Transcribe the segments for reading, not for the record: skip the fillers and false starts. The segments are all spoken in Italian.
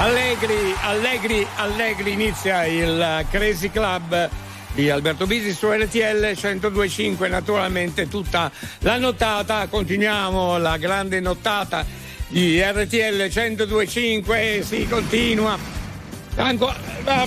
Allegri inizia il Crazy Club di Alberto Bisi su RTL 102.5, naturalmente tutta la nottata. Continuiamo la grande nottata di RTL 102.5, si continua ancora.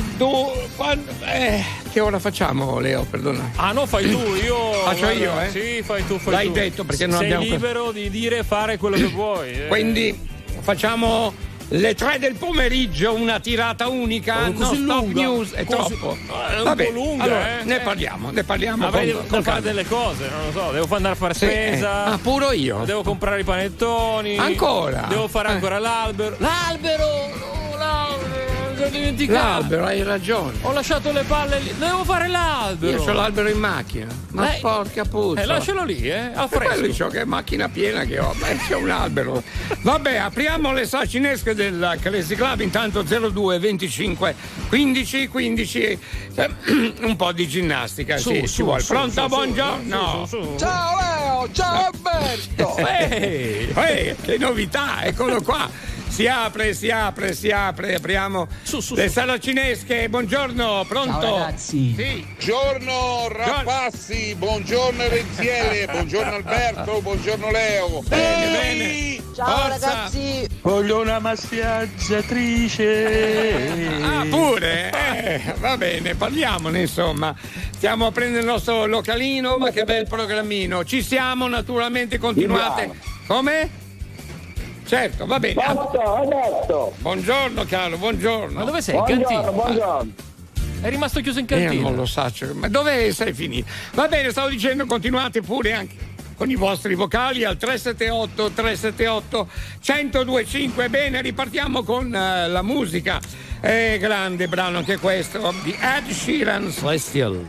Che ora facciamo, Leo? Perdona. Ah no, fai tu, io faccio io, Sì, fai tu. L'hai detto perché non abbiamo. Sei libero di dire e fare quello che vuoi. Quindi facciamo le 3 del pomeriggio, una tirata unica, no stop news, è troppo. È un po' lunga, allora, ne parliamo. Avrei devo fare delle cose, non lo so, devo andare a fare spesa. Pure io. Devo comprare i panettoni. Ancora? Devo fare ancora l'albero. L'albero! Ho dimenticato. L'albero, hai ragione. Ho lasciato le palle lì. Devo fare l'albero. Io ho l'albero in macchina. Ma porca puzza. Lascialo lì, al fresco. Quello dico che è macchina piena che ho. Beh, c'è un albero. Vabbè, apriamo le sacinesche del Crazy Club. Intanto 02 25 15 15. Un po' di ginnastica, ci vuole. Pronto, buongiorno. Ciao Leo, ciao Alberto. Che novità, eccolo qua. Si apre, apriamo le saracinesche. Buongiorno, pronto? Ciao ragazzi. Sì. Buongiorno Rapazzi, buongiorno RTL, buongiorno Alberto, buongiorno Leo. Bene. Ciao ragazzi. Voglio una massaggiatrice. Ah, pure? Va bene, parliamone insomma. Stiamo a prendere il nostro localino, ma che bel programmino. Ci siamo, naturalmente, continuate. Come? Certo, va bene. Adesso. Buongiorno caro, buongiorno. Ma dove sei? In cantina? Buongiorno. È rimasto chiuso in cantina. Non lo so, ma dove sei finito? Va bene, stavo dicendo, continuate pure anche con i vostri vocali al 378 1025. Bene, ripartiamo con la musica. Grande brano anche questo di Ed Sheeran, Celestial.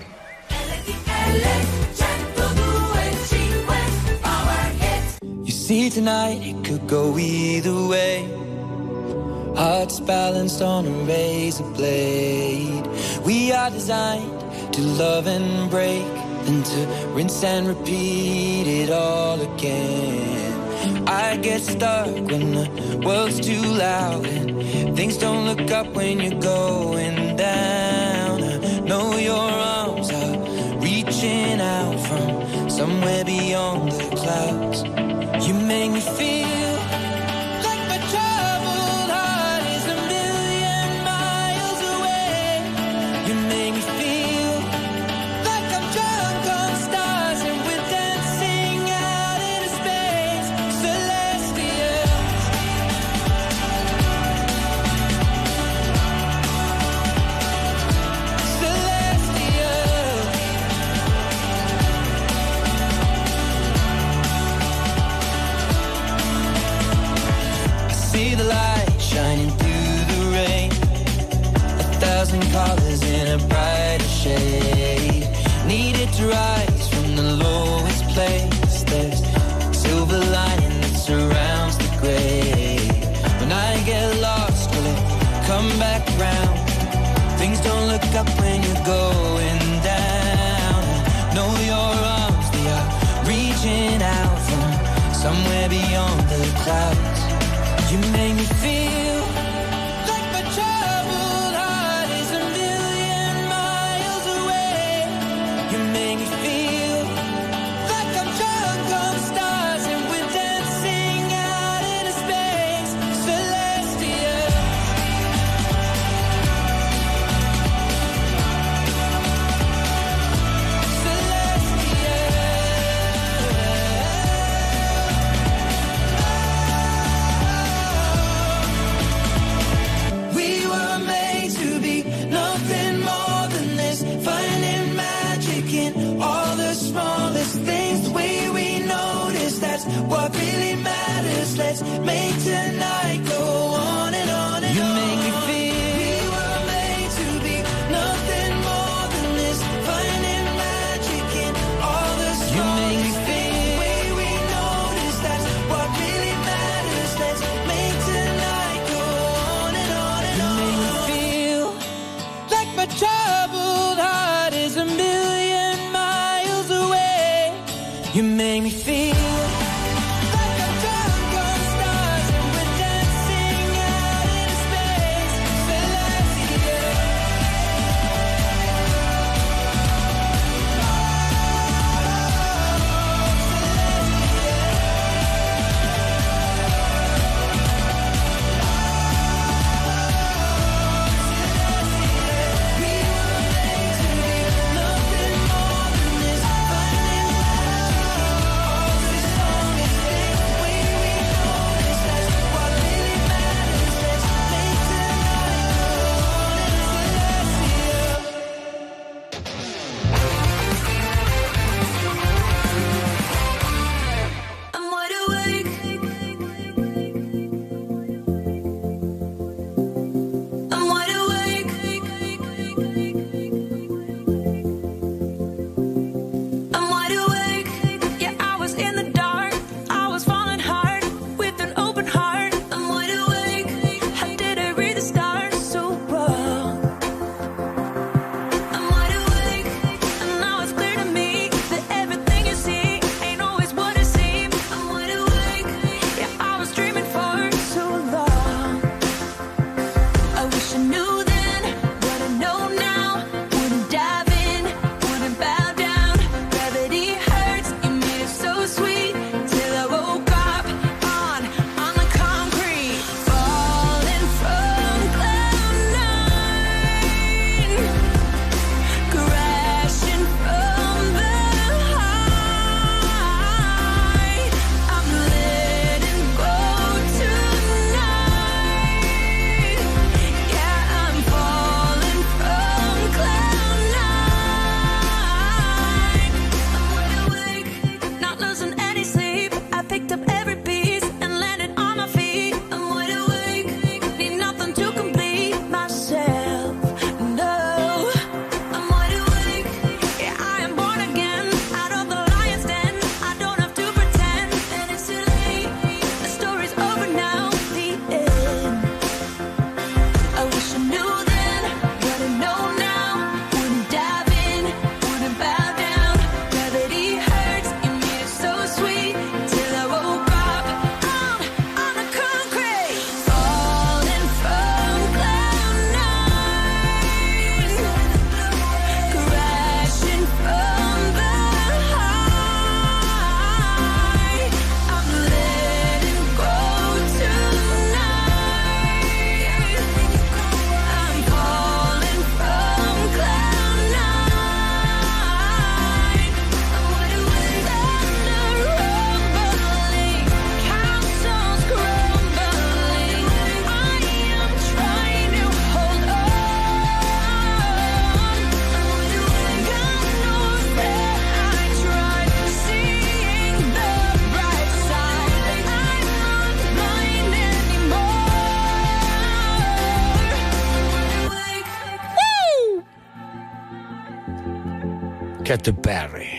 See, tonight it could go either way. Hearts balanced on a razor blade. We are designed to love and break, then to rinse and repeat it all again. I get stuck when the world's too loud and things don't look up when you're going down. I know your arms are reaching out from somewhere beyond the clouds. You make me feel like my troubled heart is a million miles away. You make me feel like I'm drunk on stars and we're dancing out into space. Celestial. See the light shining through the rain, 1,000 colors in a brighter shade. Needed to rise from the lowest place. There's silver lining that surrounds the gray. When I get lost, will it come back round? Things don't look up when you're going down. I know your arms, they are reaching out from somewhere beyond the clouds. You make me feel like my troubled heart is a million miles away. You make me feel like I'm drunk on stars and we're dancing out into space. Celestial. We were made to be nothing more than this, finding magic in all the smallest things. The way we notice, that's what really matters. Let's make tonight go on and on and on. You make me feel we were made to be nothing more than this, finding magic in all the smallest things. You make me feel the way we notice, that's what really matters. Let's make tonight go on and on and on. You make me feel like my troubled heart is a million miles away. You make me feel like I'm drunk on stars and we're dancing out into space. Katy Perry.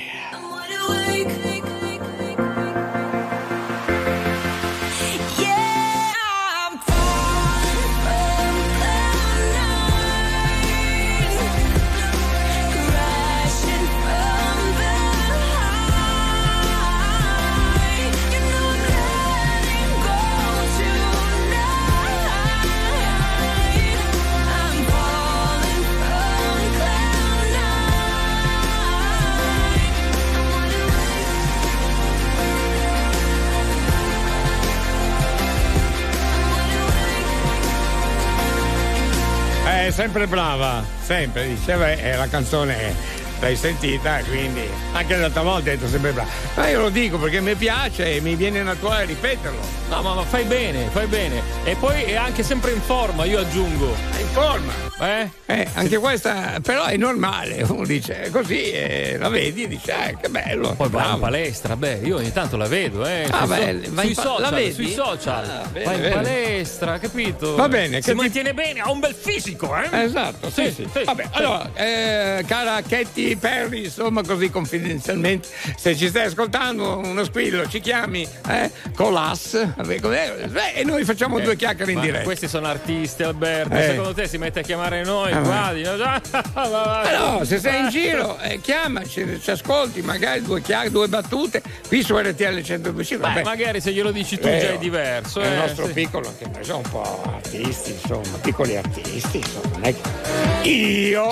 Sempre brava, sempre, diceva, la canzone l'hai sentita, quindi anche l'altra volta hai detto sempre brava. Ma io lo dico perché mi piace e mi viene naturale ripeterlo. No, ma fai bene. E poi è anche sempre in forma, io aggiungo. È in forma. Anche questa però è normale, uno dice così, la vedi e dice che bello. Poi va in palestra, io ogni tanto la vedo, sui social, la vedi? Sui social. Bene, va in palestra, capito? Va bene, si mantiene bene, ha un bel fisico, Esatto, sì. Vabbè, allora, cara Katy Perry, insomma, così confidenzialmente, se ci stai ascoltando, uno squillo, ci chiami, con l'AS, e noi facciamo due chiacchiere in diretta. Questi sono artisti, Alberto, secondo te si mette a chiamare noi qua? No, se sei in giro, chiamaci, ci ascolti, magari due battute qui su RTL 102.5. Magari se glielo dici tu già è diverso. È il nostro piccolo, che noi siamo un po' artisti, insomma, piccoli artisti, insomma, non è che io.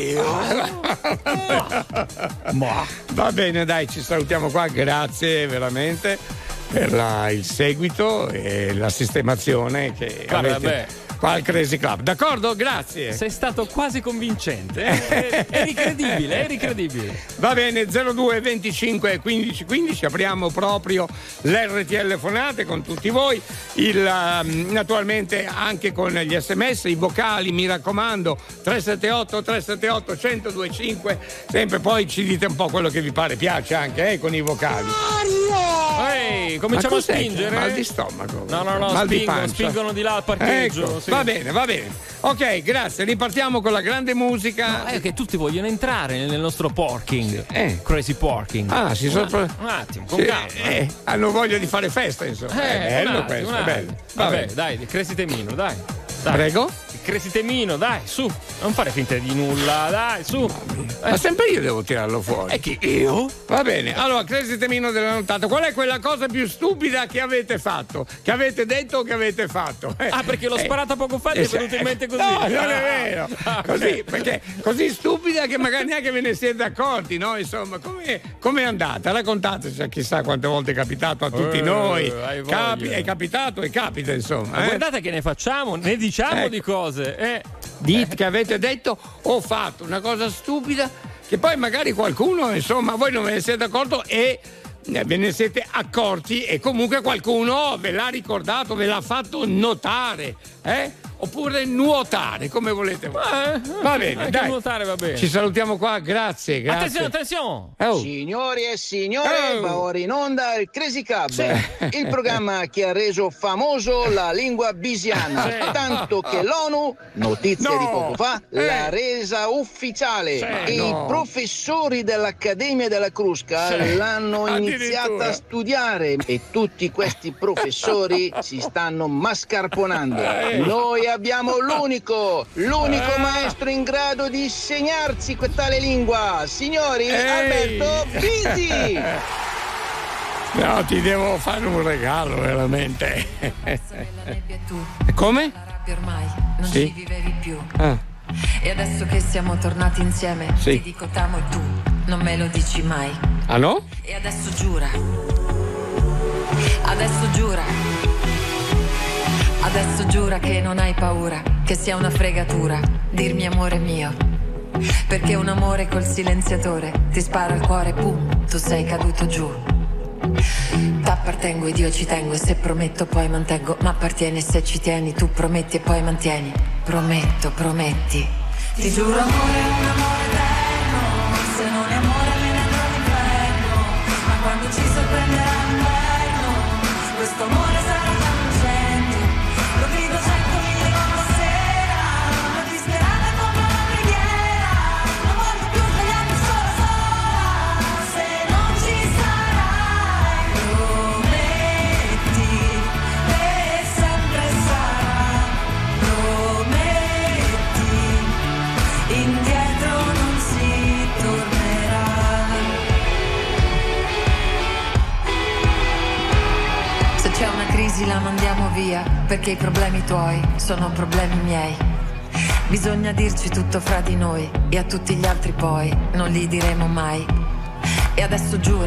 Va bene, dai, ci salutiamo qua, grazie veramente per il seguito e la sistemazione che avete qua al Crazy Club. D'accordo? Grazie. Sei stato quasi convincente. È ricredibile. Va bene, 02 25 15 15, apriamo proprio l'RTL Fonate con tutti voi, naturalmente anche con gli SMS, i vocali, mi raccomando, 378 1025, sempre poi ci dite un po' quello che vi pare, piace anche con i vocali. Ehi, cominciamo a spingere. Mal di stomaco. No, spingono di là al parcheggio. Ecco, sì. Va bene. Ok, grazie, ripartiamo con la grande musica. È che tutti vogliono entrare nel nostro parking. Crazy Parking. Si sono. Un attimo, con calma. Hanno voglia di fare festa, insomma. È bello questo, è bello. Vabbè, dai, il Crazy Temino, dai. Prego? Il Crazy Temino, dai, su. Non fare finta di nulla, dai, su. Ma sempre io devo tirarlo fuori. E chi? Io? Va bene, allora, Crazy Temino della nottata. Qual è quella cosa più stupida che avete fatto? Che avete detto o che avete fatto? Perché l'ho sparata poco fa e è venuto in mente così. No, non è vero. Così, perché così stupida che magari neanche ve ne siete accorti, no? Insomma, come è andata? Raccontateci, chissà quante volte è capitato a tutti noi. È capitato e capita, insomma. Ma guardate che ne facciamo, ne diciamo di cose. Dite che avete detto o fatto una cosa stupida che poi magari qualcuno, insomma, voi non ve ne siete accorto e ve ne siete accorti e comunque qualcuno ve l'ha ricordato, ve l'ha fatto notare, oppure nuotare, come volete voi. Va bene, dai. Nuotare va bene. Ci salutiamo qua, grazie. Attenzione. Signori e signore, va ora in onda il Crazy Club, il programma che ha reso famoso la lingua bisiana, tanto che l'ONU, notizia di poco fa, l'ha resa ufficiale. I professori dell'Accademia della Crusca l'hanno iniziata a studiare e tutti questi professori si stanno mascarponando. Noi abbiamo l'unico maestro in grado di insegnarci tale lingua, signori, Alberto Bisi. No, ti devo fare un regalo, veramente. Come? Ormai non ci vivevi più. E adesso che siamo tornati insieme, ti dico t'amo e tu non me lo dici mai. Ah no? E adesso giura. Adesso giura che non hai paura, che sia una fregatura dirmi amore mio. Perché un amore col silenziatore ti spara al cuore, pum, tu sei caduto giù. T'appartengo ed io ci tengo e se prometto poi mantengo. Ma appartieni e se ci tieni tu prometti e poi mantieni. Prometto, prometti. Ti giuro amore, un amore eterno. Se non è amore me ne andrò all'inferno. Ma quando ci sorprenderà l'inverno, questo amore sarà tangente. Lo grido 100.000 volte a sera. Una disperata come una preghiera. Non voglio più svegliarmi sola. crisi la mandiamo via, perché i problemi tuoi sono problemi miei. Bisogna dirci tutto fra di noi e a tutti gli altri poi non li diremo mai. E adesso giura,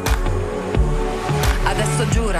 adesso giura,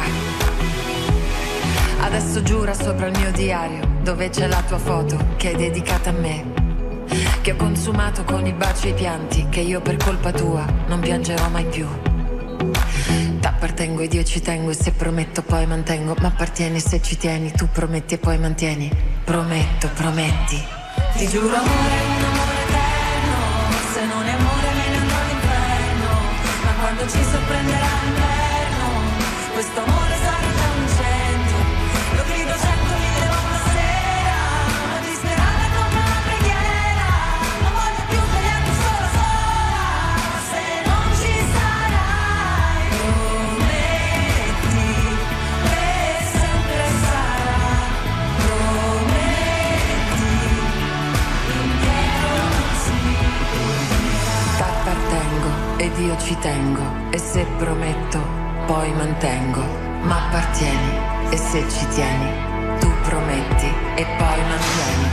adesso giura sopra il mio diario, dove c'è la tua foto che è dedicata a me, che ho consumato con i baci e i pianti, che io per colpa tua non piangerò mai più. T'appartengo ed io ci tengo, e se prometto poi mantengo. Ma appartieni se ci tieni, tu prometti e poi mantieni. Prometto, prometti. Ti giuro amore, un amore eterno. Se non è amore me ne andrò all'inferno. Ma quando ci sorprenderà l'inverno, questo amore sarà già un incendio. Lo grido 100.000 volte a sera, disperata come una preghiera. Non voglio più tagliarti solo sola, se non ci sarai. Prometti che sempre sarà. Prometti, indietro non si tornerà. T'appartengo ed io ci tengo, e se prometto poi mantengo. Ma appartieni e se ci tieni, tu prometti e poi mantieni.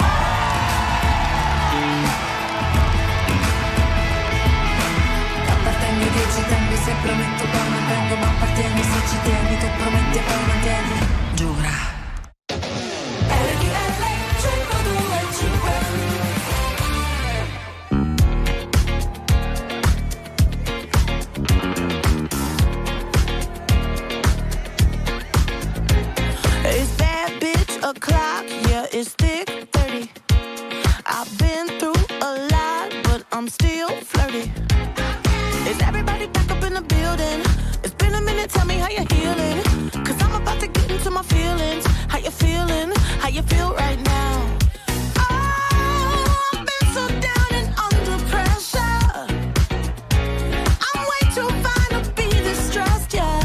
Appartengo ed io ci tengo, e se prometto poi mantengo. Ma appartieni e se ci tieni, tu prometti e poi mantieni. Giura. O'clock, yeah, it's thick 30. I've been through a lot, but I'm still flirty. Is everybody back up in the building? It's been a minute, tell me how you're healing. Cause I'm about to get into my feelings. How you feeling? How you feel right now? Oh, I've been so down and under pressure. I'm way too fine to be distressed, yeah.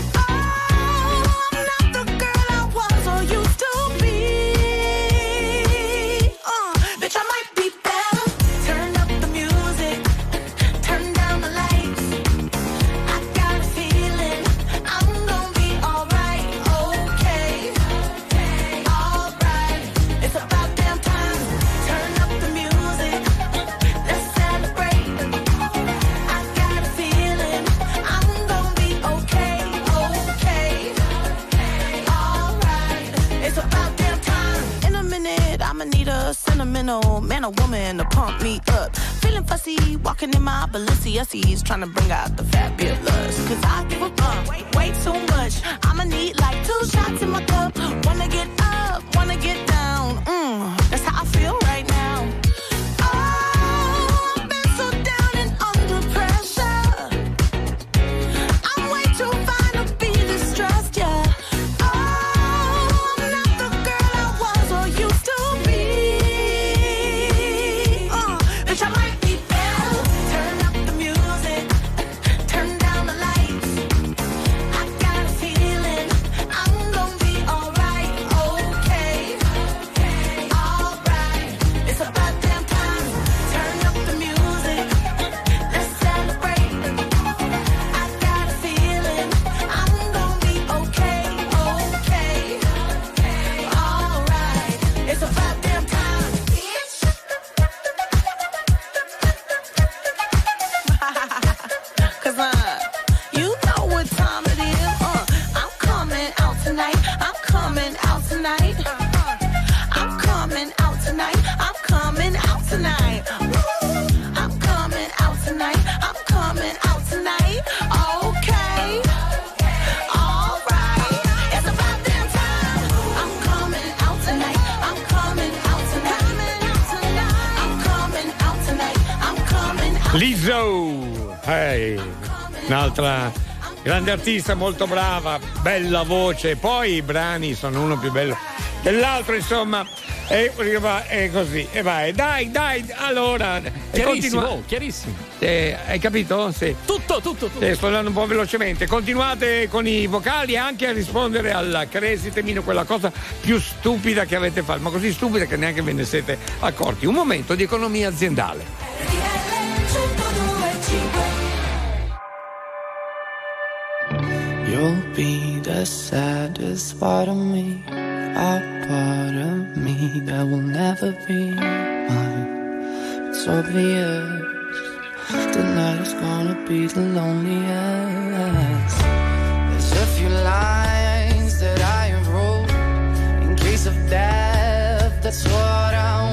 Man or woman to pump me up. Feeling fussy, walking in my Balenciennes, trying to bring out the fabulous. Cause I give a way too much. I'ma need like 2 shots in my cup. Wanna get up, wanna get down. That's how I feel right now. Oh, I've been so down and under pressure. I'm way too fine to be distressed, yeah. Lizzo, un'altra grande artista, molto brava, bella voce, poi i brani sono uno più bello dell'altro, insomma, è così, e vai, dai, allora. Chiarissimo, chiarissimo. Hai capito? Sì. Tutto. Sto andando un po' velocemente. Continuate con i vocali e anche a rispondere alla Crazy Temino, quella cosa più stupida che avete fatto, ma così stupida che neanche ve ne siete accorti. Un momento di economia aziendale. You'll be the saddest part of me, a part of me that will never be mine. It's obvious tonight is gonna be the loneliest. There's a few lines that I have wrote in case of death. That's what I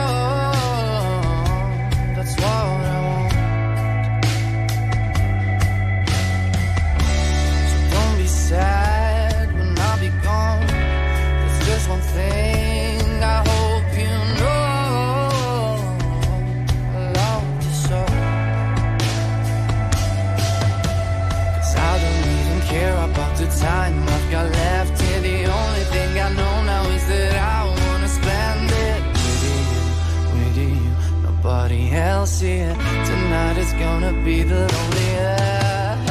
want. That's what I want. Sad when I'll be gone. There's just one thing I hope you know. I love you so. 'Cause I don't even care about the time I've got left here. The only thing I know now is that I wanna spend it with you. Nobody else here. Tonight is gonna be the loneliest.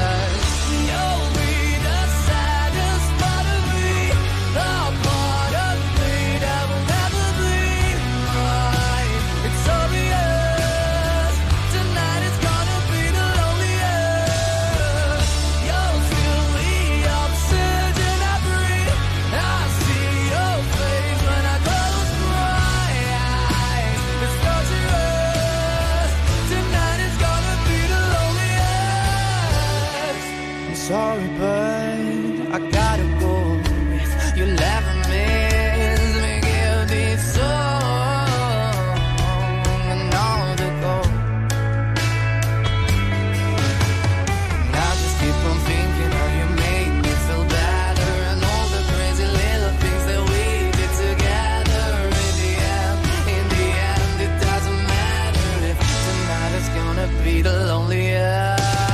Sorry, but I gotta go. If you'll ever miss me, give this song another go. And I just keep on thinking how you make me feel better, and all the crazy little things that we did together. In the end, it doesn't matter if tonight is gonna be the loneliest.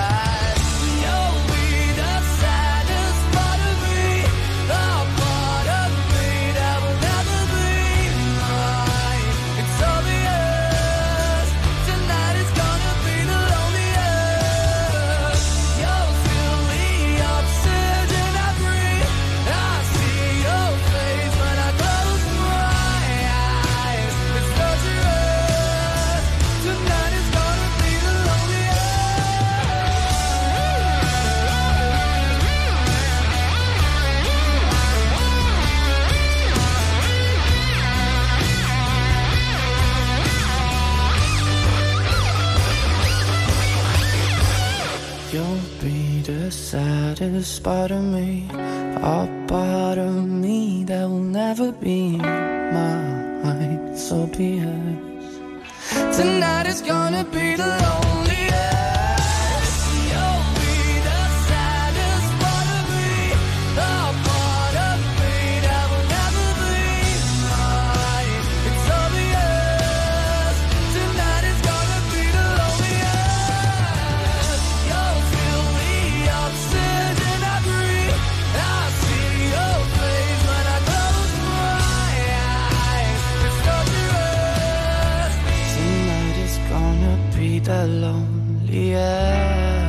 Saddest part of me, a part of me that will never be mine. So be it. Tonight is gonna be the loneliest. You'll be the saddest part of me, a part of me that will never be mine. It's obvious. Tonight is gonna be the loneliest. You'll feel the oxygen I breathe. I see your face when I close my eyes. It's torturous. Tonight is gonna be the loneliest.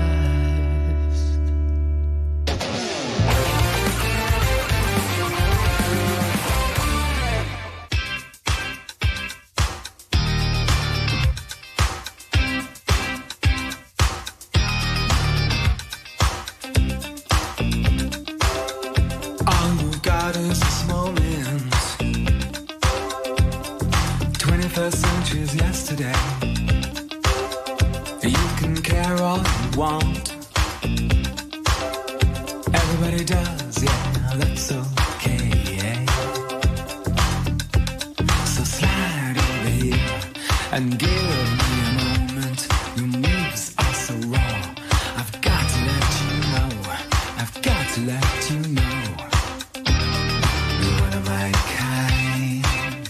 All we've got is this moment. 21st century's yesterday. You can care all you want. Everybody does, yeah, that's okay. So slide over here and give me a moment. Your moves are so raw. I've got to let you know. I've got to let you know. You're one of my kind.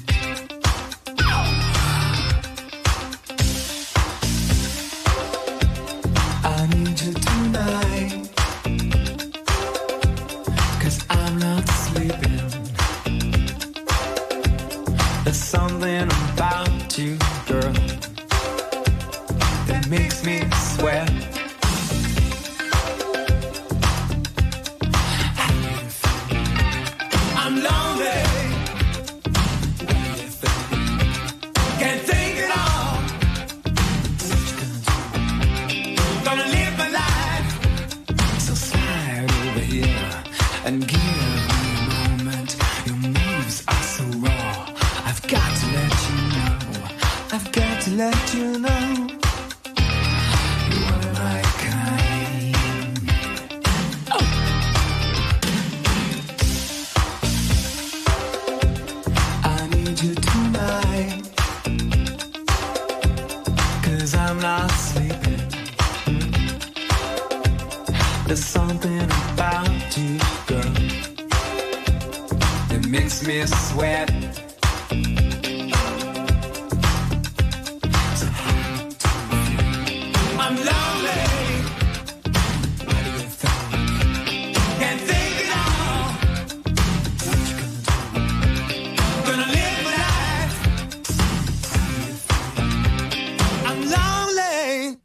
I need you tonight, 'cause I'm not sleeping. There's something about you, girl, that makes me sweat. and give me a moment. Your moves are so raw. I've got to let you know. I've got to let you know. You are my kind. Oh. I need you tonight, 'cause I'm not sleeping. There's something about you, girl, that makes me sweat. So I'm lonely. What do you think? Can't think it all. What you gonna do? Gonna live my life. I'm lonely.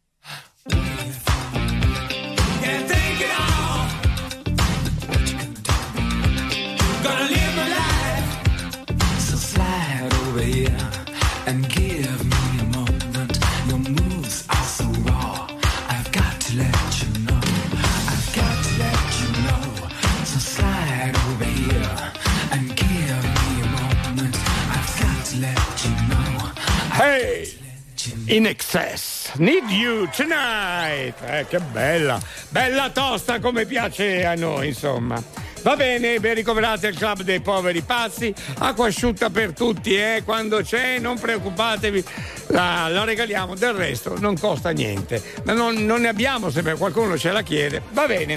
Can't think it all. What you gonna do? Gonna live my life. So slide over here and give me a moment. Your moves are so raw. I've got to let you know. I've got to let you know. So slide over here and give me a moment. I've got to let you know. Hey! In Excess, Need You Tonight. Che bella, bella tosta come piace a noi, insomma. Va bene, ben ricoverati al club dei poveri pazzi, acqua asciutta per tutti, quando c'è non preoccupatevi, la regaliamo, del resto non costa niente, ma non ne abbiamo, se qualcuno ce la chiede, va bene,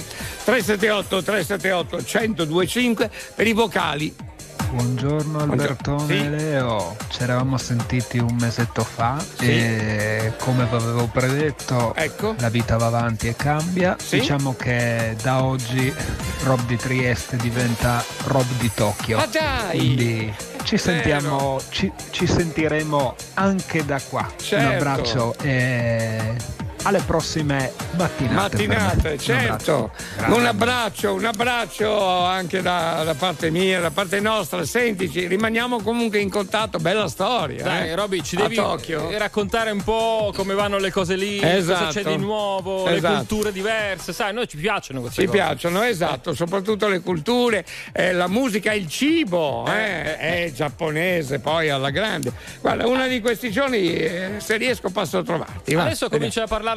378 1025 per i vocali. Buongiorno Albertone e Leo, ci eravamo sentiti un mesetto fa e come vi avevo predetto la vita va avanti e cambia, diciamo che da oggi Rob di Trieste diventa Rob di Tokyo, quindi ci sentiamo, ci sentiremo anche da qua, un abbraccio e alle prossime mattinate, certo. Un abbraccio anche da parte mia, da parte nostra. Sentici, rimaniamo comunque in contatto, bella storia. Dai, Roby, ci devi raccontare un po' come vanno le cose lì, cosa c'è di nuovo, le culture diverse, sai, a noi ci piacciono queste cose. Ci piacciono, esatto, soprattutto le culture, la musica, il cibo, è giapponese poi alla grande. Guarda, uno di questi giorni, se riesco passo a trovarti. Adesso comincia a parlare.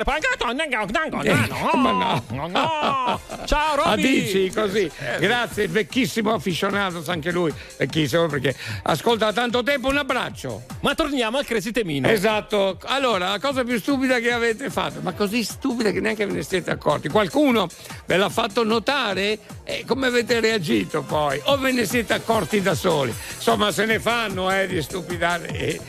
Ciao Roby. Dici così. Grazie, il vecchissimo aficionato, anche lui vecchissimo perché ascolta da tanto tempo. Un abbraccio. Ma torniamo al Crazy Temino. Esatto. Allora, la cosa più stupida che avete fatto, ma così stupida che neanche ve ne siete accorti, qualcuno ve l'ha fatto notare? Come avete reagito poi? O ve ne siete accorti da soli? Insomma, se ne fanno di stupidare.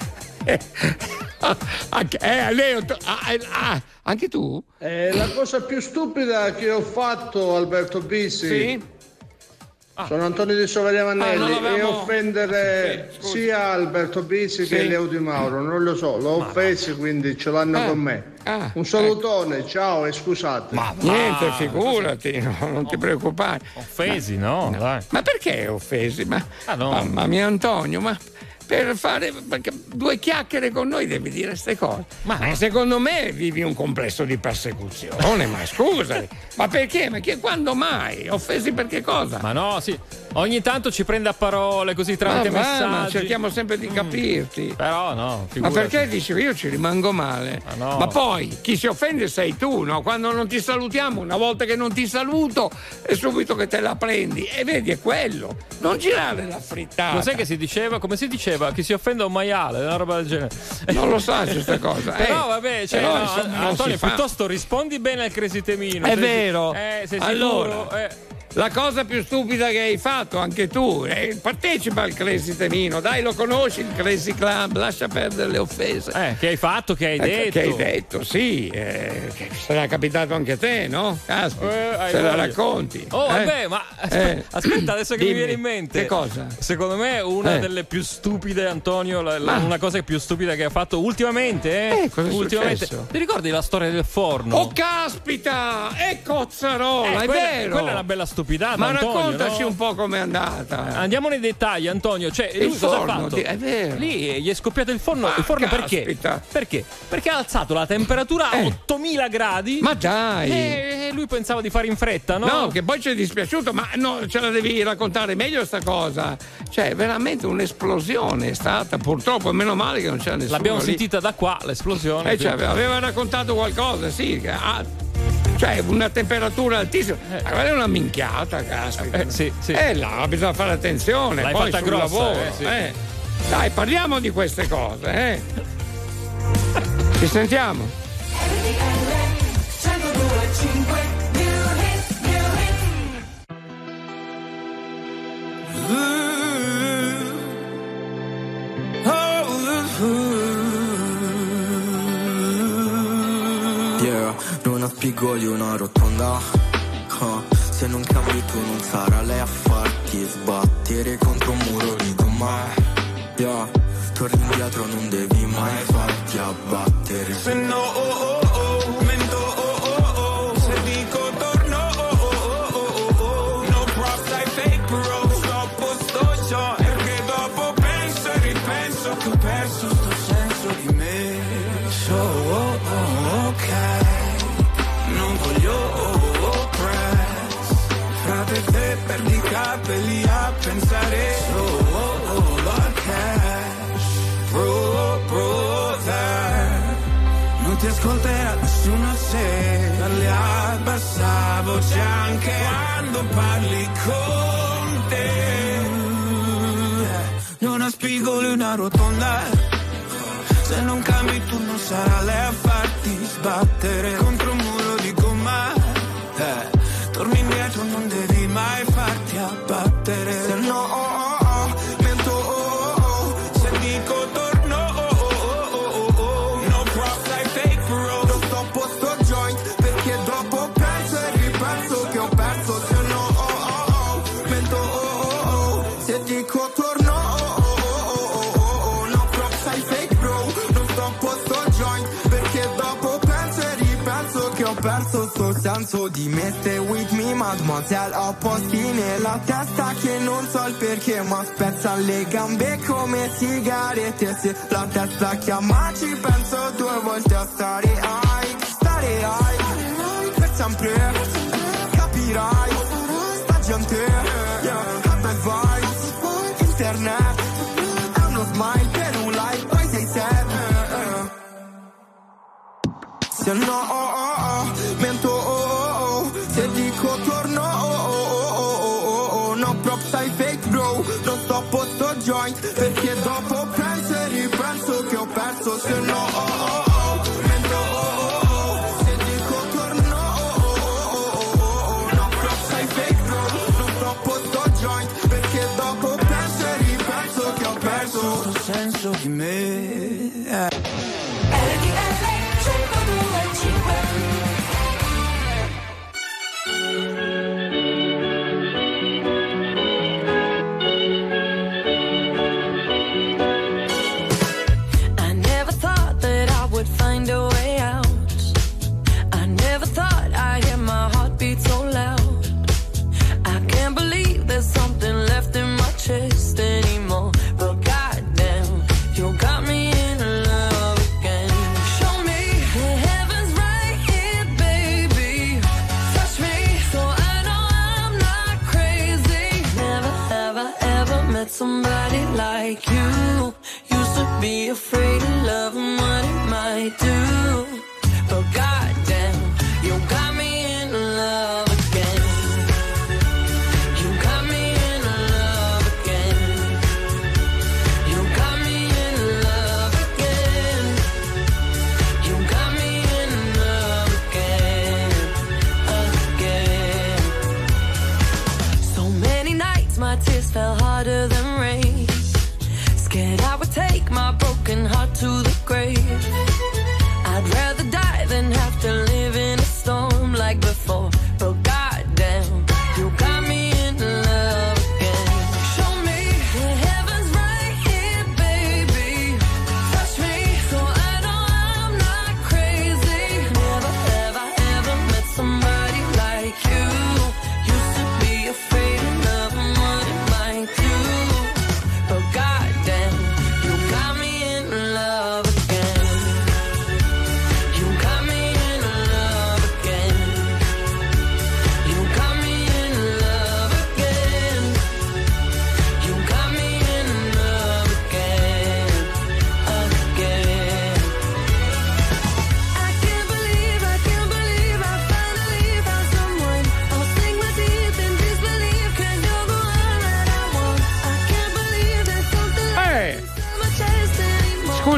Leo, anche tu? La cosa più stupida che ho fatto, Alberto Bisi, sono Antonio Di Soveria Mannelli, e offendere sia Alberto Bisi che Leo Di Mauro, non lo so, l'ho offesi, quindi ce l'hanno con me. Un salutone, ciao e scusate. Niente, figurati, non ti preoccupare. Offesi, no? Dai. Ma perché offesi? Mamma mia, Antonio, per fare due chiacchiere con noi devi dire queste cose. Ma secondo me vivi un complesso di persecuzione, ma scusami, ma perché? Ma quando mai? Offesi per che cosa? Ma no, sì, ogni tanto ci prende a parole così tramite messaggi. Ma cerchiamo sempre di capirti. Però no, figurati. Ma perché dici io ci rimango male? Ma poi chi si offende sei tu, no? Quando non ti salutiamo, una volta che non ti saluto è subito che te la prendi, e vedi, è quello. Non girare la frittata. Cos'è che si diceva? Come si diceva? Chi si offende a un maiale, una roba del genere. Non lo sa questa cosa. Però vabbè, Antonio, piuttosto rispondi bene al Crazy Temino. È vero. Sei sicuro? Allora, la cosa più stupida che hai fatto anche tu, partecipa al Crazy Temino, dai, lo conosci il Crazy Club, lascia perdere le offese. Che hai fatto, che hai detto? Che hai detto, sì, che sarà capitato anche a te, no? Caspita, se la racconti. Vabbè, ma aspetta, adesso che mi viene in mente. Che cosa? Secondo me una delle più stupide, Antonio, una cosa più stupida che ha fatto ultimamente, cosa è successo? Ti ricordi la storia del forno? Oh, caspita! E cozzarola, è vero! Quella è una bella storia. stupidata. Ma Antonio, raccontaci no? un po' com'è andata. Andiamo nei dettagli, Antonio. Cioè, il lui cosa ha forno, fatto? è vero. Lì gli è scoppiato il forno. Il forno caspita. Perché? Perché ha alzato la temperatura a 8000 gradi. Ma dai! E lui pensava di fare in fretta, no? No, che poi ci è dispiaciuto, ma no, ce la devi raccontare meglio sta cosa. Cioè, veramente un'esplosione è stata, purtroppo, meno male che non c'era nessuno. L'abbiamo lì. sentita da qua, l'esplosione. Cioè, aveva raccontato qualcosa, sì. Cioè, una temperatura altissima. Guarda, è una minchiata, caspita. Sì. Là bisogna fare attenzione. L'hai poi fatta sul grossa, lavoro. sì. Dai, parliamo di queste cose, Ci sentiamo. Una spigoli, una rotonda. Se non cambi tu non sarà lei a farti sbattere contro un muro di gomma. Torni indietro, non devi mai farti abbattere. Se no, mento, se dico torno, no props ai fake bro. Sto posto ciò, perché dopo penso e ripenso che ho perso sto senso di me. Ok, non voglio press. Frate te perdi i capelli a pensare solo al cash. Brother, non ti ascolterà nessuno se parli a bassa voce anche quando parli con te. Non ha spigoli, una rotonda. Se non cambi tu non sarà lei a farti sbattere contro un muro di gomma. Torni indietro, non devi mai farti abbattere. Se no, mento, se dico torno, no props ai fake bro. Non sto posto joint, perché dopo penso e ripenso che ho perso. Se no, mento, se dico torno, no props ai fake bro. Non sto posto joint, perché dopo penso e ripenso che ho perso sto senso di me. Stay with me, mademoiselle, ho posti nella testa che non so il perché, ma spezzano le gambe come sigarette. Se la testa chiama ci penso due volte a stare per sempre, capirai, sta gente, ha bel vibes, internet, è uno smile per un like, poi sei sad. Se no, mento, se dico torno, no props ai fake bro. Non sto posto joint, perché dopo penso e ripenso che ho perso. Se no, mento, se dico torno, no props ai fake bro. Non sto posto joint, perché dopo penso e ripenso che ho perso il senso di me. Find a way out. I never thought I'd hear my heartbeat so loud. I can't believe there's something left in my chest anymore. But goddamn, you got me in love again. Show me the heavens right here, baby. Touch me so I know I'm not crazy. Never have I ever met somebody like you. Used to be afraid of love and what it might do, but goddamn, you got me in love again. You got me in love again. You got me in love again. You got me in love again. So many nights my tears fell harder than rain. Scared I would take my broken heart to the grave. I'd rather die than have to live in a storm like before. But goddamn, you got me in love again. Show me the heavens right here, baby. Touch me so I know I'm not crazy. Never have I ever met somebody like you. Used to be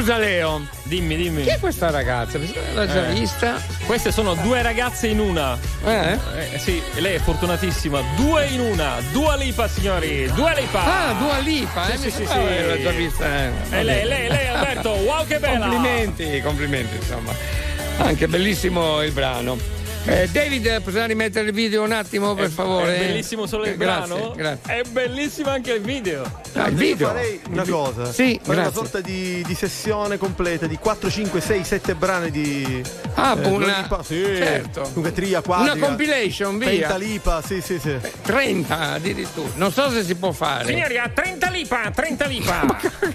Scusa Leo, dimmi. Chi è questa ragazza? L'ho già vista. Queste sono 2 ragazze in una. Sì, lei è fortunatissima. 2 in una. Dua Lipa, signori. Dua Lipa. Ah, Dua Lipa, Sì. L'ho già vista. Lei, Alberto. Wow, che bella. Complimenti, insomma. Anche bellissimo il brano. David, possiamo rimettere il video un attimo, per favore? È bellissimo solo il brano? Grazie. È bellissimo anche il video. Il video? Farei una cosa. Sì, una sorta di sessione completa di 4, 5, 6, 7 brani di certo. Dunque tria, quadriga. Una compilation, via. 30 Lipa, sì. 30 addirittura. Non so se si può fare. Signori, a 30 Lipa.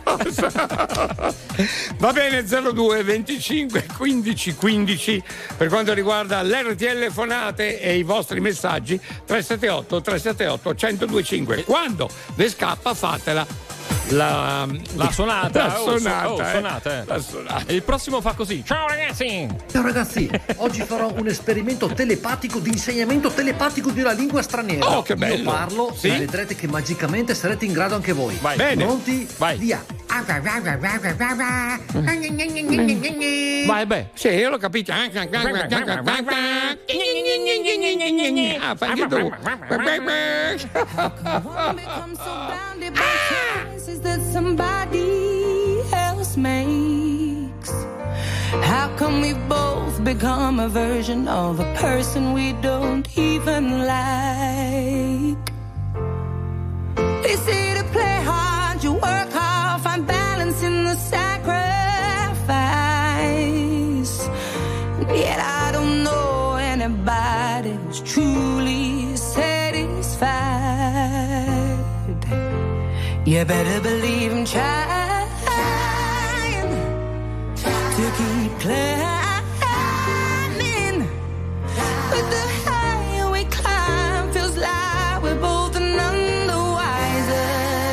Va bene, 02 25 15 15 per quanto riguarda l'RTL fonate e i vostri messaggi 378 1025. Quando vi scappa fatela la sonata. La sonata. Il prossimo fa così. Ciao ragazzi, oggi farò un esperimento telepatico di insegnamento telepatico di una lingua straniera. Oh, che bello. Io parlo e vedrete che magicamente sarete in grado anche voi. Vai. Bene. Pronti? Vai. Via. Vai, beh. Sì, io l'ho capito. Fai anche tu. That somebody else makes. How come we both become a version of a person we don't even like? They say to play hard, you work hard, find balance in the sacrifice. Yet I don't know anybody who's truly satisfied. You better believe I'm trying to keep climbing. But the higher we climb, feels like we're both none the wiser.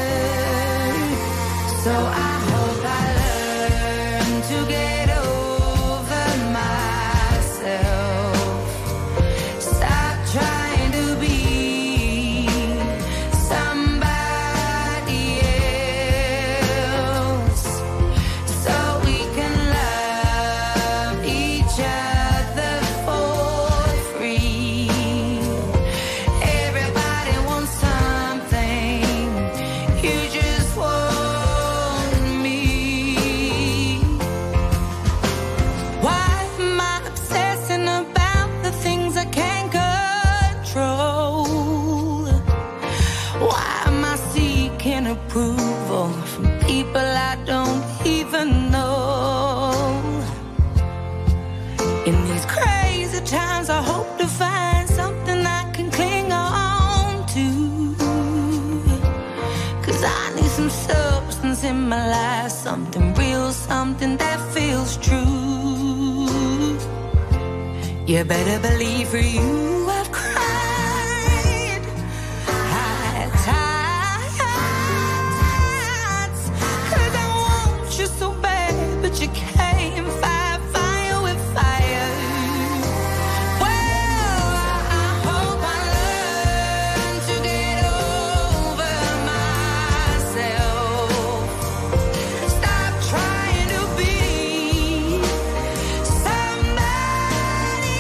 So I hope I learn to get over myself. Stop trying to be approval from people I don't even know. In these crazy times I hope to find something I can cling on to, 'cause I need some substance in my life, something real, something that feels true. You better believe for you I've cried, high times. You can't fight fire with fire. Well, I hope I learn to get over myself. Stop trying to be somebody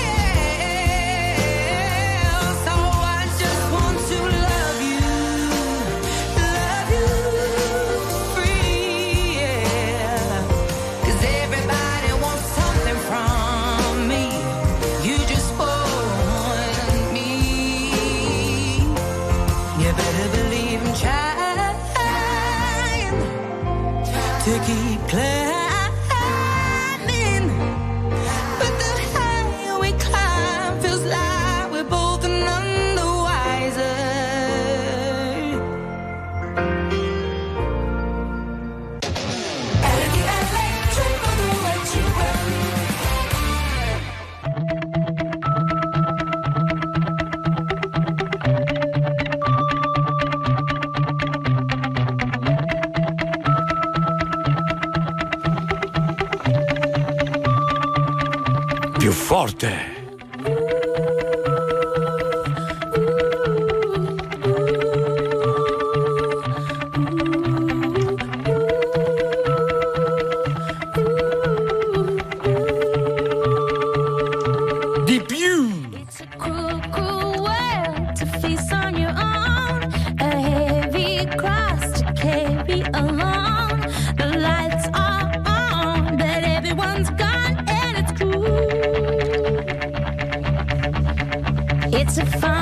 else. Oh, I just want to love you free, yeah. Everybody wants something from me. You just want me. You better believe I'm trying to keep climbing. But the higher we climb, feels like we're both none the wiser. Più forte.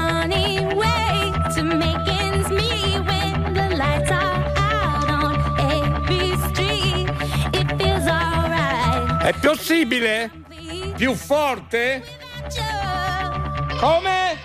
funny way to make ends meet when the lights are out on every street. It feels alright. È possibile? Più forte? Come?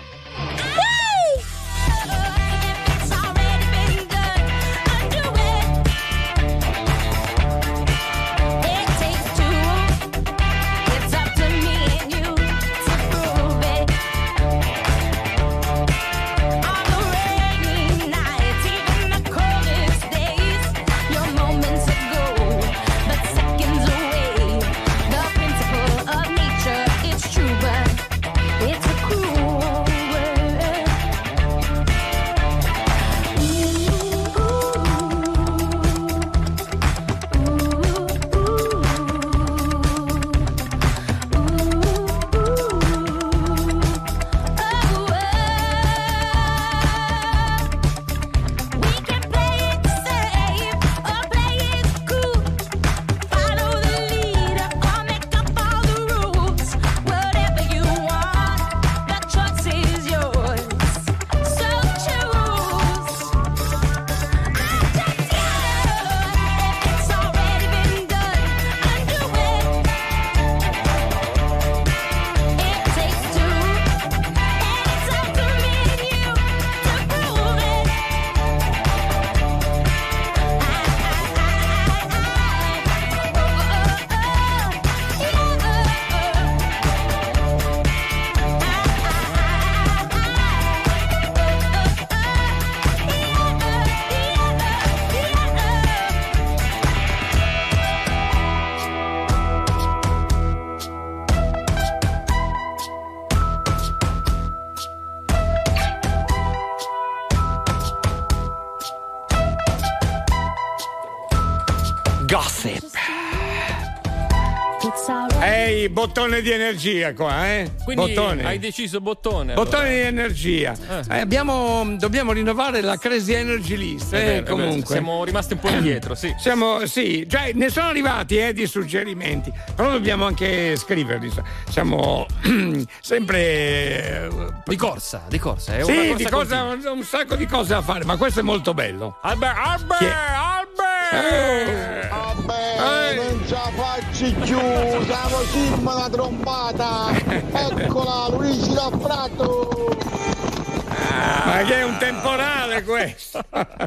Gossip. Ehi, bottone di energia qua, eh? Quindi bottone. Hai deciso bottone. Bottone allora. di energia. Dobbiamo rinnovare la Crazy Energy List, comunque. Siamo rimasti un po' indietro, sì. Cioè ne sono arrivati di suggerimenti, però dobbiamo anche scriverli. Siamo sempre di corsa, è sì, di cosa, un sacco di cose da fare, ma questo è molto bello. Albert! Non ce la faccio più, siamo Simma una trombata, eccola Luigi Laffrato. Ma che è un temporale questo.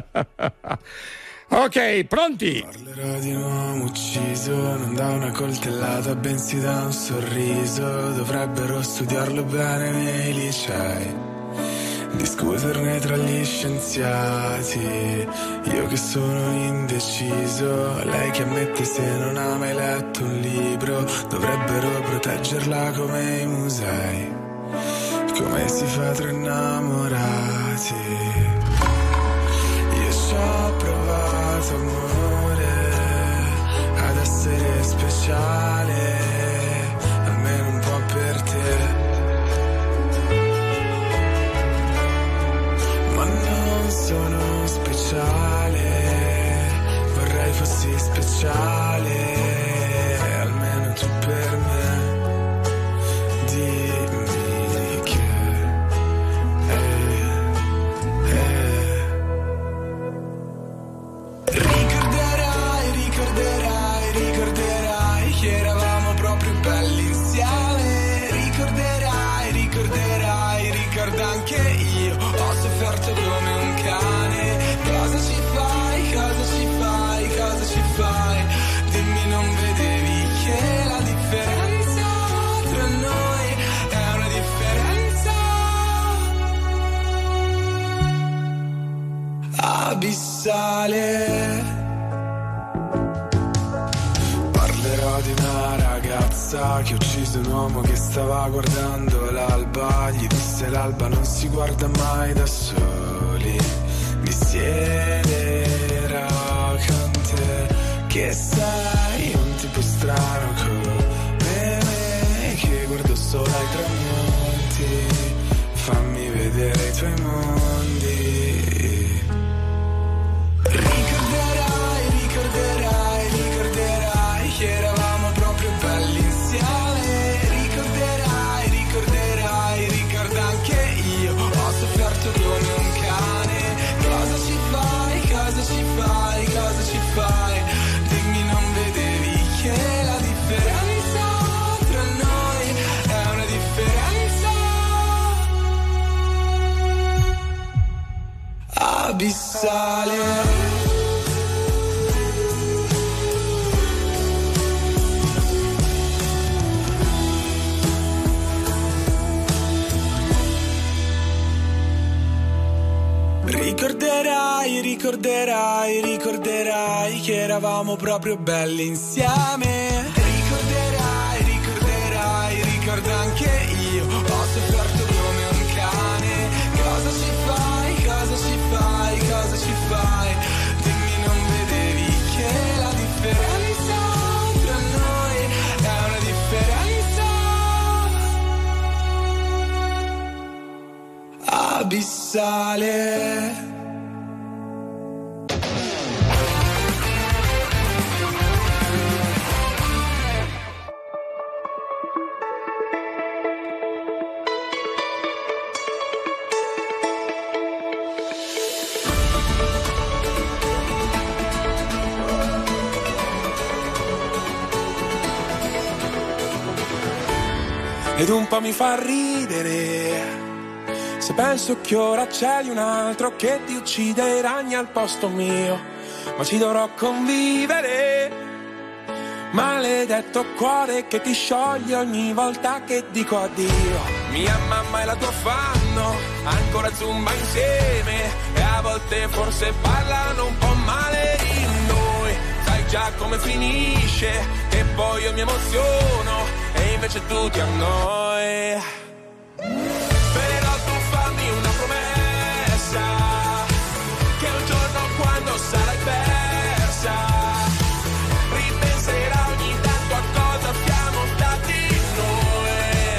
Ok, pronti? Parlerò di un uomo ucciso, non da una coltellata bensì da un sorriso. Dovrebbero studiarlo bene nei licei, discuterne tra gli scienziati. Io che sono indeciso, lei che ammette se non ha mai letto un libro. Dovrebbero proteggerla come i musei, come si fa tra innamorati. Io ci ho provato amore, ad essere speciale, almeno un po' per te. Sono speciale, vorrei fossi speciale, almeno tu per me. Dimmi che ricorderai che eravamo proprio belli insieme. Ricorderai, ricorda anche io, ho sofferto come un cane. Cosa ci fai? Dimmi, non vedevi che la differenza tra noi è una differenza abissale. Parlerò di una ragazza che ha ucciso un uomo che stava guardando l'alba. Gli disse l'alba non si guarda mai da soli. Mi siederò con te, che sei un tipo strano come me, che guardo solo ai tramonti. Fammi vedere i tuoi mondi. Ricorderai che eravamo proprio belli insieme. Ricorderai, ricorda anche io, ho abissale. Ricorderai che eravamo proprio belli insieme. Ricorda anche io, ho sofferto come un cane. Cosa ci fai? Dimmi, non vedevi che la differenza tra noi è una differenza abissale. Ed un po' mi fa ridere se penso che ora c'è un altro che ti uccide i ragni al posto mio, ma ci dovrò convivere. Maledetto cuore che ti scioglie ogni volta che dico addio. Mia mamma e la tua fanno ancora zumba insieme e a volte forse parlano un po' male di noi. Sai già come finisce, che poi io mi emoziono e invece tu ti annoi. Però tu fammi una promessa, che un giorno quando sarai persa ripenserai ogni tanto a cosa siamo stati noi.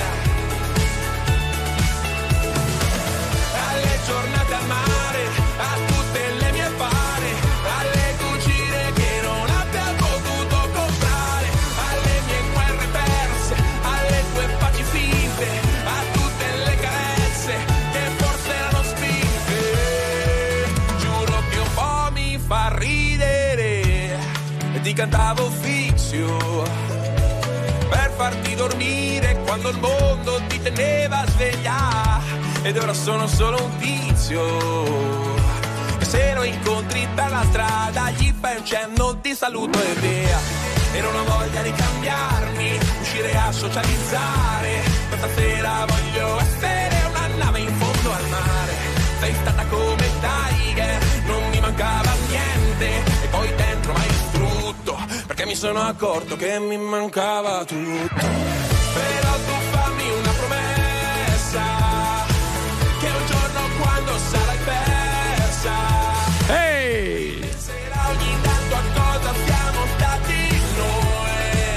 Alle giornate al mare, a tutte le mie pare, alle cucine che non abbia potuto comprare, alle mie guerre perse, alle tue paci finte, a tutte le carezze che forse erano spinte. Giuro che un po' mi fa ridere e ti cantavo Fixio per farti dormire quando il mondo ti teneva sveglia. Ed ora sono solo un tizio che se lo incontri per la strada gli fai un cenno di saluto e via. E non ho voglia di cambiarmi, uscire a socializzare. Questa sera voglio essere una nave in fondo al mare. Sei stata come Tiger, non mi mancava niente. E poi dentro m'hai distrutto, perché mi sono accorto che mi mancava tutto. Però tu fammi una promessa, che un giorno quando sarai persa, ehi, penserà ogni tanto a cosa siamo stati noi.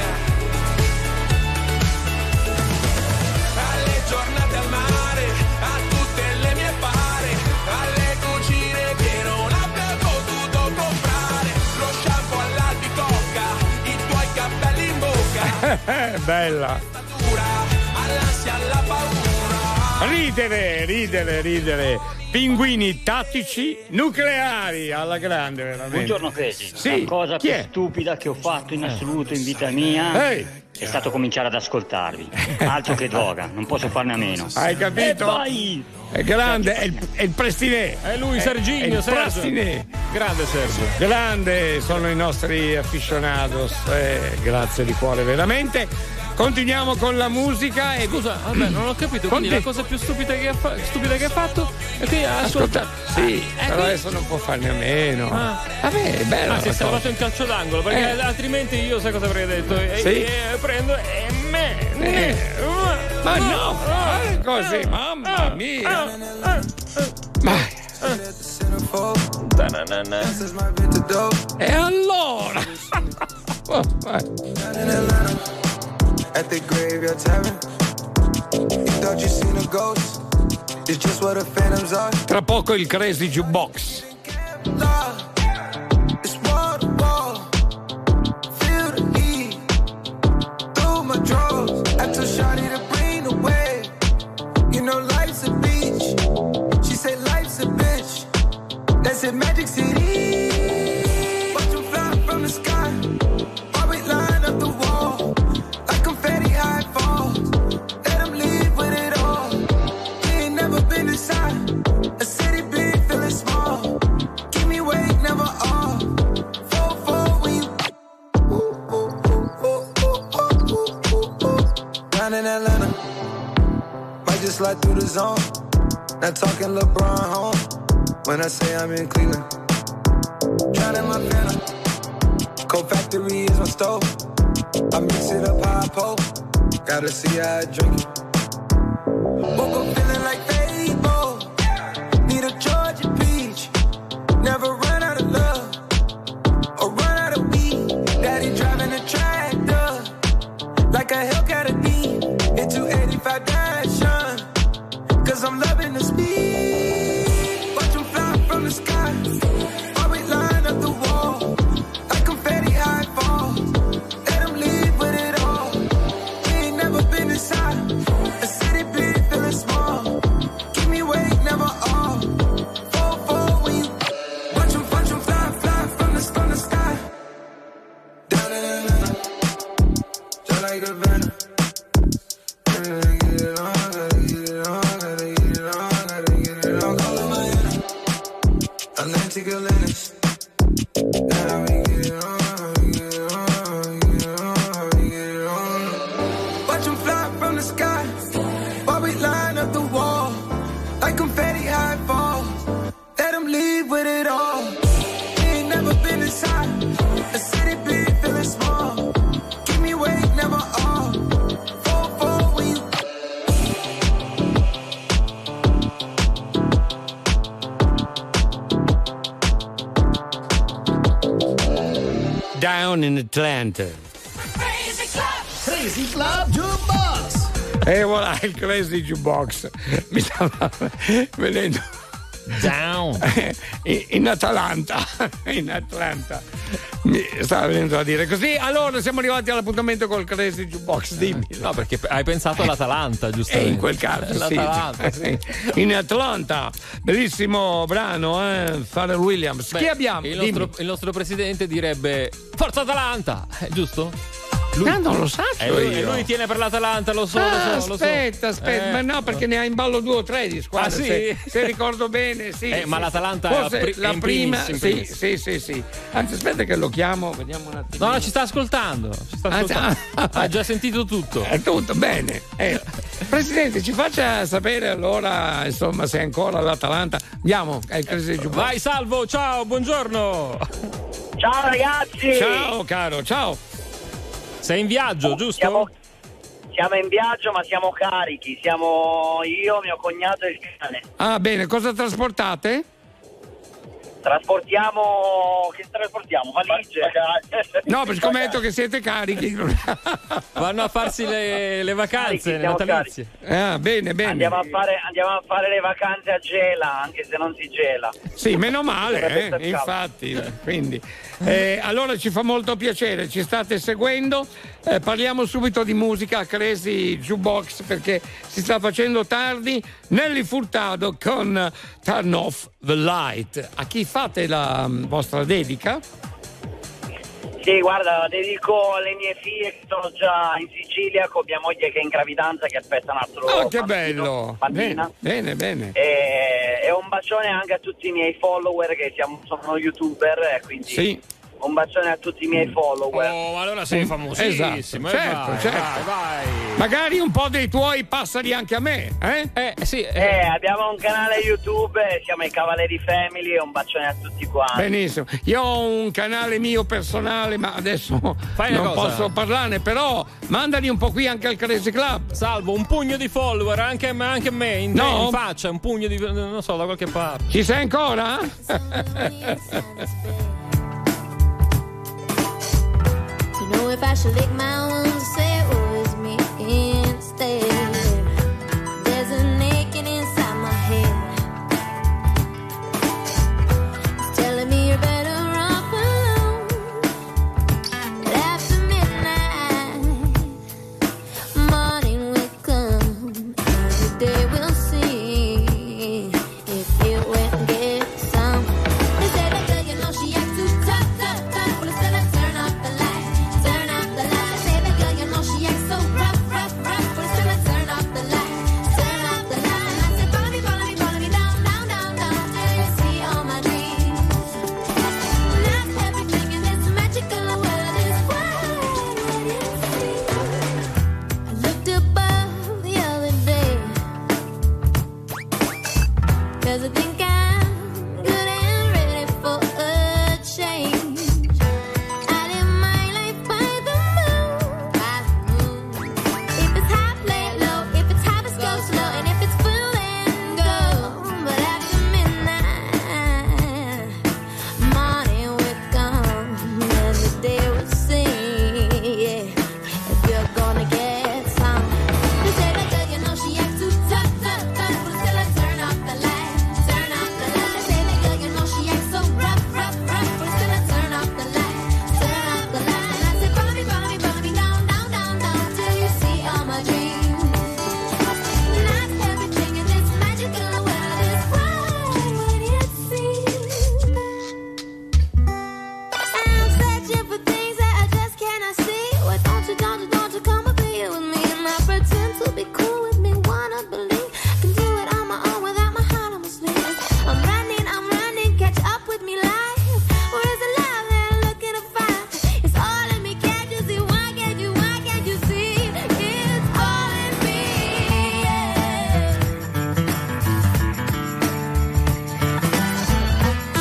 Alle giornate al mare, a tutte le mie pare, alle cucine che non abbia potuto comprare, lo shampoo all'albicocca, i tuoi capelli in bocca. Bella. All'ansia, alla paura. Ridere. Pinguini tattici nucleari alla grande, veramente. Buongiorno Crazy. Sì. La cosa Chi più è? stupida che ho fatto in assoluto in vita mia è stato cominciare ad ascoltarvi. Altro che droga, non posso farne a meno. Hai capito? Vai! È grande, è il Prestinè. È lui, Serginho, è il Sergio. Prestinè. Grande Sergio. Grande, sono i nostri aficionados. Grazie di cuore, veramente. Continuiamo con la musica e scusa, vabbè, non ho capito. Quindi la cosa più stupida che ha fatto è che ascolta. Sì, però adesso non può farne a meno. Vabbè, è bello. Si è salvato in calcio d'angolo, perché altrimenti io sai cosa avrei detto? Sì. Prendo e ma no, così, mamma mia. Vai. E allora? At the graveyard tavern, you thought you seen a ghost. It's just what the phantoms are. Tra poco il Crazy Jukebox. It's wall to wall. Feel the heat through my drawers. I told Shawty to bring away. You know life's a beach. She said life's a bitch. That's it, Magic City. Watch them fly from the sky. While we line up the wall. Confetti high falls, let them leave with it all. We ain't never been inside a city big, feeling small. slide through the zone. Not talking LeBron home when I say I'm in Cleveland. Drowning my phantom. Cold Factory is my stove. I mix it up how I pole. Gotta see how I drink it. Woke up feeling like Fable. Need a Georgia peach. Never run out of love or run out of weed. Daddy driving a tractor like a Hellcat a D. Into 85 Dash, 'cause I'm loving the speed. Watch them fly from the sky. Always line up the wall like confetti high falls. Let them leave with it all. We ain't never been inside a city big, feeling small. Give me weight, never all. Fall when you watch them fly from the sky. Down in Atlanta, just like a venom. Atlantic Atlantis. Now we get it on, we get it on, we get it on, we get it on. Watch them fly from the sky while we line up the wall like confetti high falls. Let them leave with it all. We ain't never been inside a city big, feeling small. Give me weight, never all. Fall when you. Down in Atlanta. Crazy Club Jukebox. E voilà il Crazy Jukebox. Mi stava venendo down in Atlanta. In Atlanta. Mi stava venendo a dire così. Allora siamo arrivati all'appuntamento col Crazy Jukebox. Dimmi. No, perché hai pensato all'Atalanta, giustamente. In quel caso l'Atalanta, sì. In Atlanta. Bellissimo brano, Pharrell Williams. Chi abbiamo? Il nostro presidente direbbe Forza Atalanta, giusto? Lui, non lo saccio io. Lui tiene per l'Atalanta, lo so. Aspetta, ma no, perché ne ha in ballo 2 o 3 di squadre. Ah, sì? Se ricordo bene, sì. Ma l'Atalanta forse è la prima. In primis. Sì. Anzi, aspetta che lo chiamo, vediamo un attimo. No, ci sta ascoltando. Ha già sentito tutto. È tutto, bene. Presidente, ci faccia sapere allora, insomma, se è ancora l'Atalanta. Andiamo, è il Crazy Jukebox. Vai, Salvo, ciao, buongiorno. Ciao ragazzi. Ciao, caro, ciao. Sei in viaggio, giusto? Siamo in viaggio, ma siamo carichi. Siamo io, mio cognato e il cane. Ah, bene, cosa trasportate? Che trasportiamo? Valigie. No, perché come hai detto che siete carichi. Vanno a farsi le vacanze natalizie. Ah, bene. Andiamo a fare le vacanze a Gela, anche se non si gela. Sì, meno male, infatti. Quindi, allora ci fa molto piacere, ci state seguendo. Parliamo subito di musica, Crazy Jukebox, perché si sta facendo tardi. Nelly Furtado con Turn Off the Light. A chi fate la vostra dedica? Sì, guarda, la dedico alle mie figlie che sono già in Sicilia con mia moglie che è in gravidanza, che aspetta un altro che bello! Bene. E un bacione anche a tutti i miei follower che sono youtuber, quindi sì. Un bacione a tutti i miei follower. Oh, allora sei famosissimo. Esatto, certo. Vai. Magari un po' dei tuoi passali anche a me, Sì. Abbiamo un canale YouTube, siamo i Cavalieri Family, e un bacione a tutti quanti. Benissimo. Io ho un canale mio personale, ma adesso non posso parlarne, però mandali un po' qui anche al Crazy Club. Salvo, un pugno di follower, anche a me, in faccia, un pugno di, non so, da qualche parte. Ci sei ancora? Know if I should lick my wounds or say it was me instead. There's an aching inside my head. It's telling me you're better off alone. But after midnight, morning will come. Every day we'll see if you went and get some. They say that girl, you know she acts too tough. Well, instead of turn off the light. Turn off the light. Say the girl, you know she acts so rough. But instead of turn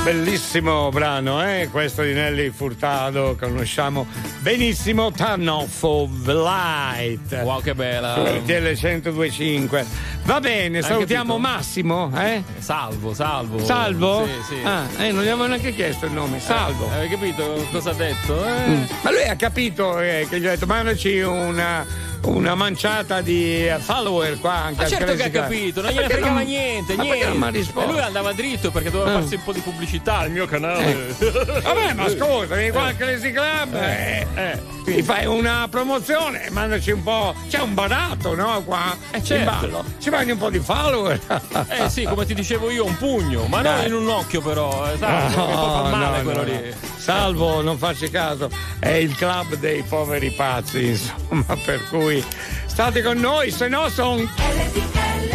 Bellissimo brano, questo di Nelly Furtado, conosciamo benissimo. Turn Off of Light. Wow, che bella. RTL 102.5. Va bene, salutiamo Massimo, Salvo? Salvo? Sì. Non gli avevo neanche chiesto il nome, Salvo. Hai capito cosa ha detto? Ma lui ha capito che gli ho detto, mandaci una manciata di follower qua anche. Ma certo che ha capito, non gliene fregava niente. E lui andava dritto perché doveva farsi un po' di pubblicità al mio canale. Vabbè, ma scusa, vieni qua al Crazy Club, ti fai una promozione, mandaci un po'. C'è un barato, no? Qua certo. in ballo. Ci mandi un po' di follower. Sì, come ti dicevo io, un pugno, ma non in un occhio però, sai, perché poi fa male quello lì. Salvo, non facci caso, è il club dei poveri pazzi, insomma, per cui state con noi, se no sono LTL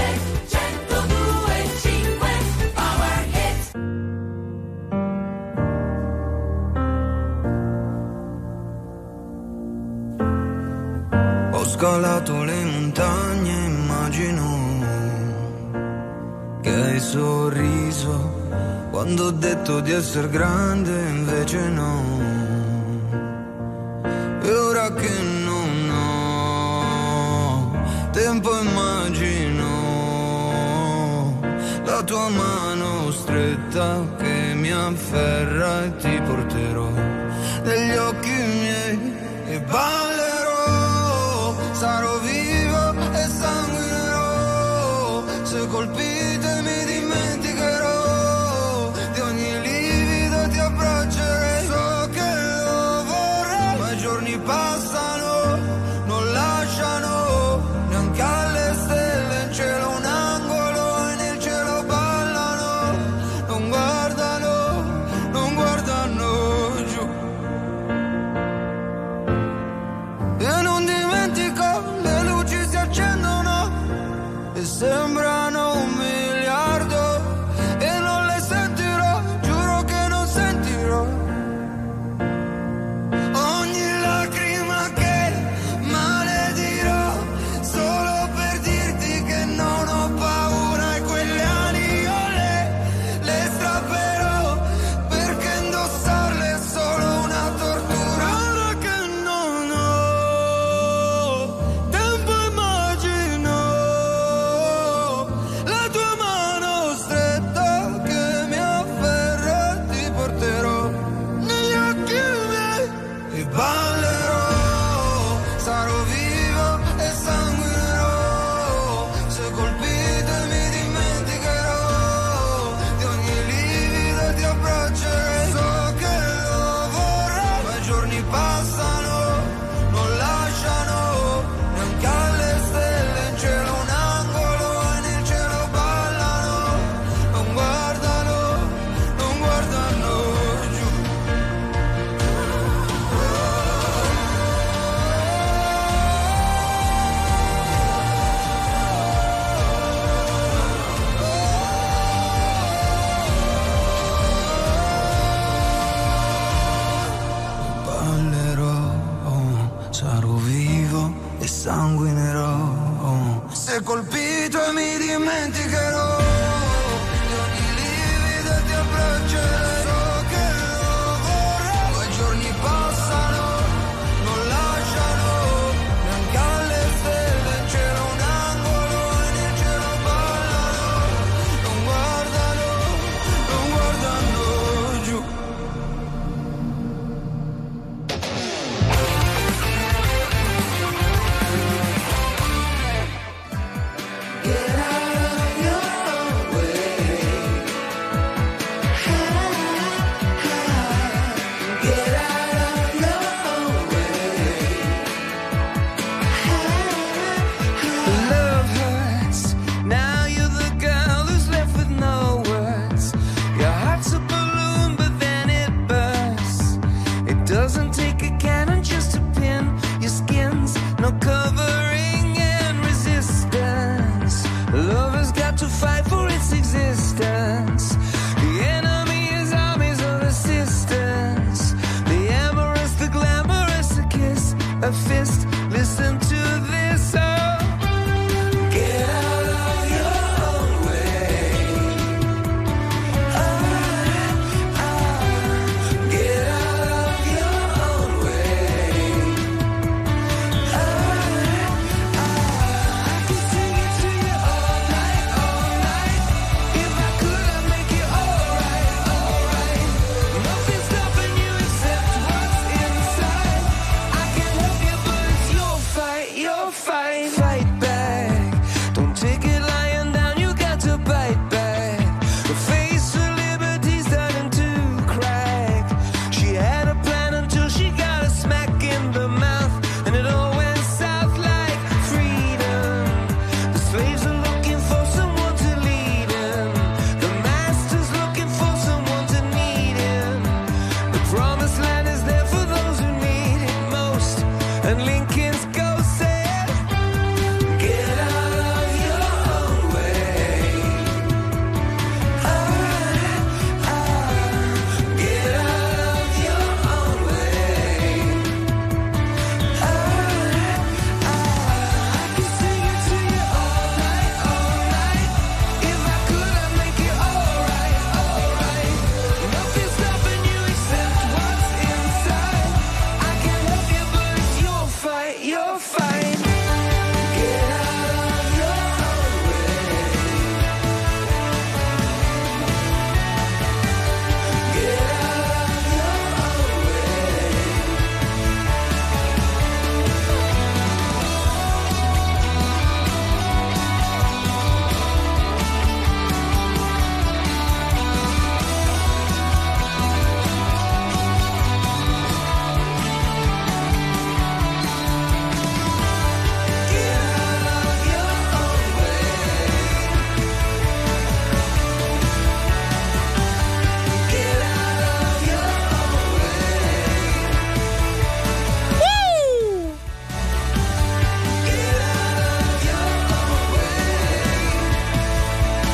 102.5 Power Hit. Ho scalato le montagne, immagino che hai sorriso quando ho detto di essere grande, invece no. E ora che non ho tempo, immagino la tua mano stretta che mi afferra e ti porterò negli occhi miei e ballerò, sarò vivo e sanguinerò, se colpite mi dimenticherò. So che lo vorrei, ma i giorni passano, non lasciano neanche alle stelle in cielo un angolo e nel cielo ballano, non guardano giù. E non dimentico, le luci si accendono e sembrano 1 miliardo e non le sentirò, giuro che non sentirò. Ogni lacrima che maledirò, solo per dirti che non ho paura e quelle ali io le strapperò, perché indossarle è solo una tortura. Ora che non ho tempo, immagino la tua mano stretta che mi afferra e ti porterò negli occhi miei e ballerò, sarò vivo e sanguinerò, se colpite mi dimenticherò di ogni livido e ti abbraccerei. So che lo vorrei, ma i giorni passano, non lasciano neanche alle stelle in cielo un angolo e nel cielo ballano, non guardano giù. Ballerò, sarò vivo e sanguinerò, se colpito e mi dimenticherò di ogni livido e ti abbraccerei. So che lo vorrei, ma i giorni passano, non lasciano neanche alle stelle in cielo un angolo e nel cielo ballano, non guardano giù. Get out of your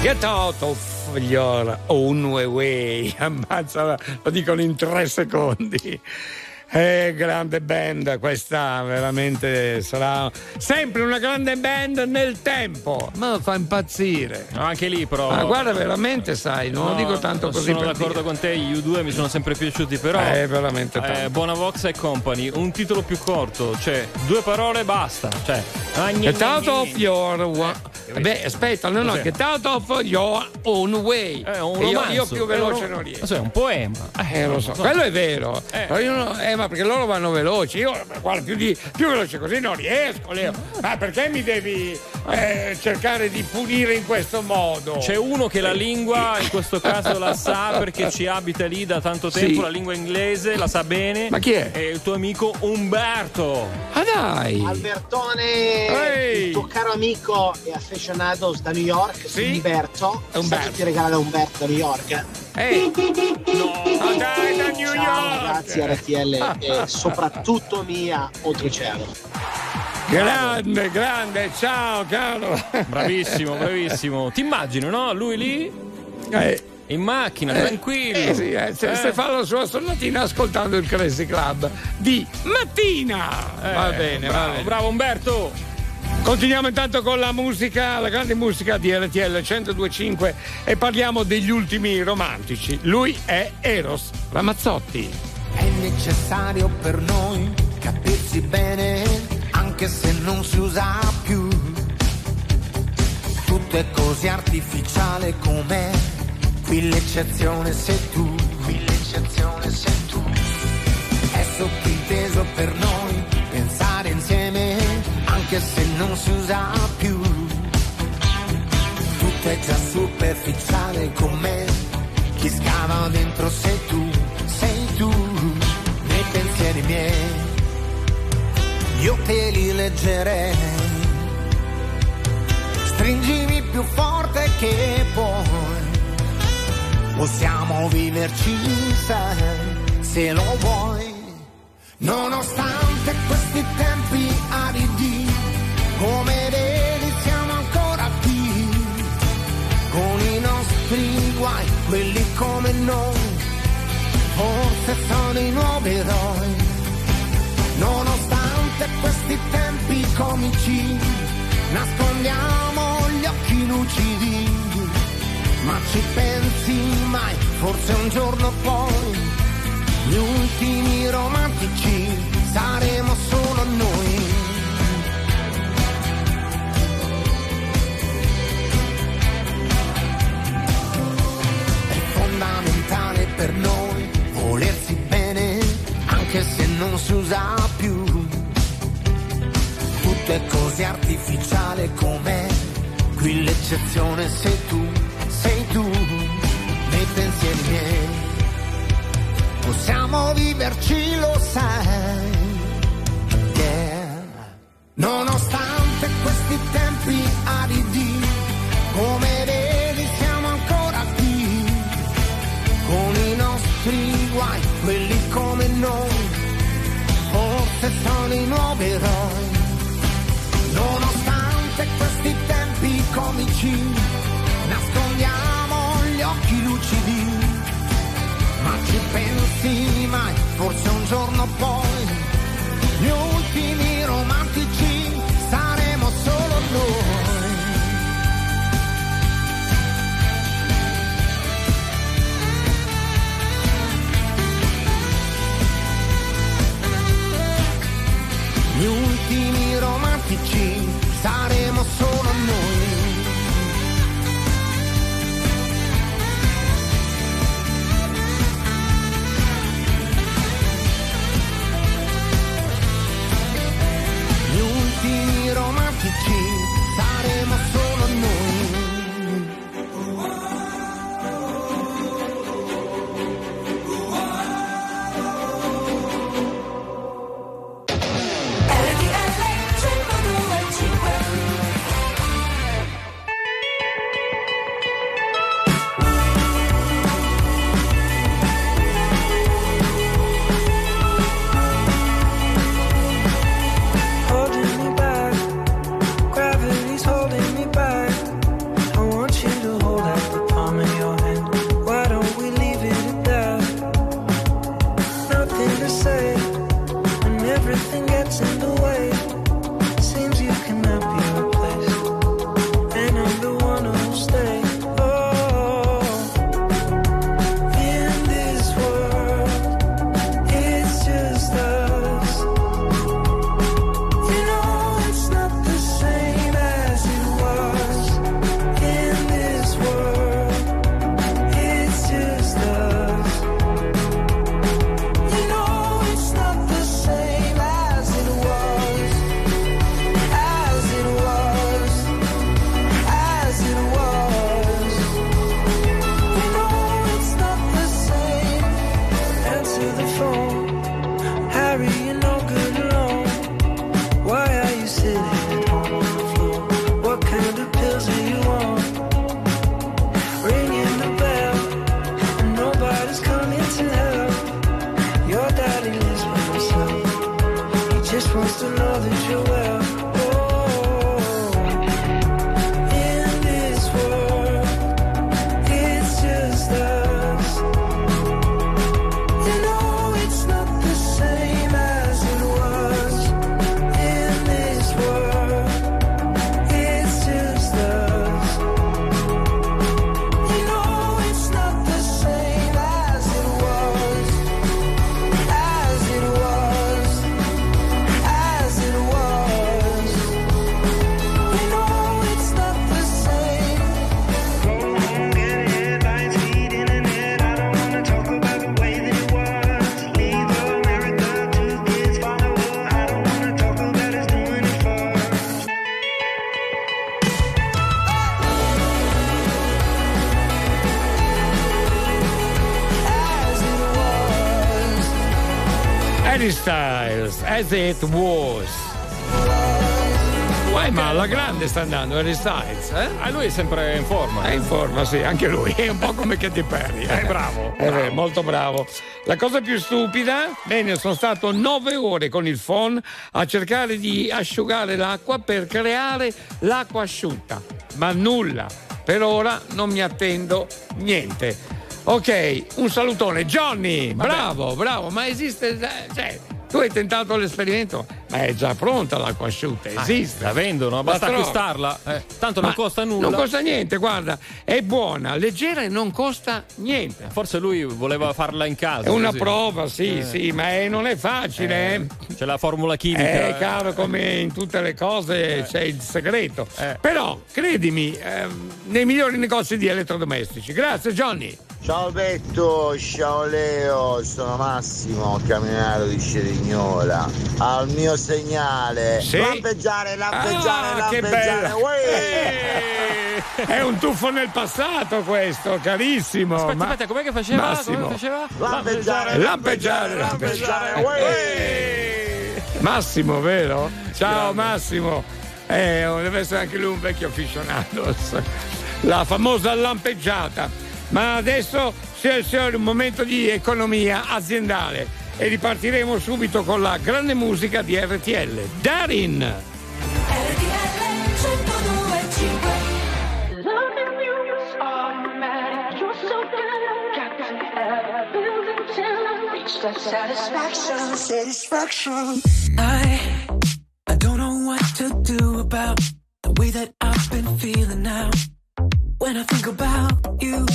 Get out of your own way. Ammazza, lo dicono in 3 secondi. Grande band questa, veramente sarà sempre una grande band nel tempo, ma fa impazzire. Anche lì però, ma guarda, veramente, sai, non lo dico tanto così. Sono d'accordo con te, gli U2 mi sono sempre piaciuti, però veramente tanto. Bonavox e Company, un titolo più corto, cioè 2 parole e basta, cioè Get out of your aspetta, no, Get out of your own way. Io più veloce non riesco. È un poema. Lo so, quello è vero. Però io ma perché loro vanno veloci, io guarda, più veloce così non riesco, Leo. Ma perché mi devi cercare di punire in questo modo? C'è uno che la lingua in questo caso la sa perché ci abita lì da tanto tempo, la lingua inglese la sa bene. Ma chi è? È il tuo amico Umberto. Ah dai! Albertone, il tuo caro amico e affezionato da New York, Umberto. Ti regala Umberto da New York. No, dai, da New York! Grazie a RTL e soprattutto mia oltreoceano. Grande, ciao caro. Bravissimo. Ti immagino, no? Lui lì in macchina, tranquillo. Se fa la sua sonatina ascoltando il Crazy Club di mattina. Va bene. Bravo Umberto. Continuiamo intanto con la musica, la grande musica di RTL 102.5 e parliamo degli ultimi romantici. Lui è Eros Ramazzotti. È necessario per noi capirsi bene, anche se non si usa più. Tutto è così artificiale com'è, qui l'eccezione sei tu, È sottinteso per noi pensare insieme, anche se non si usa più. Tutto è già superficiale com'è, chi scava dentro sei tu, nei pensieri miei, io te li leggerei. Stringimi più forte che puoi, possiamo viverci, sai, se lo vuoi. Nonostante questi tempi aridi, come vedi siamo ancora qui, con i nostri guai, quelli come noi, forse sono i nuovi eroi. Nonostante questi tempi comici, nascondiamo gli occhi lucidi, ma ci pensi mai, forse un giorno poi, gli ultimi romantici saremo solo noi. È fondamentale per noi volersi bene, anche se non si usa più. Tutto è così artificiale com'è, qui l'eccezione sei tu, nei pensieri miei. Possiamo viverci, lo sai, Nonostante questi tempi aridi, come vedi siamo ancora qui, con i nostri guai, quelli come noi, forse sono i nuovi eroi. Nonostante questi tempi comici, nascondiamo gli occhi lucidi, ma ci pensi mai, forse un giorno poi, gli ultimi romantici saremo solo noi. Gli ultimi romantici saremo solo noi. Gli ultimi romantici saremo solo noi. wants to know that you're well. In this world, it's just us. You know it's not the same as it was. In this world, it's just us. You know it's not the same as it was. As it was. As it was. You know it's not the same. Go on, get headlines, feed internet. I don't wanna talk about the way that it was. Leave America, 2 kids follow her. I don't wanna talk about us doing it first. As it was. Harry Styles, As It Was. Ma alla grande sta andando Harry Styles, eh? Lui è sempre in forma. È in forma, sì, anche lui. È un po' come Katy Perry. Bravo. Molto bravo. La cosa più stupida, bene, sono stato 9 ore con il phon a cercare di asciugare l'acqua per creare l'acqua asciutta. Ma nulla. Per ora non mi attendo niente. Ok, un salutone. Johnny, bravo, ma esiste, cioè, tu hai tentato l'esperimento, ma è già pronta l'acqua asciutta, esiste. La vendono, basta acquistarla. Tanto non costa nulla. Non costa niente, guarda, è buona, leggera e non costa niente. Forse lui voleva farla in casa. È una prova, sì, ma non è facile. C'è la formula chimica. È chiaro, come in tutte le cose c'è il segreto. Però, credimi, nei migliori negozi di elettrodomestici. Grazie, Johnny. Ciao Petto, ciao Leo, sono Massimo, camminato di Cerignola. Al mio segnale, lampeggiare, che bello. È un tuffo nel passato questo, carissimo. Aspetta, com'è che faceva? Massimo. Come faceva? Lampeggiare. Massimo, vero? Ciao Massimo. Deve essere anche lui un vecchio aficionados. La famosa lampeggiata. Ma adesso c'è un momento di economia aziendale e ripartiremo subito con la grande musica di RTL. Darin! Satisfaction. I don't know what to do about the way that I've been feeling now. When I think about you,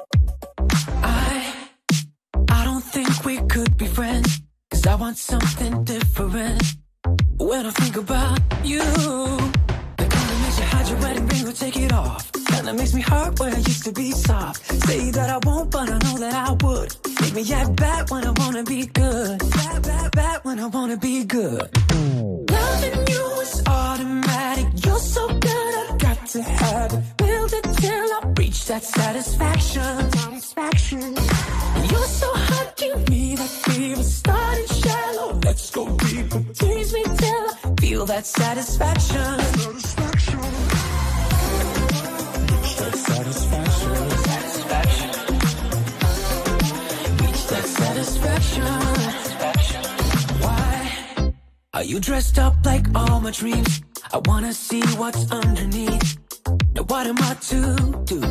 I don't think we could be friends, 'cause I want something different. When I think about you, the kind that makes you hide your wedding ring or take it off, kind that makes me hurt where I used to be soft. Say that I won't, but I know that I would. Make me act bad when I wanna be good. Bad when I wanna be good. Loving you is automatic. You're so good, I've got to have it. Build it till I reach that satisfaction. You're so hot, give me that fever. Starting shallow, let's go deeper. Tease me till I feel that satisfaction. Reach that satisfaction. Reach that satisfaction. Why are you dressed up like all my dreams? I wanna see what's underneath. Now what am I to do?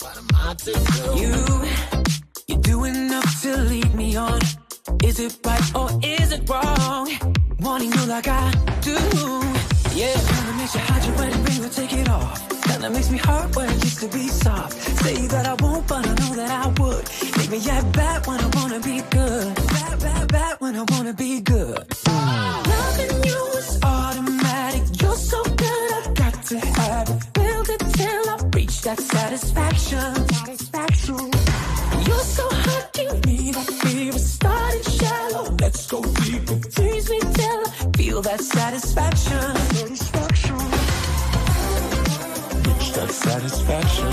You do enough to lead me on. Is it right or is it wrong? Wanting you like I do. Yeah, kinda makes you hide your wedding ring or take it off. Kinda makes me hurt where it used to be soft. Say that I won't, but I know that I would. Make me act bad when I wanna be good. Bad when I wanna be good. Loving you is automatic. You're so good, I've got to have it. Build it till I reach that satisfaction. You're so hot, give me that fever. Starting shallow, let's go deeper. Tease me till I feel that satisfaction. Reach that satisfaction.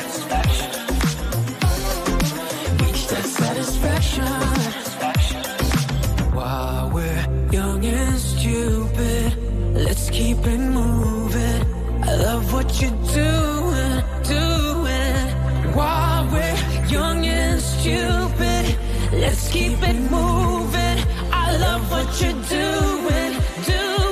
Reach that satisfaction. While we're young and stupid, let's keep it moving. I love what you're doing. While we're young and stupid, let's keep it moving. I love what you're doing.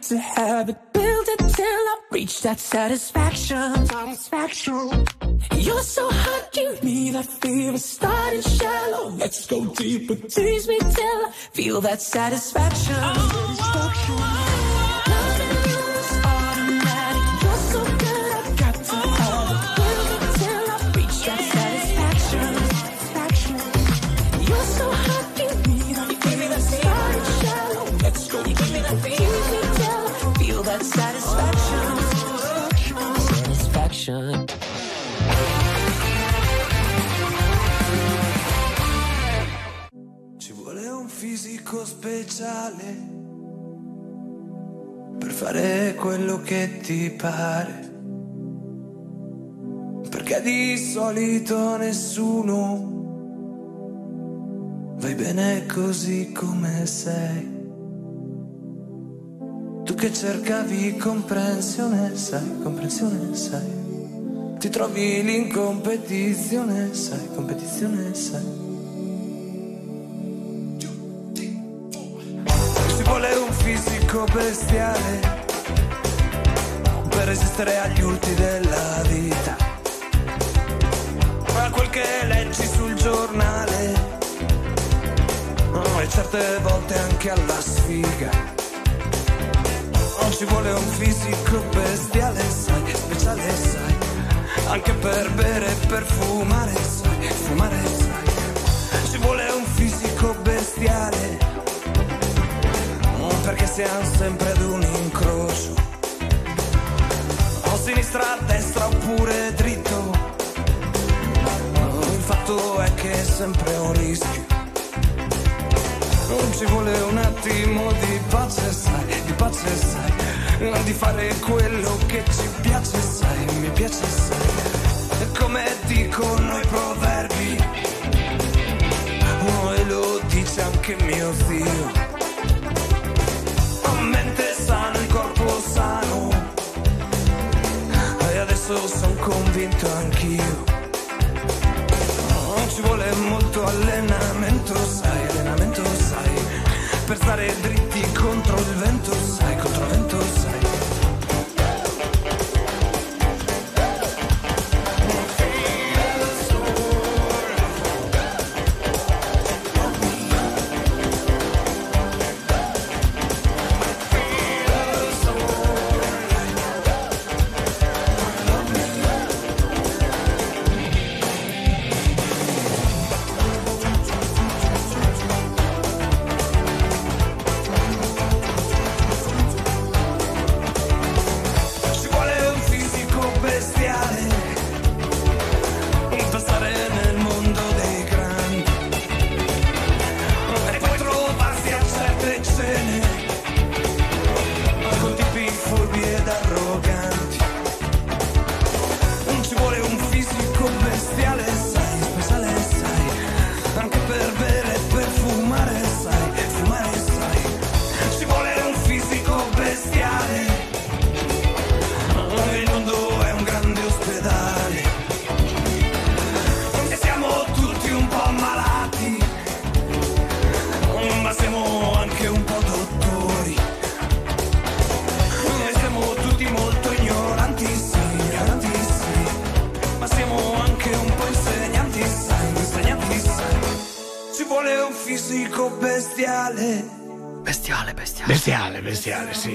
to have it, build it till I reach that satisfaction. You're so hot, give me that fever, starting shallow. Let's go deeper, tease me till I feel that satisfaction. Satisfaction. Ci vuole un fisico speciale per fare quello che ti pare, perché di solito nessuno vai bene così come sei. Tu che cercavi comprensione, sai, ti trovi lì in competizione, sai. Ci vuole un fisico bestiale per resistere agli urti della vita, a quel che leggi sul giornale, e certe volte anche alla sfiga. Ci vuole un fisico bestiale, sai, speciale, sai, anche per bere e per fumare, sai, Ci vuole un fisico bestiale, perché siamo sempre ad un incrocio, a sinistra, a destra oppure dritto. Il fatto è che è sempre un rischio. Non ci vuole un attimo di pace, sai, di fare quello che ci piace, sai, mi piace, sai. Come dicono i proverbi, e lo dice anche mio zio, mente sana, il corpo sano, e adesso son convinto anch'io. Non ci vuole molto allenamento, sai, per stare dritti contro il vento, sai, Bestiale, sì.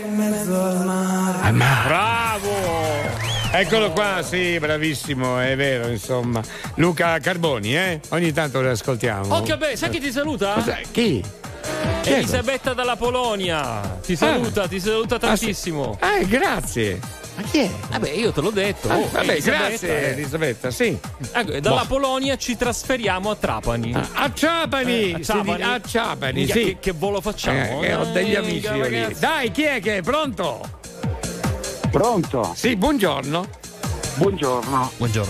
Bravo! Eccolo qua, sì, bravissimo, è vero, insomma. Luca Carboni, ogni tanto lo ascoltiamo. Oh, che bello, sai chi ti saluta? Cos'è? Chi? Elisabetta dalla Polonia. Ti saluta tantissimo. Grazie. Ma chi è? Vabbè, io te l'ho detto. Grazie Elisabetta, sì. Dalla Polonia ci trasferiamo a Trapani. A Trapani, a Trapani, sì. Che volo facciamo? Ho degli amici lì. Dai, chi è che è? Pronto? Pronto? Sì, buongiorno. Buongiorno.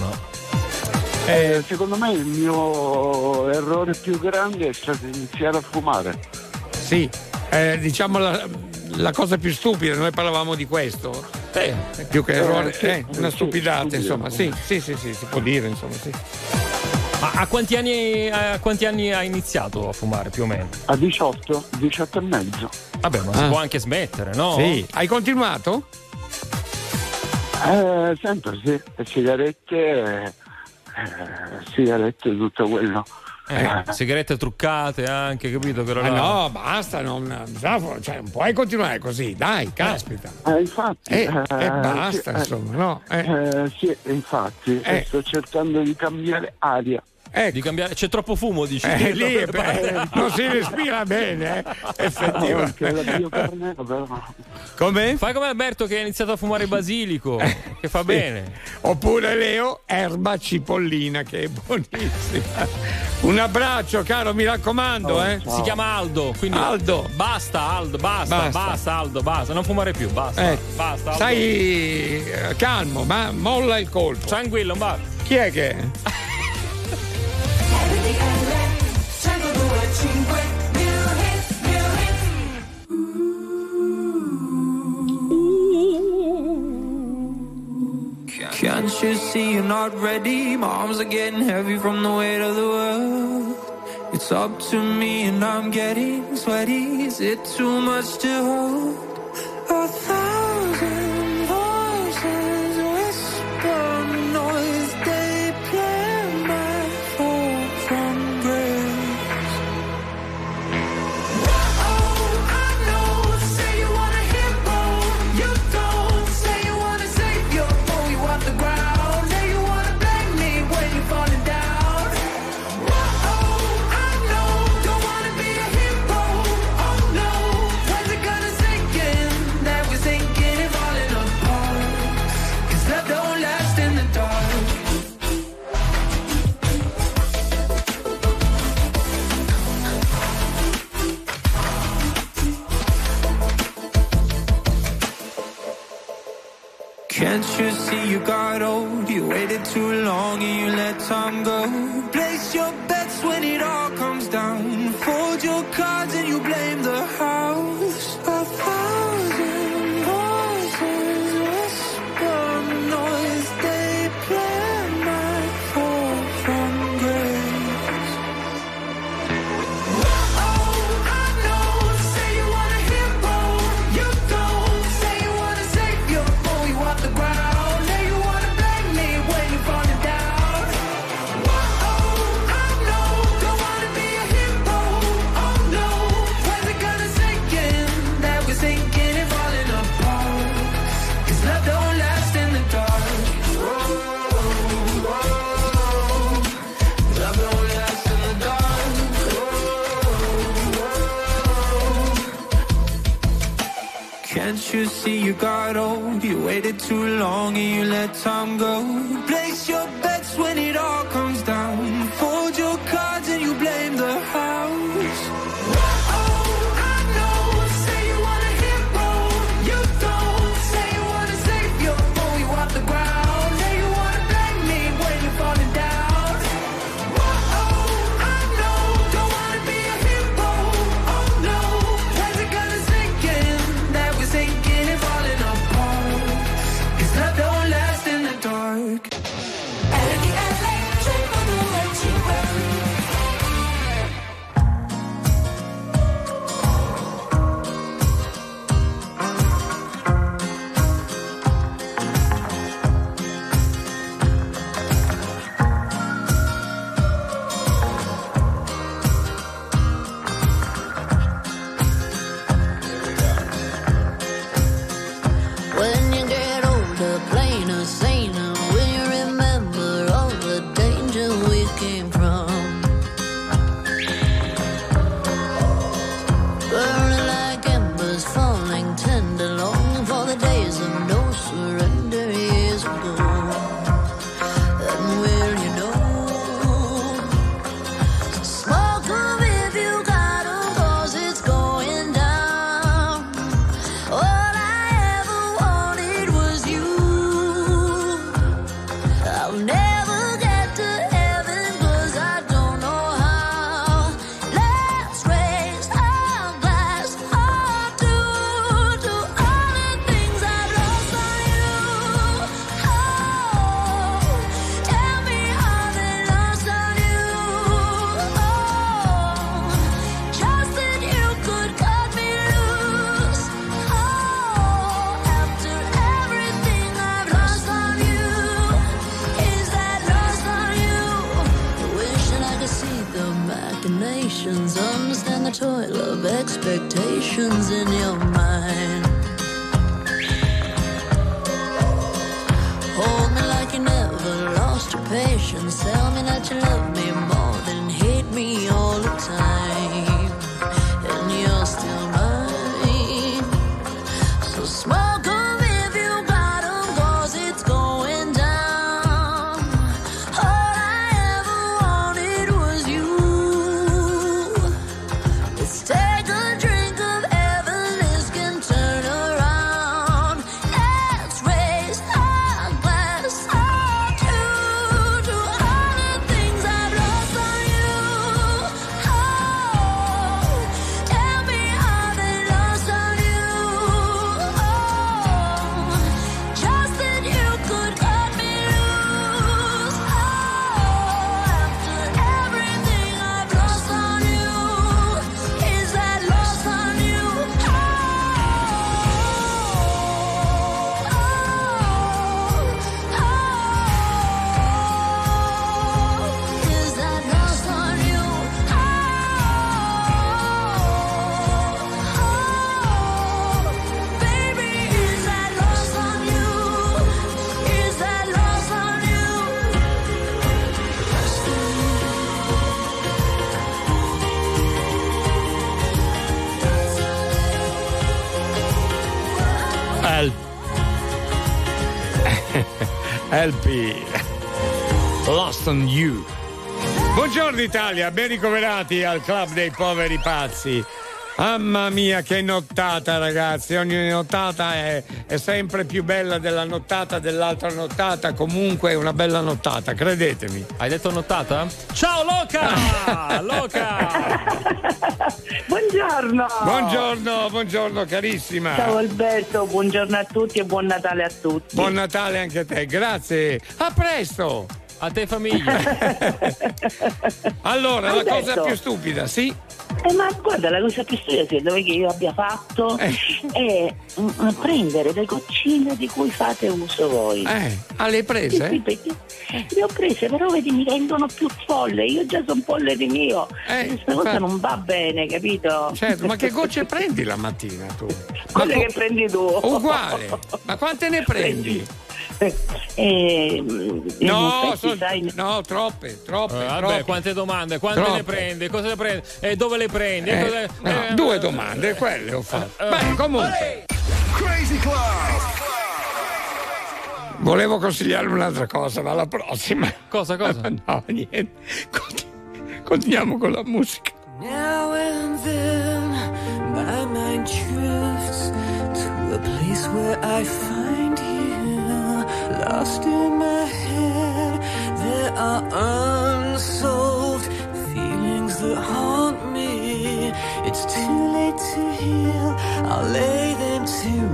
Secondo me il mio errore più grande è stato iniziare a fumare. Sì, diciamo la cosa più stupida, noi parlavamo di questo. Più che errore, una stupidata, insomma, sì, si può dire, insomma, sì. Ma a quanti anni hai iniziato a fumare più o meno? A 18 e mezzo. Vabbè, ma si può anche smettere, no? Sì. Hai continuato? Sempre sì, sigarette, tutto quello. Sigarette truccate anche, capito? Però no, basta, non puoi continuare così, dai, caspita. Infatti. Basta, insomma, no? Sì, infatti, sto cercando di cambiare aria. Di cambiare, c'è troppo fumo, dici? Lì non si respira bene, effettivamente. Come? Fai come Alberto che ha iniziato a fumare basilico, che fa bene. Oppure Leo, erba cipollina, che è buonissima. Un abbraccio, caro, mi raccomando. Si chiama Aldo, quindi Aldo. Basta Aldo, basta, non fumare più, basta. Basta, Aldo. Stai calmo, ma molla il colpo. Tranquillo, basta. Chi è che è? Can't you see you're not ready? My arms are getting heavy from the weight of the world. It's up to me and I'm getting sweaty. Is it too much to hold? 1,000 voices whisper noise. They play my fall from grace. Oh, I know. Say you want a hero. You don't. Say you want a savior. Oh, you want the ground. Say you want to blame me when you're falling down. Oh, I know. Don't want to be a hero. Oh no. When's it gonna sink in? That we're sinking and falling apart. 'Cause love don't last in the dark. Can't you see you got old? You waited too long and you let time go. Place your bets when it all comes down. Fold your cards and you blame the house. 1,000 voices whisper noise. They play my fall from grace. Oh, I know. Say you want a hero. You don't. Say you want a savior. Oh, you want the ground. Say you want to blame me when you're falling down. Oh, I know. Don't want to be a hero. Oh no. When's it gonna sink in? That we're sinking and falling apart. 'Cause love don't last in the dark. Love don't last in the dark. Can't you see you got old? You waited too long and you let time go. Place your bets when it all comes down. Fold your cards and you blame the house. Oh, I know. Say you want a hero. You don't. Say you want a savior. Oh, you want the ground. Say you want to blame me when you're falling down. Oh, I know. Don't want to be a hero. Oh no. When's it gonna sink in? That we're sinking and falling apart. 'Cause love don't last in the dark. LA. emotions in your mind. Hold me like you never lost your patience. Tell me that you love me more than hate me all the time. And you're still mine. So smoke on if you got 'em, 'cause it's going down. All I ever wanted was you. Let's take a drink of heaven, this can turn around. Let's raise our glass up to all the things I've lost on you. Oh, tell me how they lost on you. Oh, just that you could cut me loose. Oh, after everything I've lost on you, is that lost on you? Oh, is that lost on you? Baby, is that lost on you? Is that lost on you? LP Lost on You. Buongiorno Italia, ben ricoverati al Club dei Poveri Pazzi. Mamma mia, che nottata, ragazzi! Ogni nottata è sempre più bella della nottata dell'altra nottata. Comunque è una bella nottata, credetemi. Hai detto nottata? Ciao Loca! Loca! Buongiorno! Buongiorno carissima. Ciao Alberto, buongiorno a tutti e buon Natale a tutti. Buon Natale anche a te, grazie. A presto! A te famiglia. Allora, Alberto. la cosa più stupida, sì? Ma guarda, la cosa più stupida secondo me che io abbia fatto è prendere le goccine di cui fate uso voi. Le hai prese? Sì, perché le ho prese, però vedi, mi rendono più folle. Io già sono folle di mio. Questa cosa non va bene, capito? Certo, ma che gocce prendi la mattina tu? Quelle che prendi tu. Uguale. Ma quante ne prendi? No, troppe. Vabbè, quante domande? Quante ne prendi? Cosa ne prendi? E dove le prendi? Due domande, quelle ho fatto. Beh, comunque. Crazy Club. Volevo consigliarle un'altra cosa, ma la prossima. Cosa? No, niente. Continuiamo con la musica. Now and then my mind drifts to a place where I find you, lost in my head. There are unsolved feelings that haunt me. It's too late to heal, I'll lay them to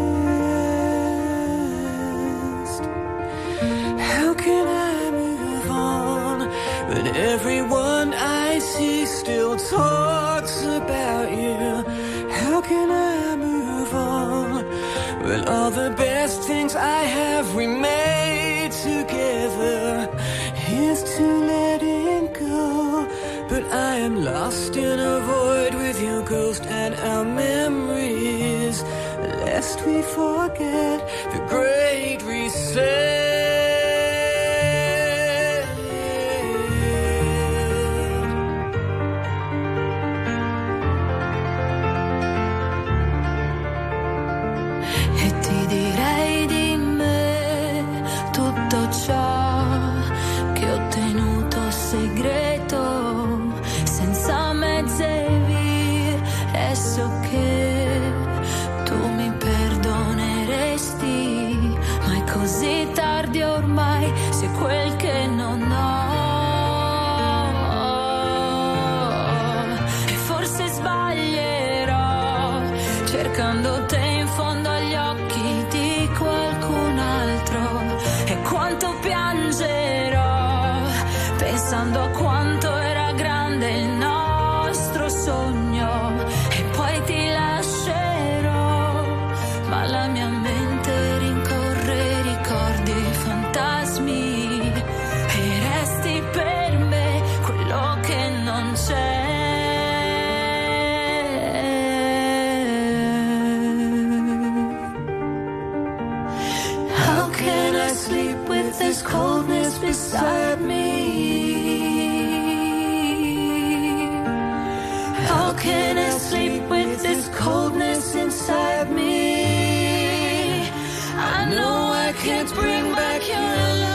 rest. How can I move on when everyone I see still talks about you? How can I move on when all the best things I have we made together? Here's to letting go, but I am lost in a void with your ghost and our memories, lest we forget the great reset. E ti direi di me tutto ciò che ho tenuto segreto, senza mezze vie, e so che tu mi perdoneresti, ma è così tardi ormai, se quel che non ho. E forse sbaglierò cercando te in fondo agli occhi di qualcun altro, e quanto piangerò pensando a quanto era grande il nostro sogno, e poi ti lascerò, ma la mia mente rincorre ricordi e fantasmi, e resti per me quello che non c'è. this coldness beside me? How can I sleep with this coldness inside me? I know I can't bring back your love.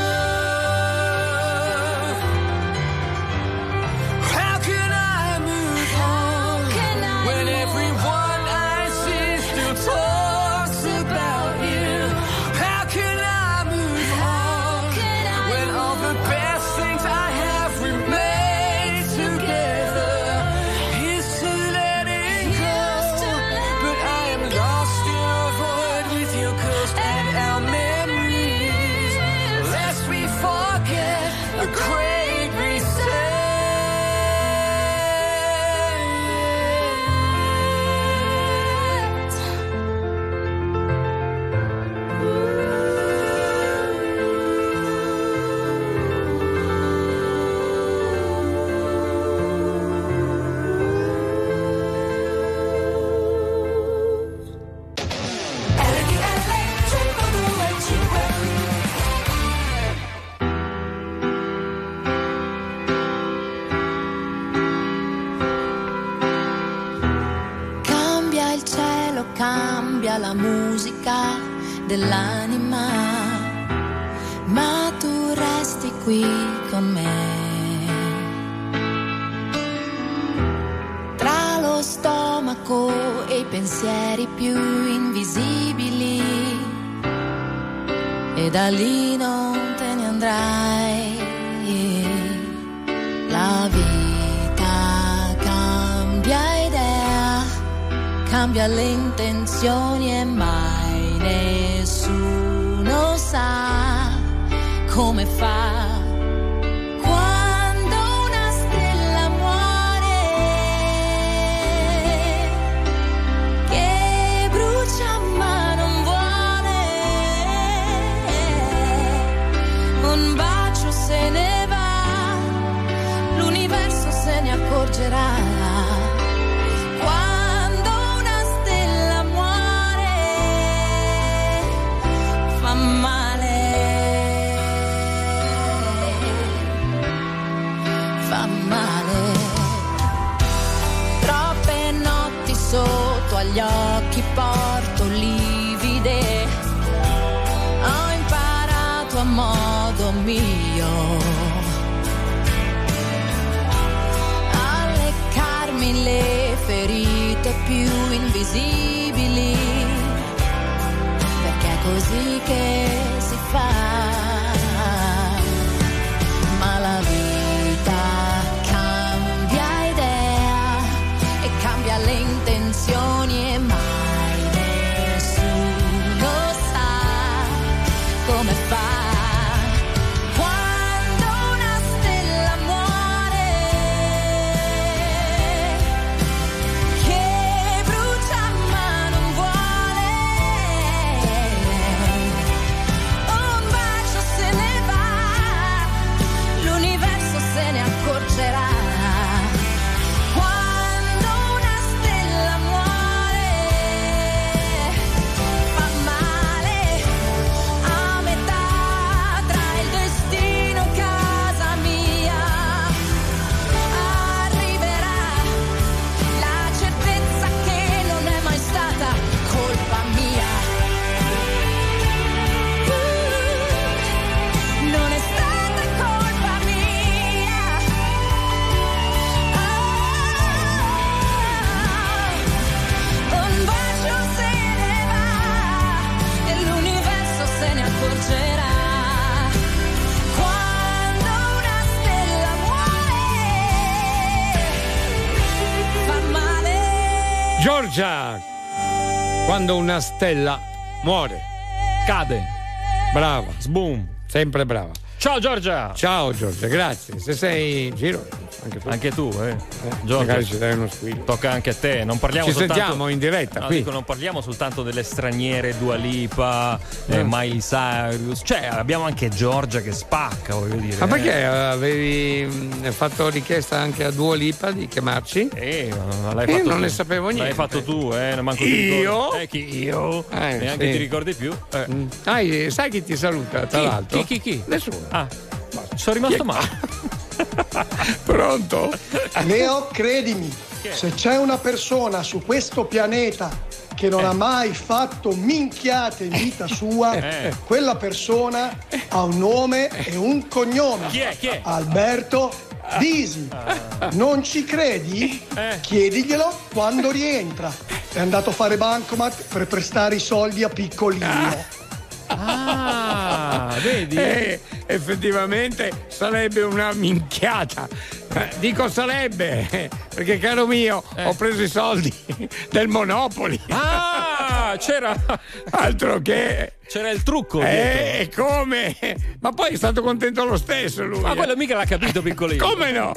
How can I move on when everyone I see still talks about you? How can I move on when all the best things I have remain together? Here's to letting go, but I am lost in a void with your ghost and our memories, lest we forget a great reset. Cambia il cielo, cambia la musica dell'anima, ma tu resti qui con me. Tra lo stomaco e i pensieri più invisibili, e da lì non te ne andrai. La vita cambia idea, cambia le intenzioni e mai nessuno sa come fa. Quando una stella muore, che brucia ma non vuole, un bacio se ne va, l'universo se ne accorgerà. Quando una stella muore, fa male, fa male. Troppe notti sotto agli occhi porto livide, ho imparato a modo mio le ferite più invisibili, perché è così che si fa. Ma la vita cambia idea e cambia le intenzioni e mai nessuno sa come fa. Giorgia, quando una stella muore, cade, brava, sboom, sempre brava. Ciao Giorgia. Ciao Giorgia, grazie. Se sei in giro, anche tu, Giorgia. Magari ci dai uno squillo. Tocca anche a te. Non parliamo ci soltanto. Sentiamo in diretta. No, qui. dico, non parliamo soltanto delle straniere, Dua Lipa, Miley Cyrus. Cioè, abbiamo anche Giorgia che spacca, voglio dire. Ma perché avevi fatto richiesta anche a Dua Lipa di chiamarci? Non l'hai fatto Io non tu. ne sapevo niente. L'hai fatto tu, non manco io? Io? Neanche sì. ti ricordi più. Sai chi ti saluta, tra l'altro? Chi? Nessuno. Sono rimasto male. Pronto? Leo, credimi, se c'è una persona su questo pianeta che non ha mai fatto minchiate in vita sua, quella persona ha un nome e un cognome. Chi è? Alberto Bisi. Non ci credi? Chiediglielo quando rientra. È andato a fare bancomat per prestare i soldi a Piccolino. Vedi? Effettivamente sarebbe una minchiata. Dico sarebbe, perché caro mio, ho preso i soldi del Monopoli. C'era altro che. C'era il trucco dietro. E come? Ma poi è stato contento lo stesso lui. Ma quello mica l'ha capito Piccolino. Come no?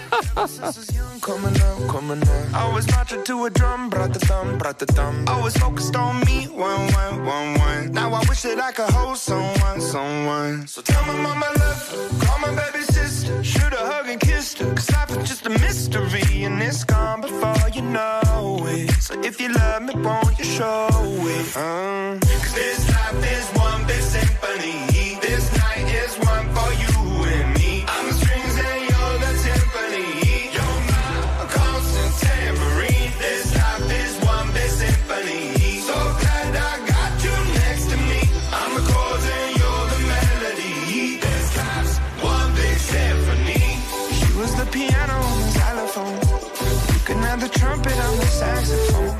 I was marching to a drum, brought the thumb. Always focused on me, one. Now I wish that I could hold someone. So tell my mama love her, call my baby sister, shoot a hug and kiss her, 'cause life is just a mystery and it's gone before you know it. So if you love me, won't you show it? 'Cause this life is one big symphony. This night is one for you and me. I'm the strings and you're the timpani. You're my constant tambourine. This life is one big symphony. So glad I got you next to me. I'm the chords and you're the melody. This life's one big symphony. She was the piano on the xylophone. You can have the trumpet on the saxophone.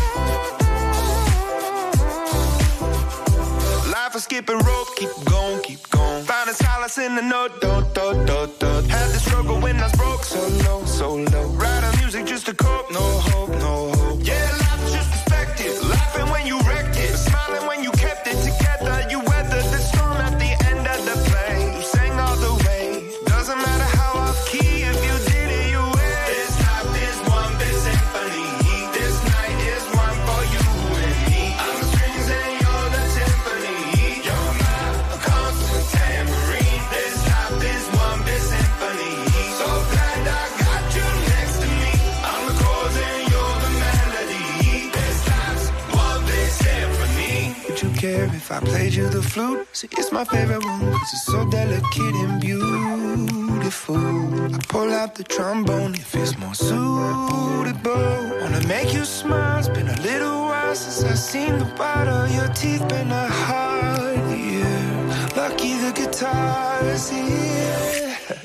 Life is skipping rope, keep going. Find a solace in the note, do. Had the struggle when I was broke, so low. Writing music just to cope, no hope. Yeah, life's just perspective. Laughing when you wrecked it, smiling when you kept it together. You weathered the storm at the end of the play. You sang all the way. Doesn't matter how off key, if you did it, you win. This life is one big symphony. This night is one for you and me. I'm the strings and you're the timpani. You're my constant tambourine. This life is one big symphony. So glad I got you next to me. I'm the chords and you're the melody. This life's one big symphony. Would you care if I played you the flute? See, it's my favorite one, 'cause it's so delicate and beautiful. I pull out the trombone if it's more suitable. Wanna make you smile, it's been a little while since I've seen the white of your teeth. Been a hard year, lucky the guitar is here.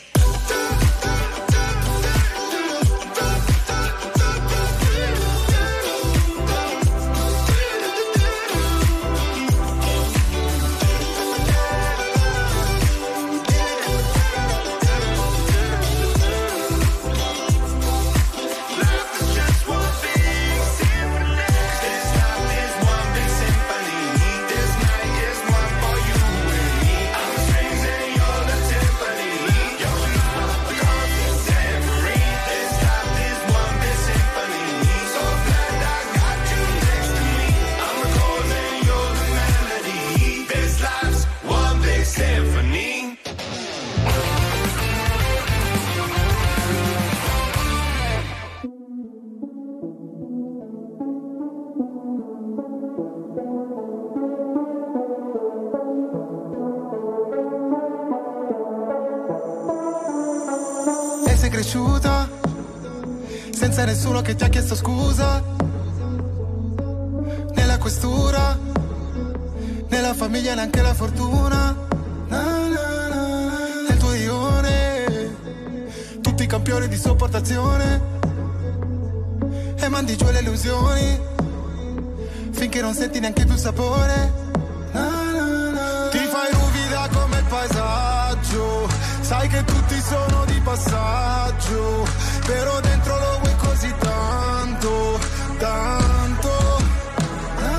Sei cresciuta senza nessuno che ti ha chiesto scusa, nella questura, nella famiglia neanche la fortuna, nel tuo ione, tutti i campioni di sopportazione, e mandi giù le illusioni finché non senti neanche più il sapore. Ti fai ruvida come il paesaggio, sai che tutti sono di passaggio, però dentro lo vuoi così tanto.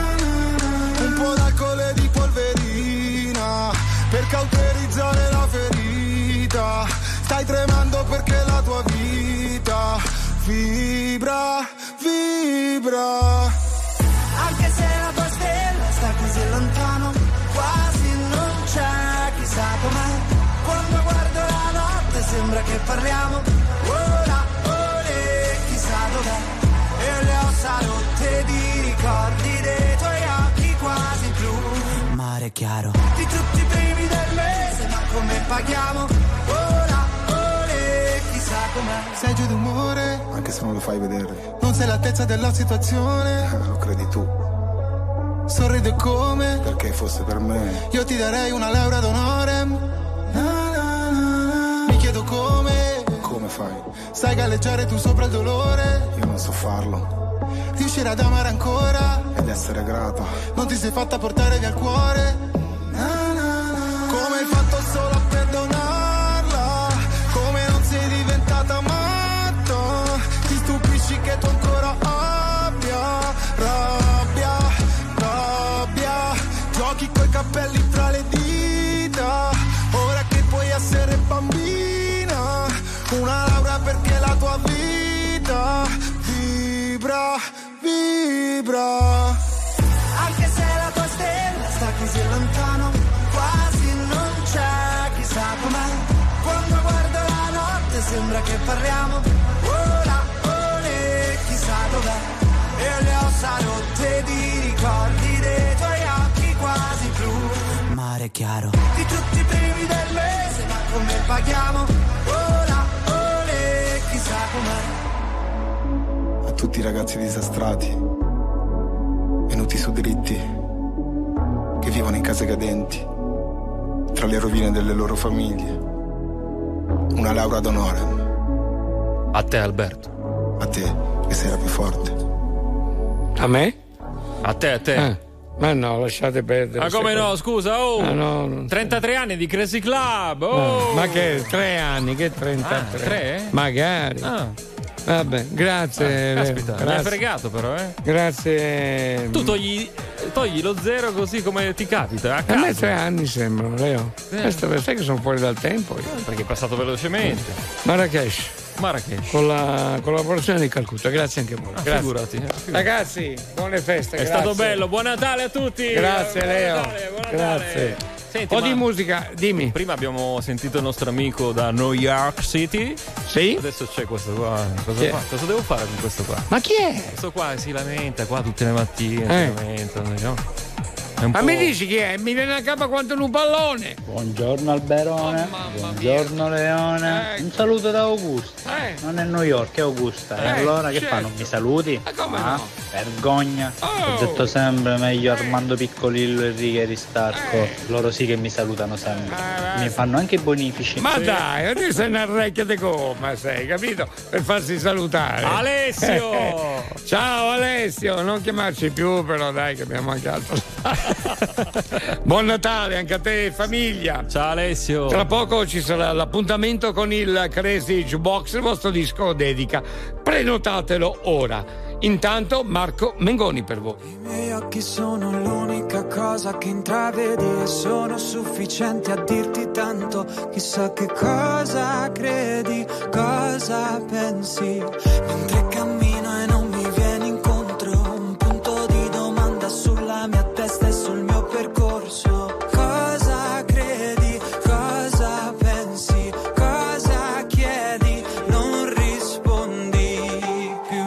Un po' d'alcol e di polverina per cauterizzare la ferita. Stai tremando perché la tua vita vibra, vibra. Anche se la tua stella sta così lontano, quasi non c'è, chissà com'è. Quando guardo la notte sembra che parliamo, ora, chissà dov'è. E le ossa rotte di ricordi dei tuoi occhi quasi blu. Mare chiaro. Di tutti i primi del mese, ma come paghiamo? Ora, chissà com'è. Sei giù d'umore, anche se non lo fai vedere. Non sei all'altezza della situazione, lo credi tu. Sorride come, perché fosse per me, io ti darei una laurea d'onore. Mi chiedo come fai? Sai galleggiare tu sopra il dolore? Io non so farlo. Riuscire ad amare ancora ed essere grato. Non ti sei fatta portare via il cuore. Come hai fatto solo a perdonarla? Come non sei diventata matta? Ti stupisci che tu ancora abbia rabbia, rabbia. Giochi coi capelli tra le dita, ora che puoi essere bambina. Una laurea perché la tua vita vibra, vibra. Anche se la tua stella sta così lontano, quasi non c'è, chissà com'è. Quando guardo la notte sembra che parliamo, ora, chissà dov'è. E le ossa rotte di ricordi dei tuoi occhi quasi blu. Mare chiaro. Di tutti i primi del mese, ma come paghiamo? Ora, chissà com'è. A tutti i ragazzi disastrati, venuti su dritti, che vivono in case cadenti, tra le rovine delle loro famiglie, una laurea d'onore. A te, Alberto. A te, che sei la più forte. A me? A te. Ma no, lasciate perdere. Ma come no, scusa, no, 33 anni di Crazy Club, No, ma che 3 anni, che 33? 3? Magari. Vabbè, grazie. Caspita, grazie. Mi hai fregato però, Grazie. Tu togli lo zero così come ti capita. A me 3 anni sembrano, Leo. Sai che sono fuori dal tempo io. Perché è passato velocemente. Marrakesh. Con la collaborazione di Calcutta, grazie anche a voi. Figurati. Ragazzi, buone feste. È stato bello, buon Natale a tutti. Grazie Leo. Buon Natale. Grazie. Senti, un po' di musica, dimmi. Prima abbiamo sentito il nostro amico da New York City. Sì. Adesso c'è questo qua. Cosa devo fare con questo qua? Ma chi è? Questo qua si lamenta qua tutte le mattine. Si lamenta, no? Ma mi dici chi è? Mi viene a capo quanto un pallone. Buongiorno Alberone, buongiorno Leone. Un saluto da Augusta. Non è New York, è Augusta. E allora che fa? Non mi saluti? Come no? Vergogna. Ho detto sempre meglio Armando Piccolillo e Righi Starco. Loro sì che mi salutano sempre. Mi fanno anche i bonifici. Ma dai, tu sei una recchia di gomma, sei, capito? Per farsi salutare. Alessio! Ciao Alessio, non chiamarci più però dai che abbiamo anche altro. Buon Natale anche a te famiglia. Ciao Alessio. Tra poco ci sarà l'appuntamento con il Crazy Jukebox, il vostro disco dedica. Prenotatelo ora. Intanto Marco Mengoni per voi. I miei occhi sono l'unica cosa che intravedi e sono sufficienti a dirti tanto. Chissà che cosa credi, cosa pensi mentre cammino e non mi vieni incontro. Un punto di domanda sulla mia testa e sul mio percorso. Cosa credi, cosa pensi, cosa chiedi, non rispondi più.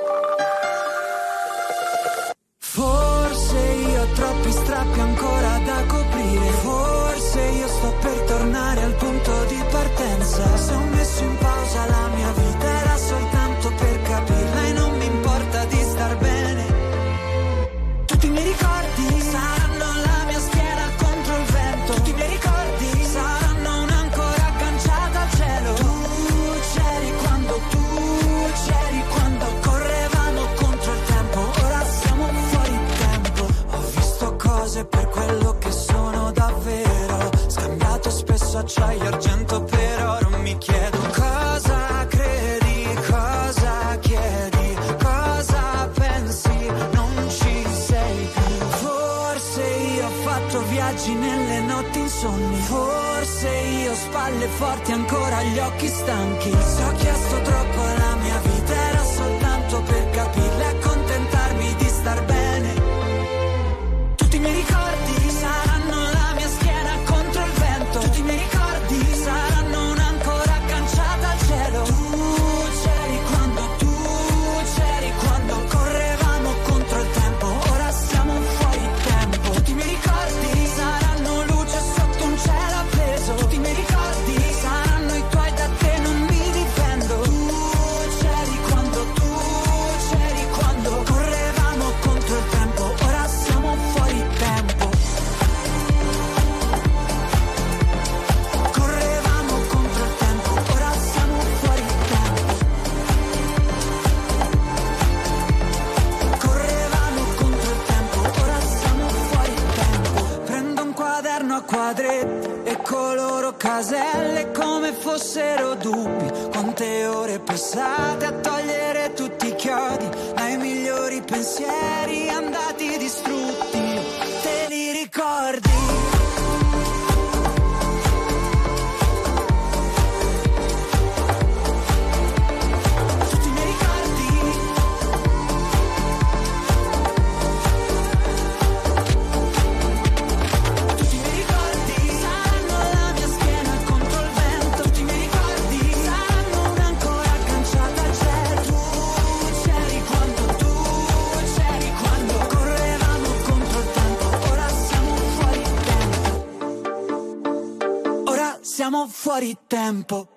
Forse io ho troppi strappi ancora da coprire. Forse io sto per tornare al punto di partenza. Se ho messo in pausa la mia vita era soltanto per capirla e non mi importa di star bene. Tutti i miei ricordi saranno la mia schiena contro il vento. Tutti i miei ricordi saranno un'ancora agganciata al cielo. Tu c'eri quando correvamo contro il tempo. Ora siamo fuori tempo. Ho visto cose per quello che sono davvero. Scambiato spesso acciaio, argento per oro. Mi chiedo cosa credi, cosa chiedi, cosa pensi, non ci sei più. Forse io ho fatto viaggi nelle notti insonni. Forse io spalle forti, ancora gli occhi stanchi. Se ho chiesto troppo alla mia vita era soltanto per capirla e accontentarmi di star bene. Tutti i miei ricordi saranno la mia schiena contro il vento. Tutti i miei ricordi saranno un'ancora agganciata al cielo. Tu c'eri quando correvamo contro il tempo. Ora siamo fuori tempo. Tutti i miei ricordi saranno luce sotto un cielo appeso. Tutti i miei ricordi saranno i tuoi, da te non mi difendo. Tu c'eri quando correvamo contro il tempo. Ora siamo fuori tempo. Correvamo contro il tempo. Ora siamo fuori tempo. Correvamo contro il tempo. Ora siamo fuori tempo. Prendo un quaderno a quadretti e coloro caselle come fossero dubbi. Quante ore passate a togliere tutti i chiodi ai migliori pensieri andati distrutti. Te li ricordi? Tutti i miei ricordi. Tutti i miei ricordi saranno la mia schiena contro il vento. Tutti i miei ricordi saranno un'ancora agganciata al cielo. Tu c'eri quando correvamo contro il tempo. Ora siamo fuori tempo. Ora siamo fuori tempo.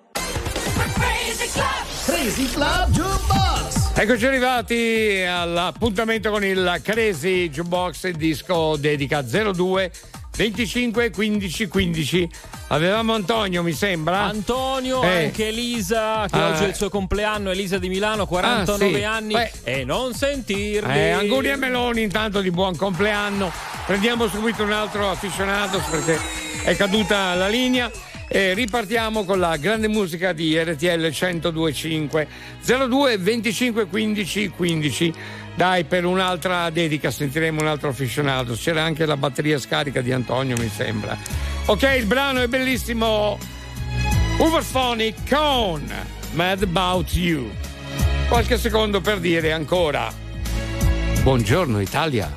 Crazy Club Jukebox. Eccoci arrivati all'appuntamento con il Crazy Jukebox, il disco dedica 02 25 15 15. Avevamo Antonio, mi sembra. Antonio, anche Elisa, che oggi è il suo compleanno. Elisa di Milano, 49 sì. anni. E non sentirli. Auguri a Meloni, intanto, di buon compleanno. Prendiamo subito un altro aficionados perché è caduta la linea. E ripartiamo con la grande musica di RTL 102.5 02 25 15 15. Dai, per un'altra dedica sentiremo un altro aficionato. C'era anche la batteria scarica di Antonio, mi sembra. Ok, il brano è bellissimo. Uberphonic con Mad About You. Qualche secondo per dire ancora buongiorno Italia.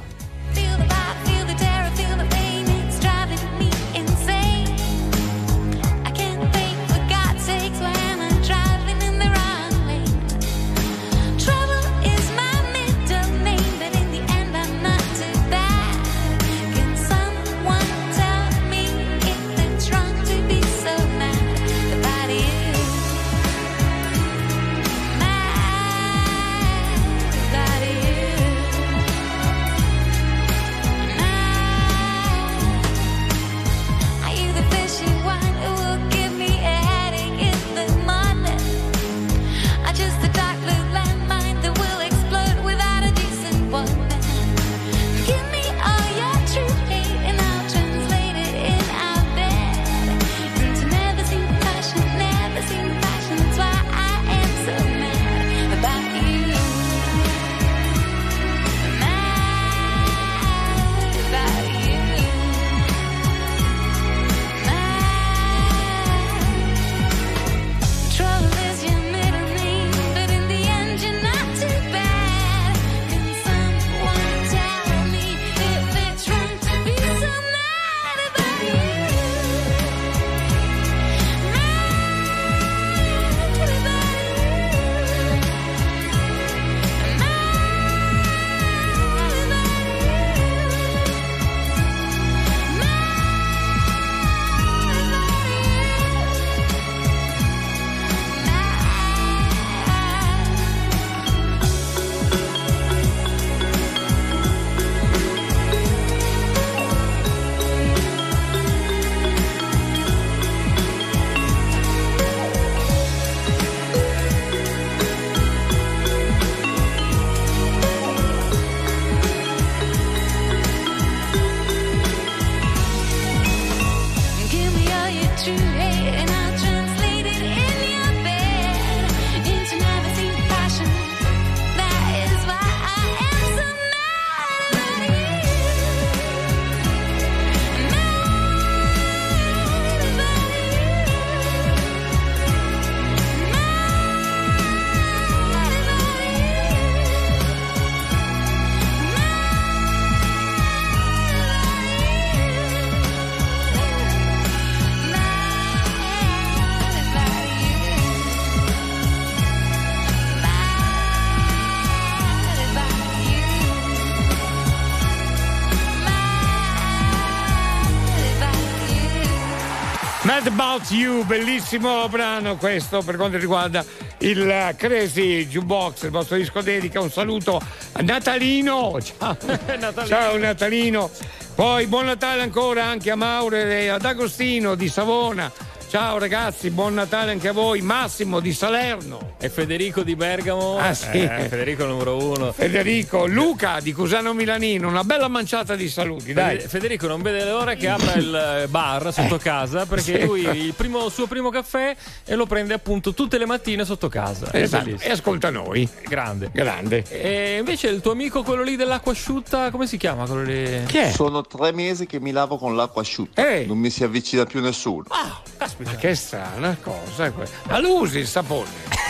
What About You, bellissimo brano questo per quanto riguarda il Crazy Jukebox, il vostro disco dedica. Un saluto a Natalino, ciao Natalino. Ciao Natalino, poi buon Natale ancora anche a Mauro e ad Agostino di Savona. Ciao ragazzi, buon Natale anche a voi. Massimo di Salerno. E Federico di Bergamo. Ah sì. Federico numero uno. Federico, Luca di Cusano Milanino, una bella manciata di saluti, dai. Federico non vede l'ora che apra il bar sotto casa, perché lui il suo primo caffè e lo prende appunto tutte le mattine sotto casa. Esatto. E ascolta noi. Grande. E invece il tuo amico, quello lì dell'acqua asciutta, come si chiama quello lì? Chi è? Sono 3 mesi che mi lavo con l'acqua asciutta. Non mi si avvicina più nessuno. Ah, caspita. Ma che strana cosa è questa. Ma lo usi il sapone?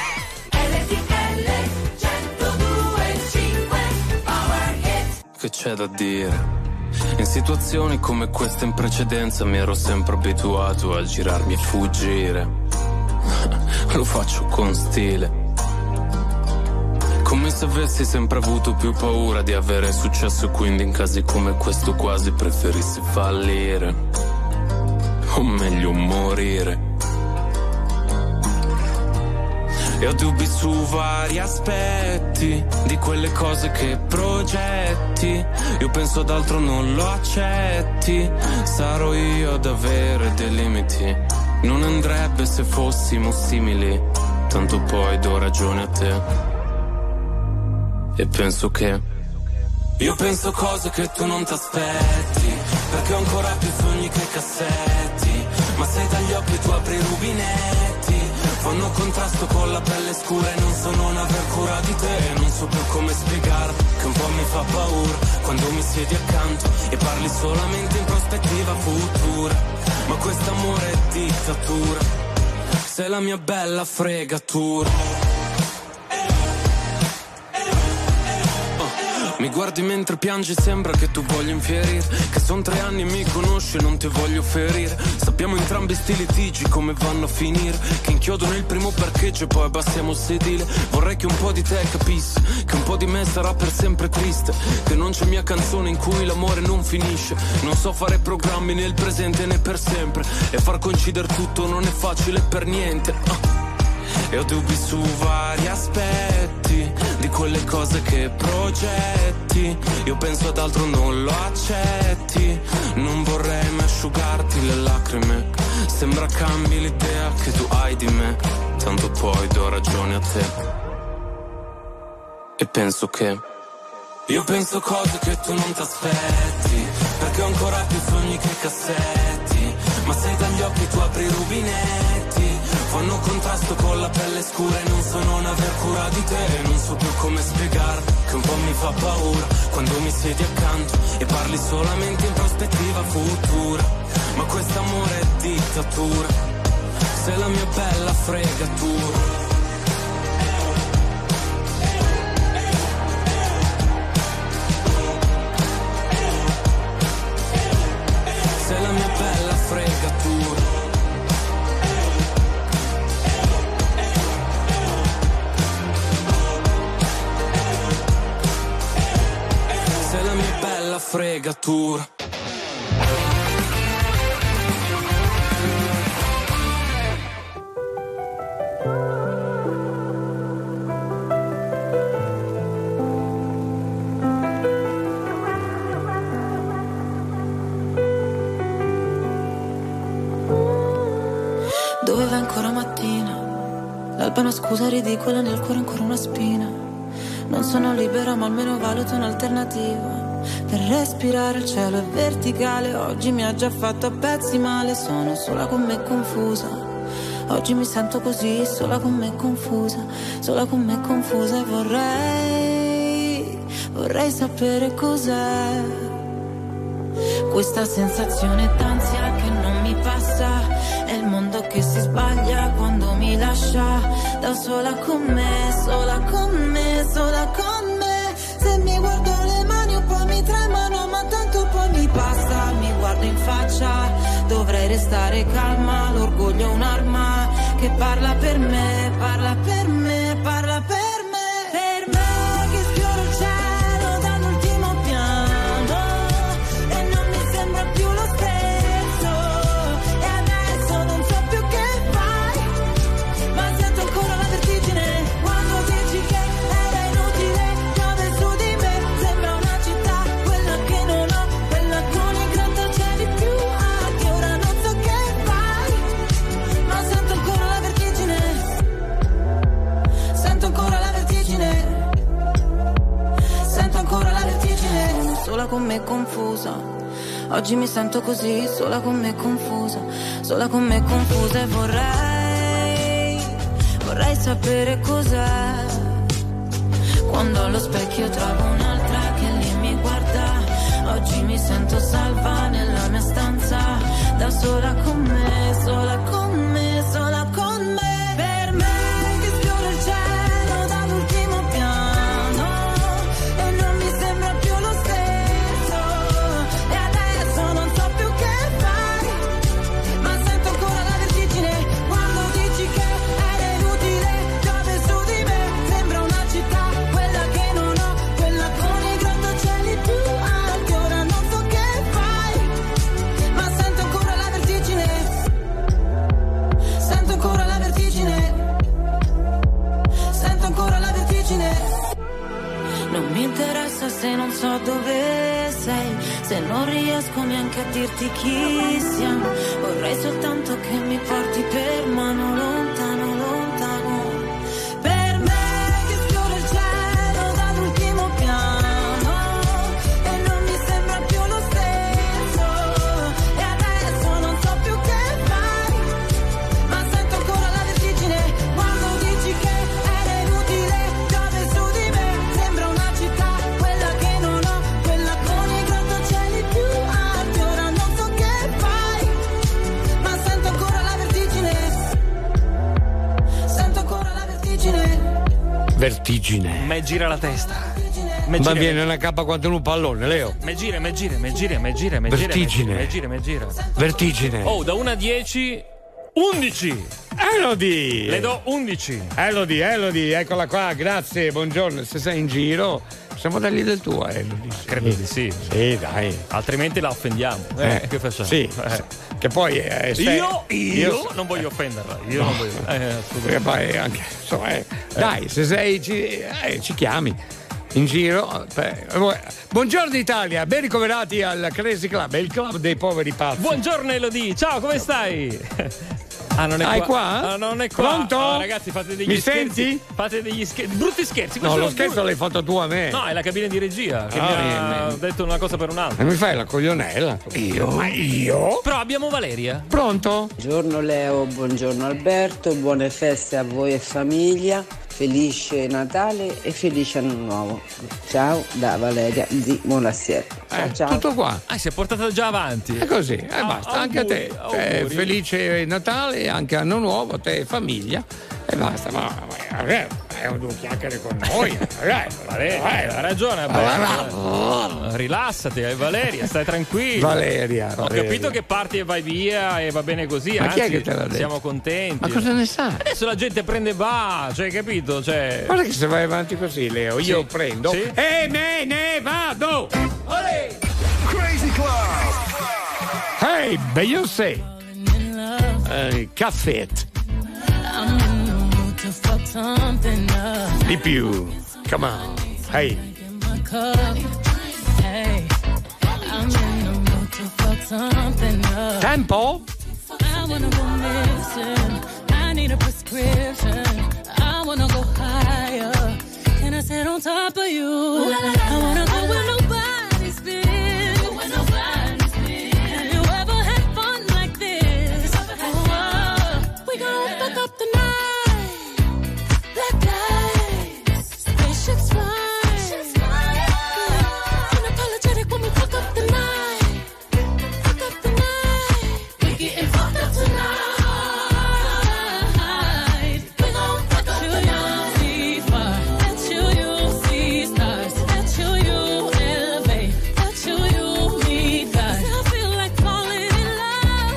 Che c'è da dire? In situazioni come queste in precedenza mi ero sempre abituato a girarmi e fuggire. Lo faccio con stile, come se avessi sempre avuto più paura di avere successo, quindi in casi come questo quasi preferissi fallire, o meglio morire. E ho dubbi su vari aspetti di quelle cose che progetti. Io penso ad altro, non lo accetti. Sarò io ad avere dei limiti. Non andrebbe se fossimo simili. Tanto poi do ragione a te. E penso che io penso cose che tu non ti aspetti, perché ho ancora più sogni che cassetti. Ma se dagli occhi tu apri i rubinetti, fanno contrasto con la pelle scura e non so non aver cura di te. E non so più come spiegare che un po' mi fa paura quando mi siedi accanto e parli solamente in prospettiva futura. Ma quest'amore è dittatura, sei la mia bella fregatura. Mi guardi mentre piangi, sembra che tu voglia infierire, che son 3 anni e mi conosci e non ti voglio ferire. Sappiamo entrambi sti litigi come vanno a finire, che inchiodono il primo parcheggio e poi abbassiamo il sedile. Vorrei che un po' di te capisse che un po' di me sarà per sempre triste, che non c'è mia canzone in cui l'amore non finisce. Non so fare programmi nel presente né per sempre, e far coincidere tutto non è facile per niente. E ho dubbi su vari aspetti di quelle cose che progetti. Io penso ad altro, non lo accetti. Non vorrei mai asciugarti le lacrime. Sembra cambi l'idea che tu hai di me. Tanto poi do ragione a te. E penso che io penso cose che tu non ti aspetti, perché ho ancora più sogni che cassetti. Ma se dagli occhi tu apri i rubinetti, fanno contrasto con la pelle scura e non so non aver cura di te. E non so più come spiegare che un po' mi fa paura quando mi siedi accanto e parli solamente in prospettiva futura. Ma quest'amore è dittatura, sei la mia bella fregatura. Sei la mia bella fregatura. Sei la mia bella fregatura. Dove va ancora mattina? L'alba è una scusa ridicola, nel cuore ancora una spina. Non sono libera ma almeno valuto un'alternativa. Per respirare il cielo è verticale. Oggi mi ha già fatto a pezzi male. Sono sola con me confusa. Oggi mi sento così, sola con me confusa. Sola con me confusa e vorrei sapere cos'è questa sensazione d'ansia che non mi passa. È il mondo che si sbaglia quando mi lascia da sola con me, sola con me, sola con me. Se mi guardo le mani un po' mi tremano, ma tanto poi mi passa. Mi guardo in faccia, dovrei restare calma. L'orgoglio è un'arma che parla per me, parla per me, parla per me. Per me che sfioro il cielo dall'ultimo piano e non mi sembra più lo stesso. E adesso non so confusa. Oggi mi sento così, sola con me confusa, sola con me confusa e vorrei sapere cos'è. Quando allo specchio trovo un'altra che lì mi guarda. Oggi mi sento salva nella mia stanza, da sola con me, sola con me, sola con me. Per me che sfiora il cielo dall'ultimo piano e non mi sembra più lo stesso. E adesso non so più che fare, ma sento ancora la vertigine quando dici che eri inutile. Piove su di me, sembra una città, quella che non ho, quella con i grattacieli più alti. Ora non so che fai, ma sento ancora la vertigine. Sento ancora la vertigine. Sento ancora la vertigine. Non mi interessa se non so dove sei, se non riesco neanche a dirti chi siamo. Vorrei soltanto che mi porti per mano lontano, lontano. Per me che sfiora il cielo dall'ultimo piano e non mi sembra più lo stesso. E adesso non so più che fare, ma sento ancora la vertigine quando dici che era inutile. Piove su di me, sembra una città, quella che non ho, quella con i grattacieli più alti. Ora non so che fai, ma sento ancora la vertigine. Sento ancora la vertigine. Vertigine. Me gira la testa. Ma viene una cappa quanto in un pallone, Leo. Me gira. Vertigine. Me gira. Vertigine. Oh, da 1 a 10, 11. Elodie. Le do 11. Elodie, eccola qua, grazie, buongiorno. Se sei in giro, possiamo dargli del tuo, Elodie. Credo di sì. Sì, dai. Altrimenti la offendiamo. Che facciamo? Sì. Che poi io non voglio offenderla. Io non voglio. Che poi anche, insomma, dai, se sei ci chiami in giro. Buongiorno Italia, ben ricoverati al Crazy Club, è il club dei poveri pazzi. Buongiorno Elodie, ciao, come stai? Ah, non è qua? Ah, non è qua. Pronto? Oh, ragazzi, fate degli Mi scherzi. senti? Fate degli scherzi, brutti scherzi. No, lo scherzo l'hai fatto tu a me. No, è la cabina di regia che mi ha detto una cosa per un'altra. E mi fai la coglionella? Io? Però abbiamo Valeria. Pronto? Buongiorno Leo, buongiorno Alberto, buone feste a voi e famiglia. Felice Natale e felice anno nuovo. Ciao da Valeria di Monastier. Ciao. Tutto qua. Si è portata già avanti. È così, basta. Anche a te. Felice Natale, anche anno nuovo, te e famiglia. E basta. Ma due chiacchiere con noi. Valeria, ha ragione. Rilassati, Valeria, stai tranquilla. Valeria. Ho capito che parti e vai via e va bene così. Ma anzi, chi è che te l'ha detto? Siamo contenti. Ma cosa ne sa? Adesso la gente prende e va, cioè, capito? Guarda che se vai avanti così, Leo, io prendo e me ne vado. Crazy Club. Hey, Beyoncé. Caffè. Di più. Come on. Hey. Tempo? I wanna go missing. I need a prescription. I wanna go higher. Can I sit on top of you? I wanna go where nobody's been. Have you ever had fun like this? We gon' fuck up the night. Black lights, spaceships fly. Unapologetic when we fuck up the night. Fuck up the night. We getting fucked up tonight. We gon' fuck up the night. See fire. At you see stars. At you elevate. At you meet God. I feel like falling in love.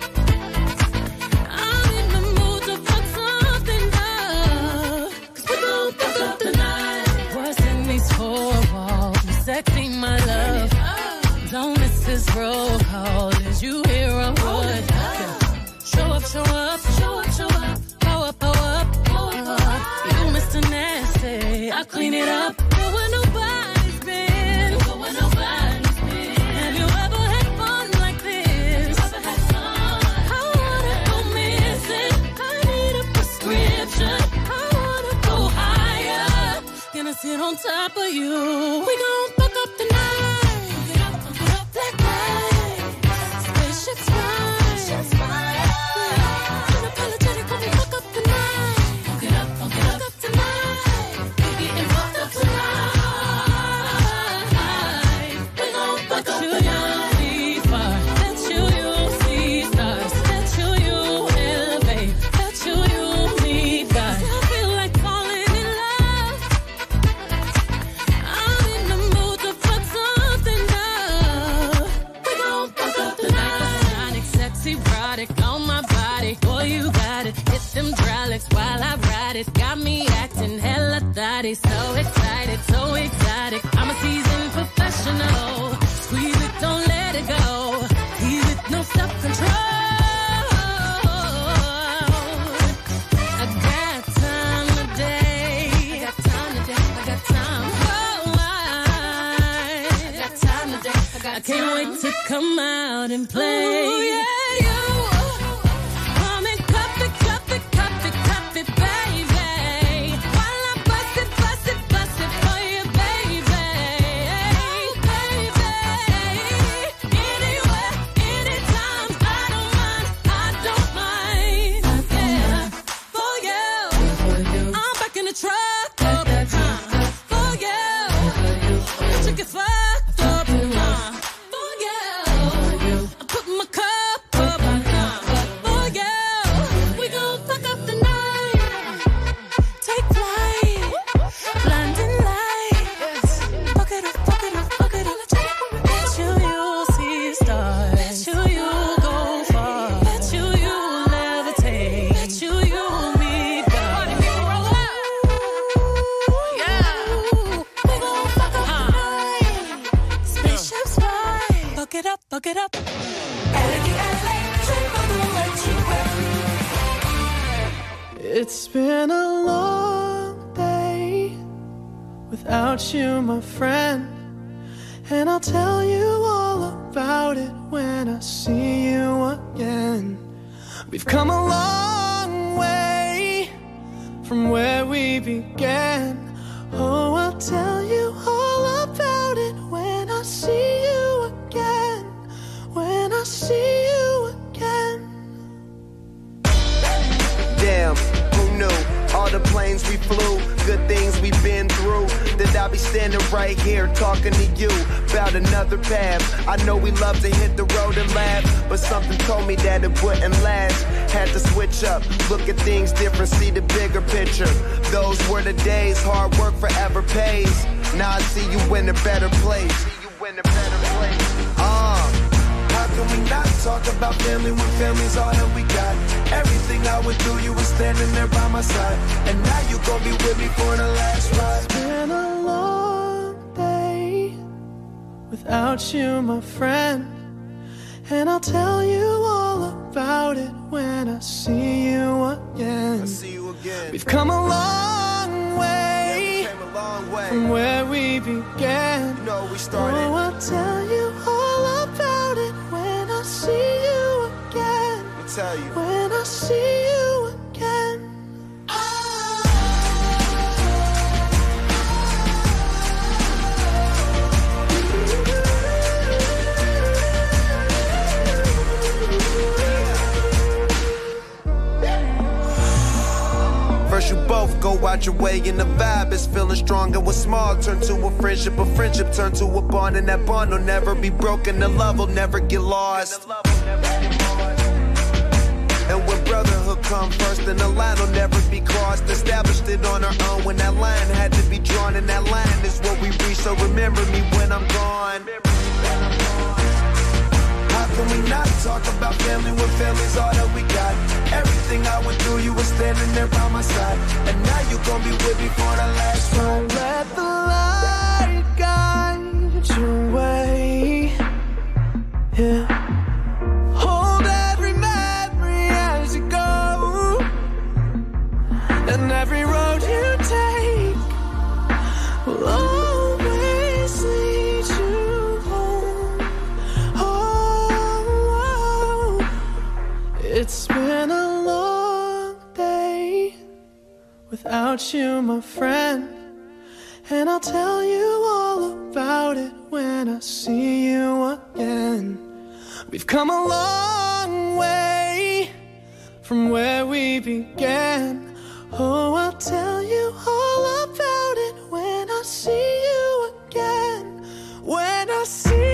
I'm in the mood to fuck something up. 'Cause we gon' fuck up the night. What's in these four walls? Sexy, my love. Don't miss this roll call. Is you here or what? Show up, show up, show up, show up. Power up, power up, power up. You Mr. Nasty, I clean it up. Go where nobody's been. Go where nobody's been. Have you ever had fun like this? I wanna go missing. I need a prescription. I wanna go higher. Gonna sit on top of you. We gon' fuck up the night. Fuck it up, fuck it up. body so excited, so exotic. I'm a seasoned professional. Squeeze it, don't let it go. Tease it, no self-control. I got time today. I got time today. I got time. Oh, I got time today. I can't wait to come out and play. Ooh, yeah. Buck it up. It's been a long day without you, my friend, and I'll tell you all about it when I see you again. We've come a long way from where we began. Oh, I'll tell you all about it when I see you again. When I see you again. Damn, who knew? All the planes we flew, good things we've been through. That I'll be standing right here talking to you about another path. I know we love to hit the road and laugh, but something told me that it wouldn't last. Had to switch up, look at things different, see the bigger picture. Those were the days, hard work forever pays. Now I see you in a better place. How can we not talk about family when family's all that we got? Everything I went through, you were standing there by my side, and now you gon' be with me for the last ride. It's been a long day without you, my friend, and I'll tell you all about it when I see you again. We've come a long way, from where we began. You know we started. Oh, I'll tell you all about it when I see you again. Let me tell you. When I see you again. First you both go out your way and the vibe is feeling strong. And what's small turn to a friendship turn to a bond, and that bond will never be broken, the love will never get lost. And when brotherhood come first, then the line will never be crossed. Established it on our own when that line had to be drawn, and that line is what we reach, so remember me when I'm gone. How can we not talk about family when family's all that we got? Everything I went through, you were standing there by my side, and now you gon' be with me for the last ride. So let the light guide your way. Yeah. Hold every memory as you go, and every road you take will always lead you home. Oh, it's been a long day without you, my friend, and I'll tell you all about it when I see you again. We've come a long way from where we began. Oh, I'll tell you all about it when I see you again. When I see you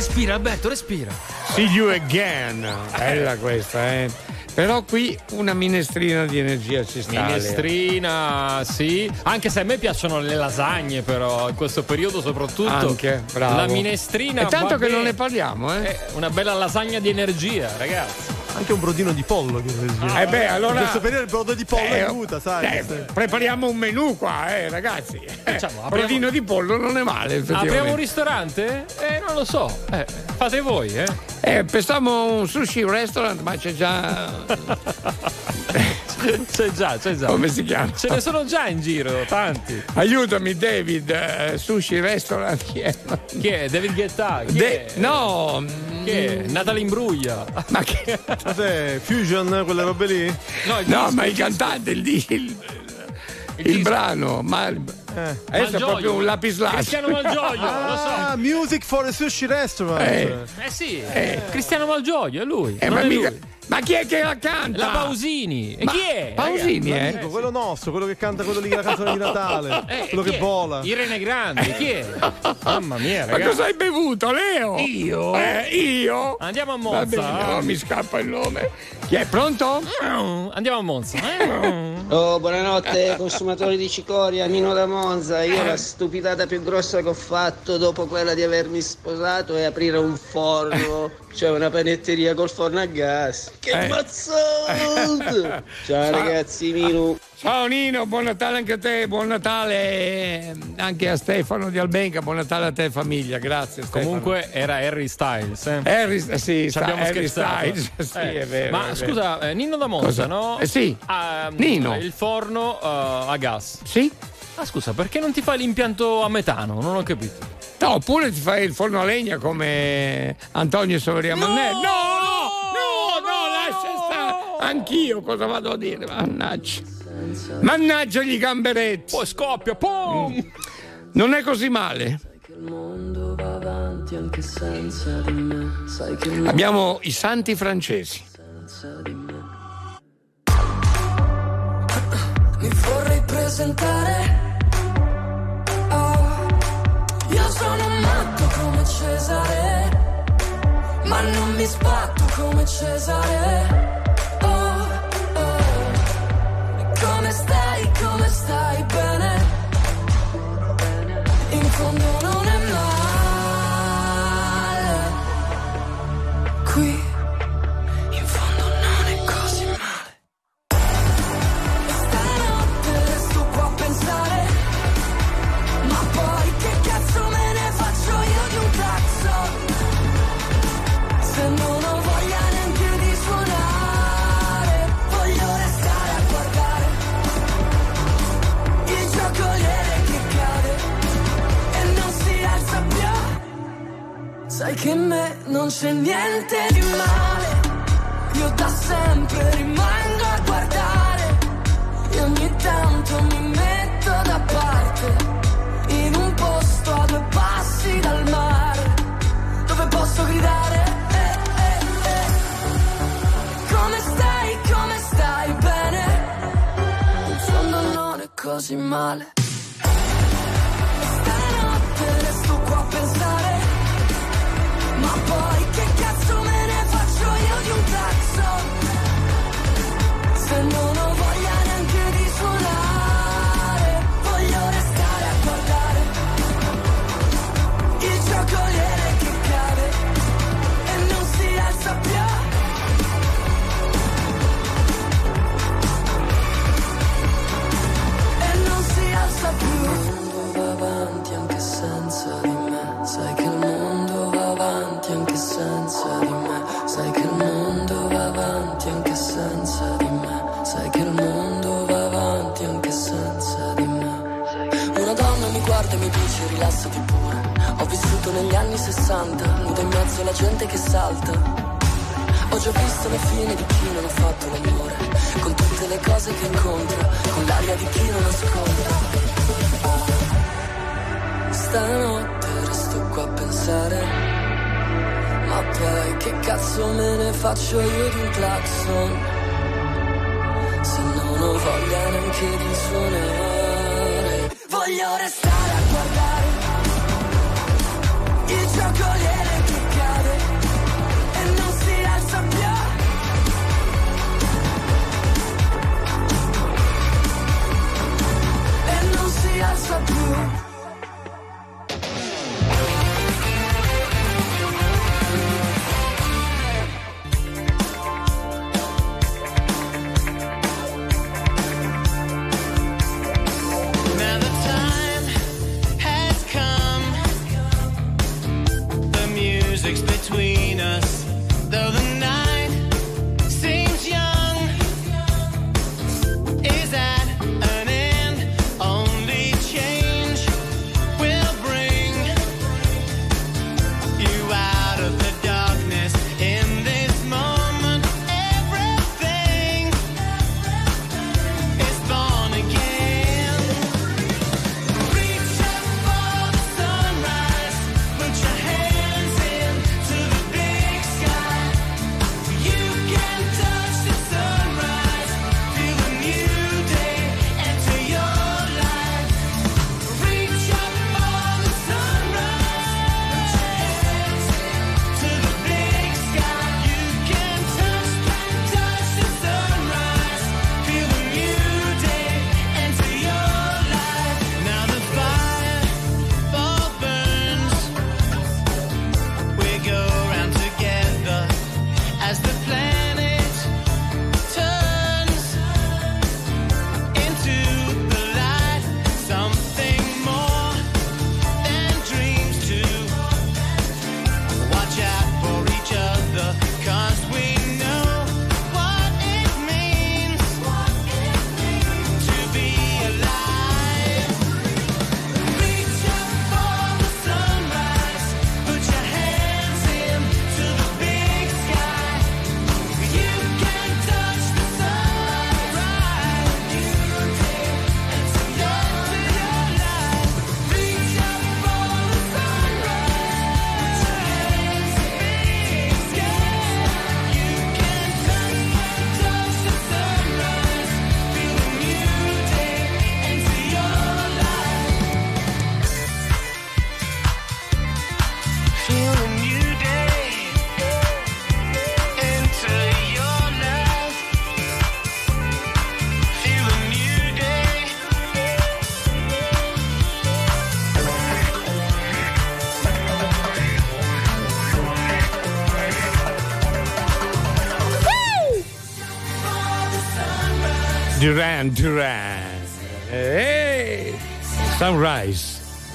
Respira Alberto, respira. See you again. Bella questa, Però qui una minestrina di energia ci sta. Minestrina, sì. Anche se a me piacciono le lasagne, però in questo periodo soprattutto. Anche, bravo. La minestrina. È tanto che non ne parliamo, Una bella lasagna di energia, ragazzi. Anche un brodino di pollo di energia. Allora. In questo periodo il brodo di pollo aiuta, sai. Prepariamo un menù qua, ragazzi. Brodino di pollo non è male. Apriamo un ristorante? Non lo so. Fate voi, Pensiamo un sushi restaurant, ma c'è già. C'è già. Come si chiama? Ce ne sono già in giro, tanti. Aiutami, David. Sushi restaurant, chi è? Chi è? David Guetta? No. Chi è? Natalie Imbruglia. Ma che? Cos'è? Fusion, quelle robe lì? No, ma il cantante, il brano, adesso è proprio un lapislazzio. Cristiano Malgioglio, lo so. Music for a Sushi Restaurant. Sì, Cristiano Malgioglio, è lui. Ma chi è che la canta? La Pausini. E chi è? Pausini, quello nostro, quello che canta quello lì, la canzone di Natale. Quello che vola. Irene Grandi, chi è? Mamma mia, ragazzi. Ma cosa hai bevuto, Leo? Io? Io? Andiamo a Monza. No, mi scappa il nome. Chi è pronto? Andiamo a Monza. Buonanotte, consumatori di cicoria, Nino da Monza. Io la stupidata più grossa che ho fatto dopo quella di avermi sposato è aprire un forno, cioè una panetteria col forno a gas. Che mazzotto! Ciao ragazzi, Nino. Ciao Nino, buon Natale anche a te, buon Natale anche a Stefano di Albenga, buon Natale a te e famiglia, grazie Stefano. Comunque era Harry Styles. Harry Styles, sì, è vero. Ma scusa, Nino da Monza, no? Sì, Nino. Il forno a gas. Sì. Ah scusa, perché non ti fai l'impianto a metano? Non ho capito. No, oppure ti fai il forno a legna come Antonio Soveria Mannelli. No, lascia stare. Anch'io cosa vado a dire? Mannaggia gli gamberetti. Poi scoppia, pum! Non è così male. Abbiamo i santi francesi. Mi vorrei presentare. Io sono matto come Cesare, ma non mi sbatto come Cesare. Come stai bene? In fondo non è male. Qui, in fondo non è così male. E stanotte resto qua a pensare, ma poi che cazzo me ne faccio io di un cazzo? Se non ho voglia neanche di suonare, voglio restare a guardare il giocoliere che cade e non si alza più. Sai che in me non c'è niente di male, io da sempre rimango a guardare e ogni tanto mi metto da parte in un posto a 2 passi dal mare dove posso gridare come stai bene? In fondo non è così male. Stanotte resto qua a pensare, ma poi che cazzo me ne faccio io di un cazzo? Se non ho voglia neanche di suonare, voglio restare a guardare il giocoliere che cade e non si alza più. Il mondo va avanti anche senza di me, sai che il mondo va avanti anche senza di me, sai che il mondo va avanti anche senza di me, sai che il mondo va avanti anche senza di me. Una donna mi guarda e mi dice rilassati pure, ho vissuto negli anni 60, nuda in mezzo alla gente che salta, ho già visto la fine di chi non ha fatto l'amore, con tutte le cose che incontra, con l'aria di chi non ascolta. Stanotte resto qua a pensare, ma poi che cazzo me ne faccio io di un clacson, se non ho voglia neanche di suonare. Voglio restare a guardare il giocoliere che Duran Duran. Hey, Sunrise.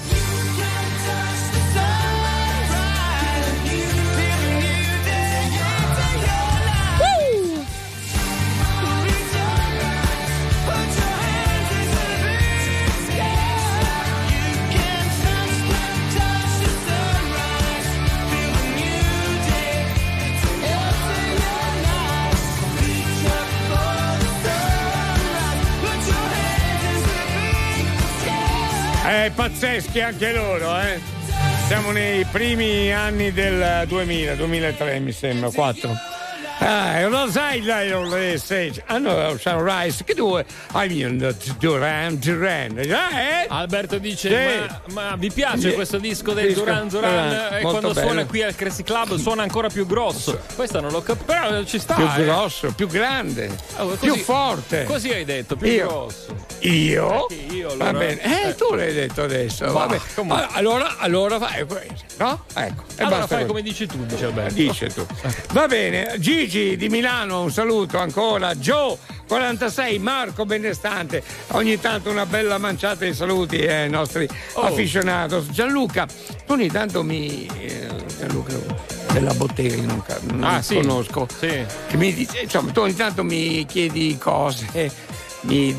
Pazzeschi anche loro, eh? Siamo nei primi anni del 2003 mi sembra, 4. Non sai no, Sunrise, che due? Duran Duran. Alberto dice: ma vi piace questo disco del Duran Duran? E quando suona bello. Qui al Crazy Club suona ancora più grosso. Questa non l'ho capito, però ci sta. Più grosso, più grande, più forte. Così hai detto, più grosso. Io? Allora. Va bene. Tu l'hai detto adesso. Vabbè. Allora fai questo, no? Ecco. Allora fai come dici tu, dice Alberto. Dice tu. Va bene. Gigi di Milano, un saluto ancora. Joe 46, Marco Benestante, ogni tanto una bella manciata di saluti ai nostri aficionados. Gianluca, tu ogni tanto Gianluca della bottega, io non conosco, sì. Che mi dice, insomma, tu ogni tanto mi chiedi cose, mi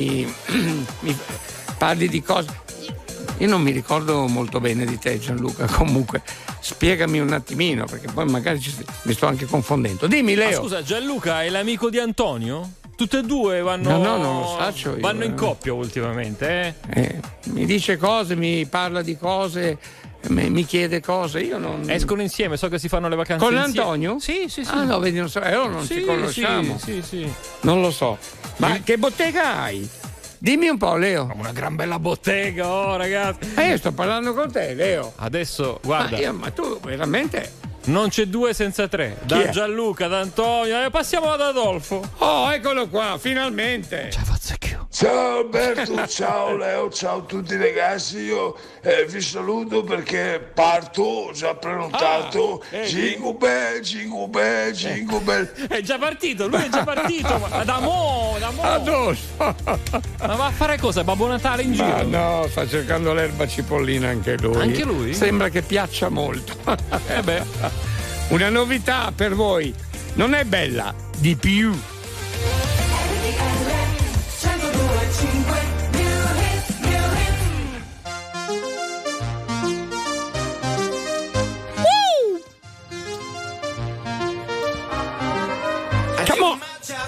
parli di cose. Io non mi ricordo molto bene di te, Gianluca, comunque spiegami un attimino, perché poi magari mi sto anche confondendo. Dimmi, Leo. Scusa, Gianluca è l'amico di Antonio? Tutte e due vanno. No, non lo faccio io. Vanno in coppia ultimamente, mi dice cose, mi parla di cose, mi chiede cose, io non. Escono insieme, so che si fanno le vacanze con insieme. Antonio? Sì. Ah no, vedi, non so, non ci conosciamo. Sì. Non lo so. Ma che bottega hai? Dimmi un po', Leo. Una gran bella bottega, ragazzi. Io sto parlando con te, Leo. Adesso, guarda. Ma tu veramente. Non c'è 2 senza 3. Da Gianluca, da Antonio. Passiamo ad Adolfo. Oh, eccolo qua, finalmente. Ciao, Fazzecchio. Ciao Alberto, ciao Leo, ciao a tutti ragazzi. Io vi saluto perché parto, ho già prenotato. Jingle bell. È già partito, lui è già partito. Ma da mo. Addosso. Ma va a fare cosa? Babbo Natale in giro? No, sta cercando l'erba cipollina anche lui. Anche lui? Sembra che piaccia molto. Una novità per voi. Non è bella, di più. Come on.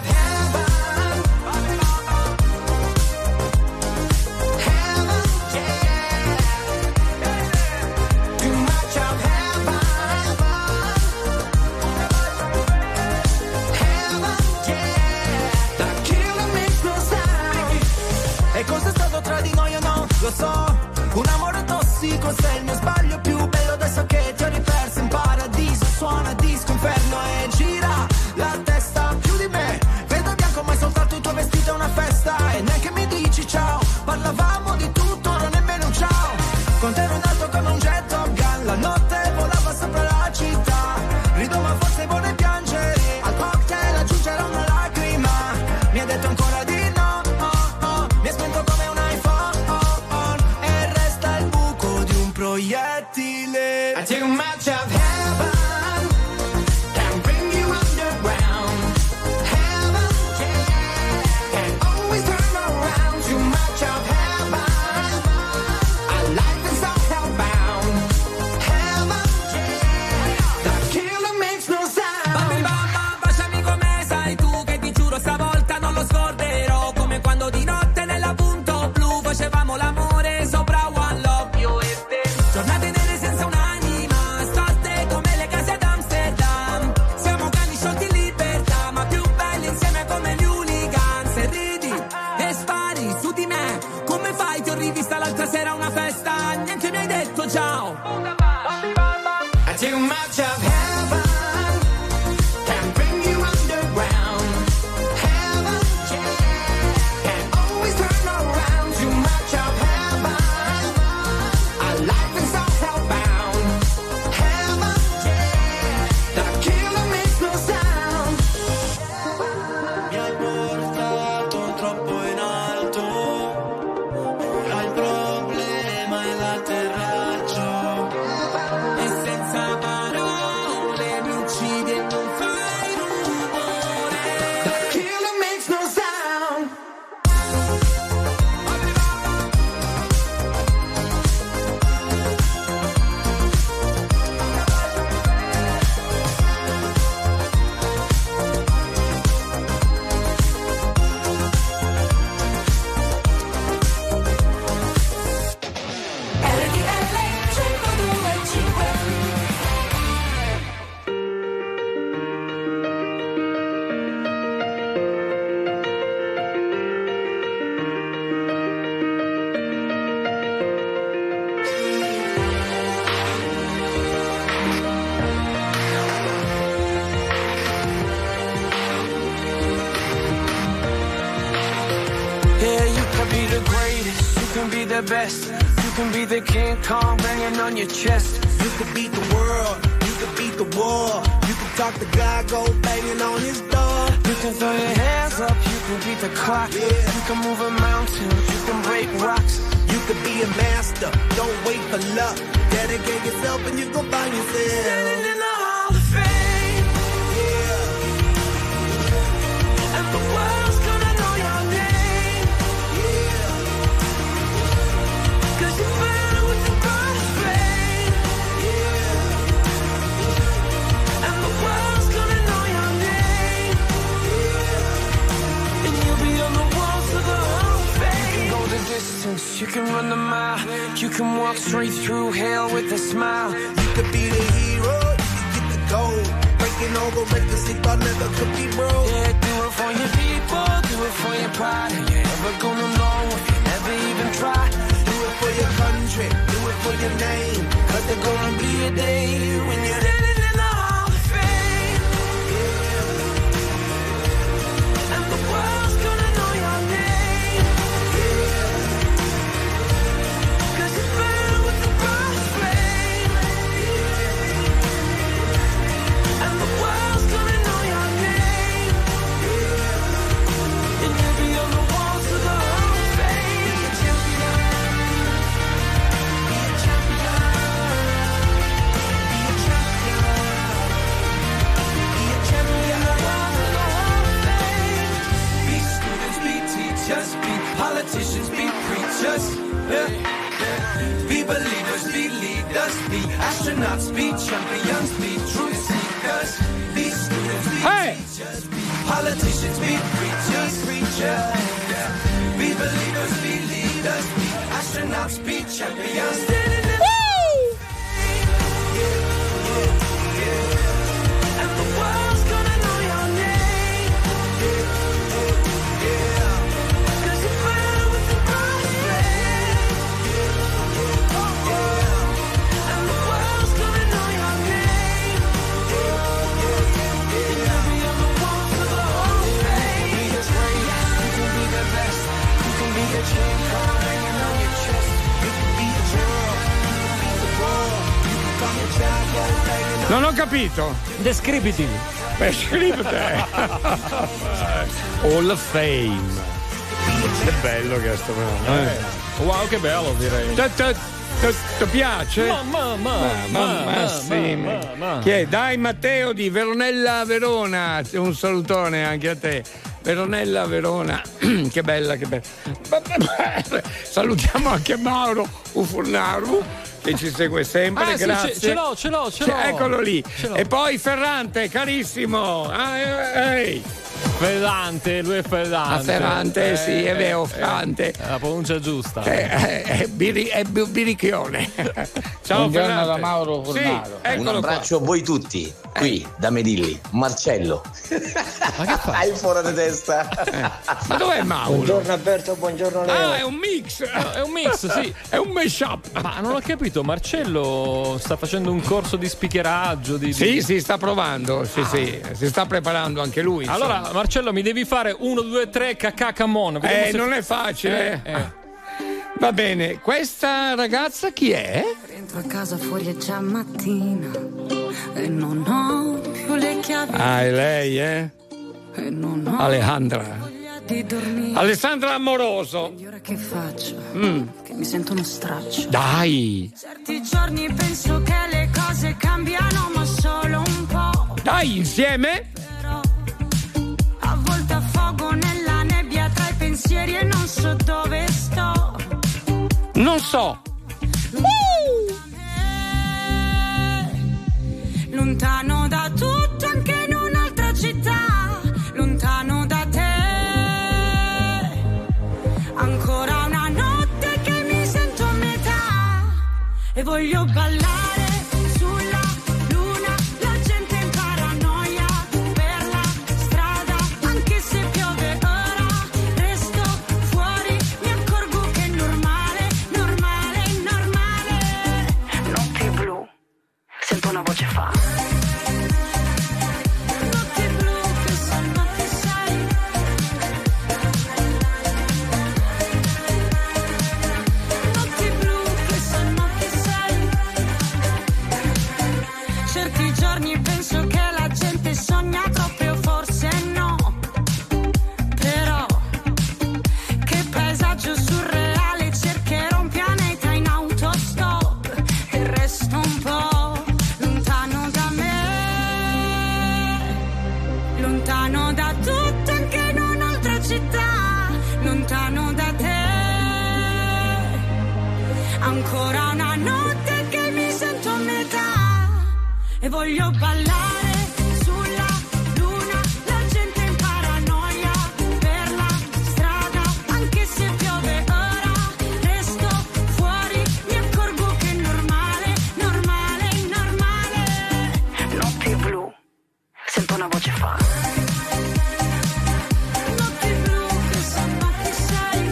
Lo so, un amore tossico, sei il mio sbaglio più bello. Adesso che ti ho riperso in paradiso, suona disco inferno e gira la testa più di me. Vedo bianco ma è soltanto il tuo vestito è una festa. E neanche mi dici ciao, parlavamo di tutto, non nemmeno un ciao. Con te ero andato come un jet Top Gun, la notte volava sopra la città. Rido ma forse vuole piangere, al cocktail aggiungerò una lacrima. Mi ha detto ancora di no, mi ha spento come un iPhone. Proiettile. I take a match of heaven and bring you underground. Heaven, can always turn around. Too much of heaven. Our life is all hellbound. Heaven, the killer makes no sound. Mami, mamma, baciami come sai tu, che ti giuro stavolta non lo scorderò. Come quando di notte nella punto blu facevamo l'amore sopra One Love. Giornate nere senza un'anima, storte can be the best. You can be the King Kong banging on your chest. You could beat the world, you could beat the war. You can talk to God, go banging on his door. You can throw your hands up, you can beat the clock. Yeah. You can move a mountain, you can break rocks. You could be a master, don't wait for luck. Dedicate yourself and you gon' find yourself standing in the Hall of Fame. Yeah. And the world's gonna know your name. Yeah. 'Cause you burn with the cross flame. Yeah. And the world's gonna know your name. Yeah. And you'll be on the walls of the Hall of Fame. You can go the distance, you can run the mile. You can walk straight through hell with a smile. You could be the hero, you can get the gold. Breaking all the records they thought never could be broke. Yeah, do it for your people, do it for your pride. Are you ever gonna know if you never even try? Do it for your country, do it for your name. 'Cause there's gonna be a day when you're standing in the Hall of Fame. Yeah. And the world's gonna know your name. Yeah. 'Cause you burn with the cross flame. Yeah. And the world's gonna know your name. Yeah. And you'll be on the walls of the Hall of Fame. Be a champion. Be a champion. Be a champion. Be a champion. The walls of the Hall of Fame. Be students, be teachers, be politicians, be preachers. Yeah. Be believers, be leaders, be astronauts, be champions, be truth seekers. Be students, be teachers, be politicians, be preachers, yeah. Be believers, be leaders, be astronauts, be champions. And the world's gonna know your name. 'Cause you burn with the cross flame. And the world's gonna know your name. And you'll be on the walls of the Hall of Fame. Be the greatest, you can be the best. You can be the King Kong hanging on your chest. You can be the world, you can be the world. You can come and jack, go banging on. Non ho capito. Descriviti. Beh, scrivete. Hall of Fame. Che bello che è sto Wow, che bello, direi. Ti piace? Sì. Chi è? Dai Matteo di Veronella Verona, un salutone anche a te. Veronella Verona, che bella, che bella. Salutiamo anche Mauro Ufurnaru che ci segue sempre, grazie. Sì, ce l'ho. Eccolo lì. E poi Ferrante, carissimo. Ferrante, lui è Ferrante. Ferrante, sì, è vero, Ferrante. La pronuncia giusta. È Birichione. Ciao, buongiorno Ferrante. da Mauro Fornaro. Sì, un abbraccio a voi tutti. Qui da Medilli, Marcello. Ma che fa? Hai fuori di testa. Ma dov'è Mauro? Buongiorno Alberto, buongiorno Leo. È un mix. È un mix, sì. È un mashup. Ma non ho capito, Marcello sta facendo un corso di speakeraggio. Sì, sta provando. Sì, si sta preparando anche lui. Allora, Marcello, mi devi fare 1, 2, 3, cacacamon. Non è facile. Va bene, questa ragazza chi è? Entro a casa fuori è già mattina e non ho più le chiavi. È lei, E non ho Alejandra. voglia di dormire. Alessandra Amoroso. E ora che faccio? Che mi sento uno straccio. Dai. Certi giorni penso che le cose cambiano, ma solo un po'. Dai, insieme? Però a volte affogo nella nebbia tra i pensieri e non so dove sto. Non so. Lontano da tutto, anche in un'altra città. Lontano da te. Ancora una notte che mi sento a metà. E voglio ballare sulla luna. La gente in paranoia per la strada. Anche se piove ora, resto fuori. Mi accorgo che è normale, normale, normale. Notte blu, sento una voce fa. Notte blu, che notte sei. la notte che mi sento a metà e voglio ballare sulla luna, la gente in paranoia per la strada, anche se piove ora resto fuori, mi accorgo che è normale, normale, normale. Notti blu, sento una voce fa. Notti blu che sanno chi sei.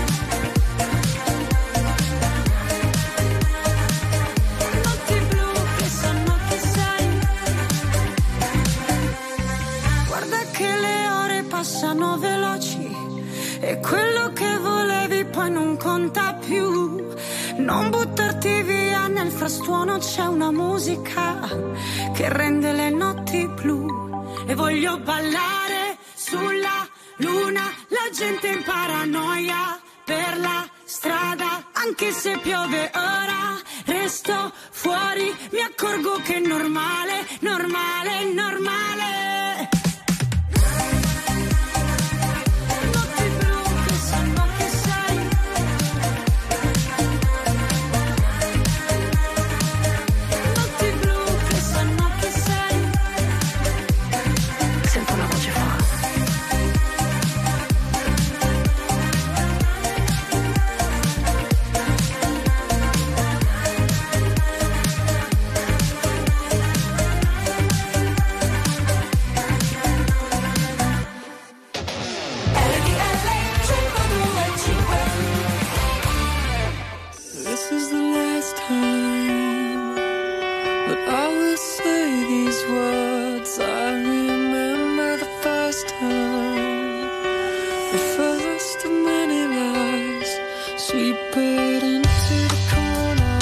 Notti blu che sanno chi sei. Guarda che le ore passano veloci e quello che volevi poi non conta più. Non buttarti via, nel frastuono c'è una musica che rende le notti blu. E voglio ballare sulla luna, la gente in paranoia per la strada, anche se piove ora resto fuori, mi accorgo che è normale, normale, normale. Notti blu che sanno chi sei. Notti blu che sanno chi sei. Sento una voce fa. This is the last time that I will say these words. I remember the first time, the first of many lies, sweep it into the corner.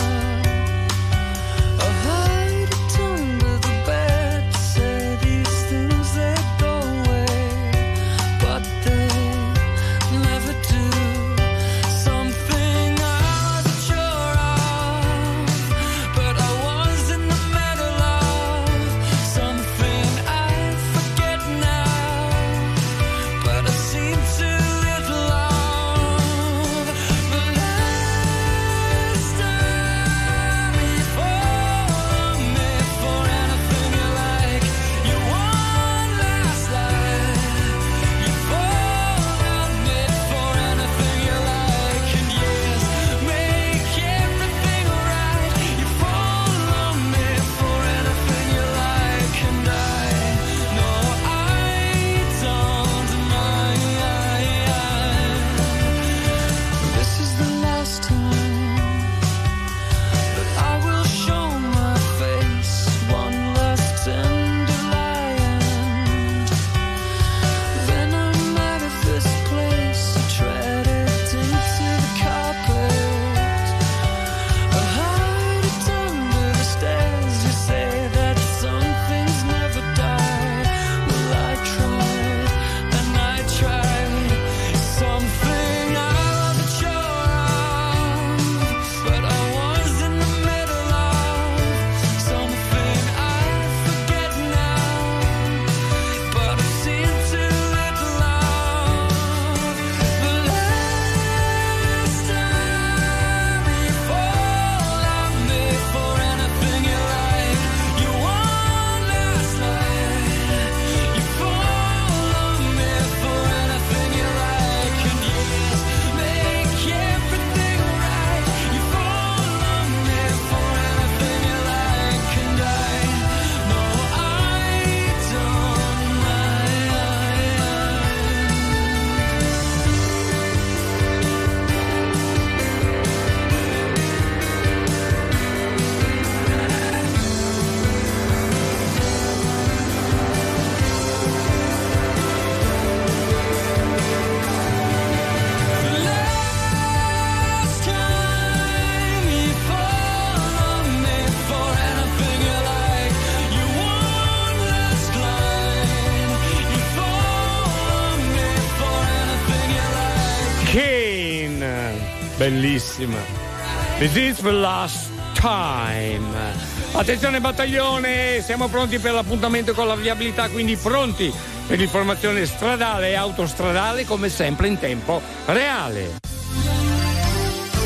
I hide it under the bed, say these things they go away, but they never do. Something I wasn't sure of, but I was in the middle of. Something I forget now, but I seem too little of. The last time you fall on me for anything you like, you want last life. You fall on me for anything you like, and yes, make everything right. You fall on me for anything you like, and I know I don't deny. This is the last time that I will show my face, one last tender lie, and then I'm out of this place. I tread it into the carpet, I hide it under the stairs. You say that some things never die. Well, I tried and I tried. Something I wasn't sure of, but I was in the middle of. Something I forget now, but I've seen too little of. The last time you fall on me for anything you like, you want last night. You fall on me for anything you like, and yes, make everything right. You fall on me for anything you like, and I know I don't mind. Last time you fall on me for anything you like, you want last line. You fall on me for anything you like. Kane, bellissima. This is the last time. Attenzione battaglione, siamo pronti per l'appuntamento con la viabilità, quindi pronti per l'informazione stradale e autostradale come sempre in tempo reale.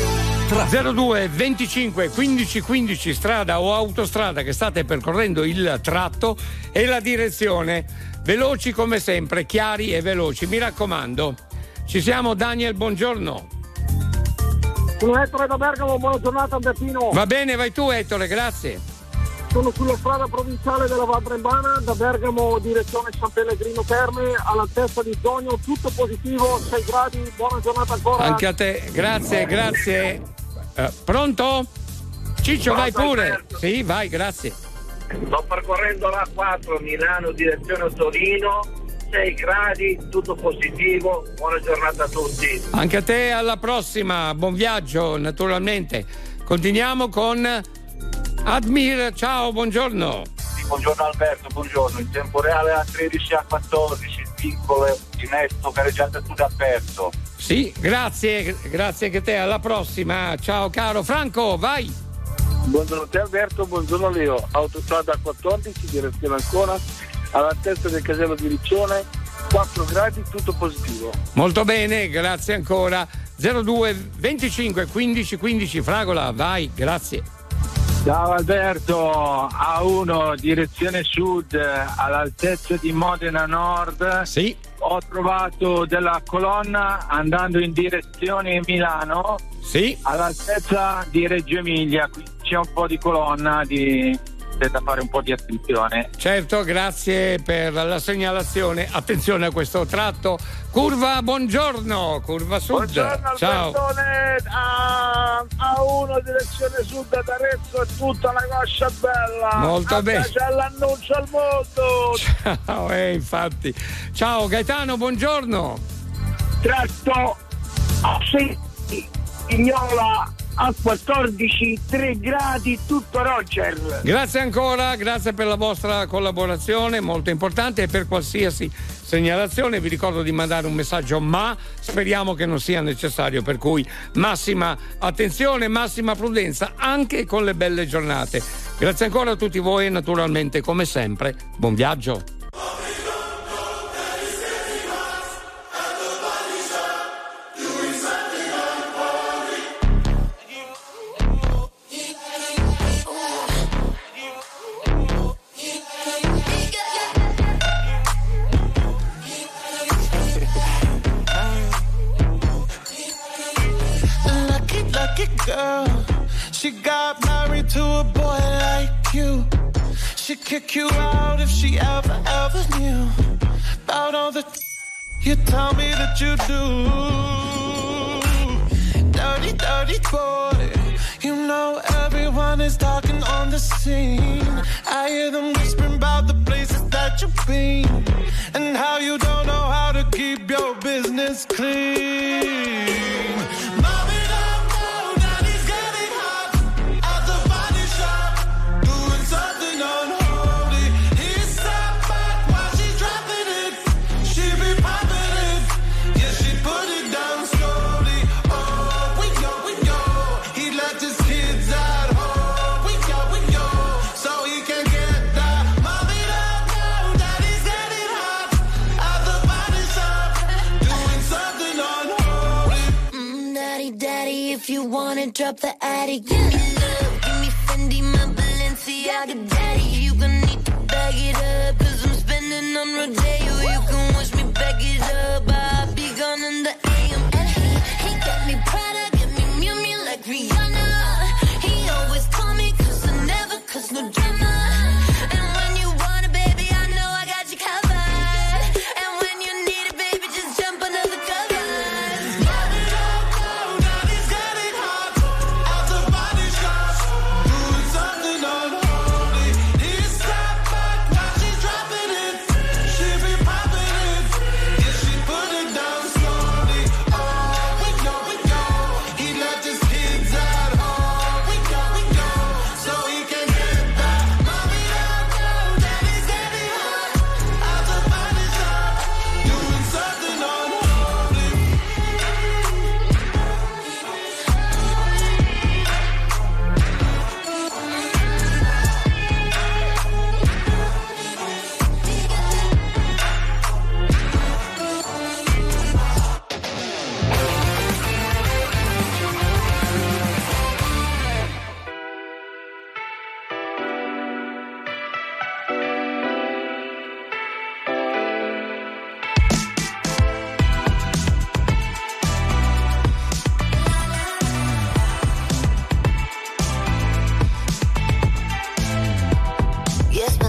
02 25 15 15 strada o autostrada che state percorrendo il tratto e la direzione. Veloci come sempre, chiari e veloci, mi raccomando. Ci siamo, Daniel, buongiorno. Sono Ettore da Bergamo, buona giornata Albertino. Va bene, vai tu Ettore, grazie. Sono sulla strada provinciale della Val Brembana, da Bergamo direzione San Pellegrino Terme, all'altezza di Zogno, tutto positivo, 6 gradi, buona giornata ancora. Anche a te, grazie. Pronto? Ciccio, vai pure. Alberto. Sì, vai, grazie. Sto percorrendo la 4 Milano direzione Torino, 6 gradi, tutto positivo, buona giornata a tutti. Anche a te, alla prossima, buon viaggio naturalmente. Continuiamo con Admir, ciao, buongiorno. Sì, buongiorno Alberto, buongiorno. In tempo reale a 13 a 14, piccole, finesto, gareggiate tutte aperto. Sì, grazie anche te, alla prossima. Ciao caro Franco, vai. Buongiorno a te Alberto, buongiorno Leo. Autostrada 14, direzione Ancona, all'altezza del casello di Riccione, 4 gradi, tutto positivo. Molto bene, grazie ancora. 02 25 15 15, Fragola, vai, grazie. Ciao Alberto, A1 direzione sud all'altezza di Modena Nord. Sì. Ho trovato della colonna andando in direzione Milano. Sì. All'altezza di Reggio Emilia, qui c'è un po' di colonna da fare un po' di attenzione. Certo, grazie per la segnalazione. Attenzione a questo tratto. Curva, buongiorno, curva sud. Buongiorno ciao. A1 direzione sud ad Arezzo è tutta una coscia bella. Molto bene. C'è l'annuncio al mondo. Ciao, infatti. Ciao Gaetano, buongiorno. Tratto Signola a 14, 3 gradi, tutto Roger. Grazie ancora, grazie per la vostra collaborazione, molto importante, e per qualsiasi segnalazione vi ricordo di mandare un messaggio, ma speriamo che non sia necessario, per cui massima attenzione, massima prudenza anche con le belle giornate. Grazie ancora a tutti voi e naturalmente come sempre buon viaggio. Girl, she got married to a boy like you. She'd kick you out if she ever knew about all the you tell me that you do. Dirty, dirty boy. You know everyone is talking on the scene. I hear them whispering about the places that you've been and how you don't know how to keep your business clean. If you wanna drop the attic, give me love, give me Fendi, my Balenciaga daddy. You gon' need to bag it up, cause I'm spending on Rodeo. You can wish me back it up, I'll be gone in the AM. And he got me Prada, got me Miu Miu like Rihanna. He always call me cause I never cause no drama. And when you want it, baby, I know I got you covered. And when you need it, baby, just jump under the covers.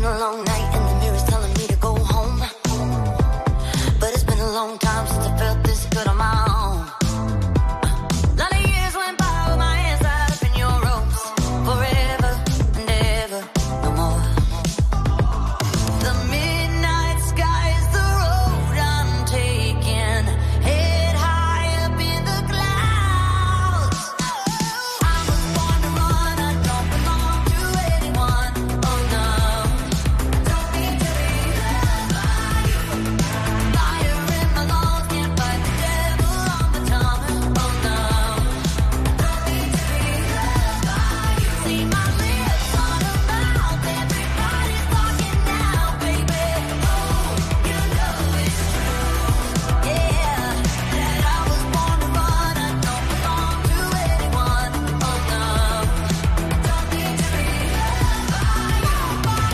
been a long night and the mirror's telling me to go home. But it's been a long time since I felt this good on my own. A lot of years went by with my hands tied up in your ropes. Forever and ever, no more. The midnight sky is the road I'm taking. Head high up in the clouds. I was born to run, I don't belong to anyone. Oh no, don't need to be loved by you. Fire in my lungs, can't fight the devil on my tongue. Oh no, don't need to be loved by you. See my lips on a mouth, everybody's talking now, baby. Oh, you know it's true, yeah, that I was born to run, I don't belong to anyone. Oh no, don't need to be loved by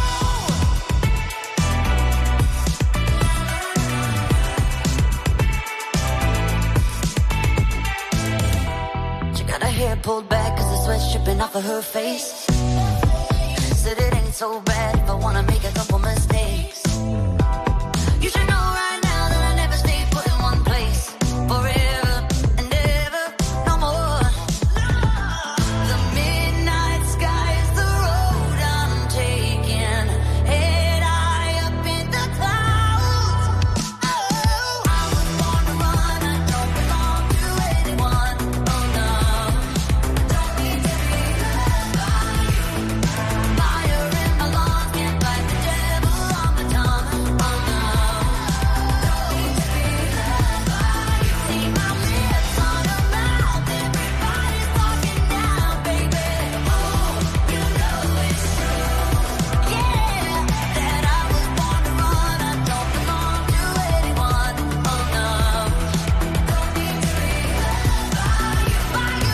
you. She got her hair pulled back cause the sweat's dripping off of her face. Said it ain't so bad if I wanna make a couple mistakes. You should know right now that I never stay put in one place. Forever and ever, no more. The midnight sky is the road I'm taking. Head high up in the clouds. Oh, I was born to run, I don't belong to anyone. Oh no, don't need to be loved by you. Fire in my lungs, can't fight the devil on my tongue. Oh no, don't need to be loved by you. See my lips on her mouth, everybody's talking now, baby. Oh, you know it's true, yeah, that I was born to run, I don't belong to anyone. Oh no, don't need to be loved by you.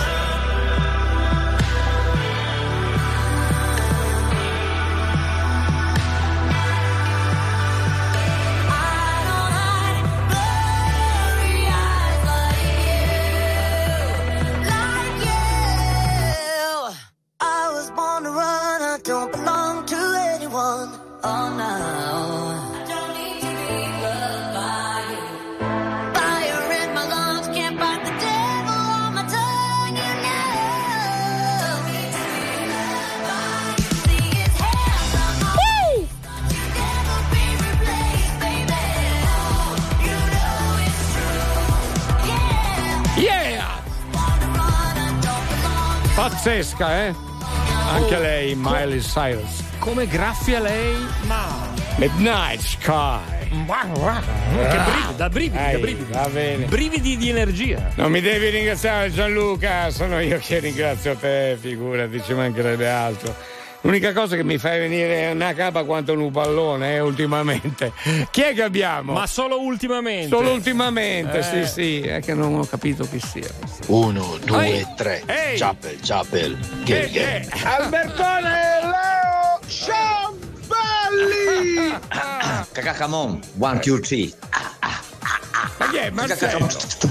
I was born to run, I don't belong to anyone. Oh no, don't need to be loved by you. Fire in my lungs, can't fight the devil on my tongue. You know, don't need to be loved by you. See his hands on my waist, you never be replaced, baby. Oh, you know it's true, yeah. Yeah! Born to run, I don't belong to Pazzesca, eh? Anche lei, Miley Cyrus. Come graffia lei, ma Midnight Sky. che brividi, da brividi. Va bene. Brividi di energia. Non mi devi ringraziare, Gianluca, sono io che ringrazio te, figurati, ci mancherebbe altro. L'unica cosa che mi fai venire una capa quanto un pallone, ultimamente. Chi è che abbiamo? Ma solo ultimamente. Solo ultimamente, sì, è che non ho capito chi sia. 1, 2, Ehi. 3. Ehi. Chapel. Che. Albertone, Leo, Ciambelli! Cacacamon. 1, 2, 3. Ma chi è? Marcello?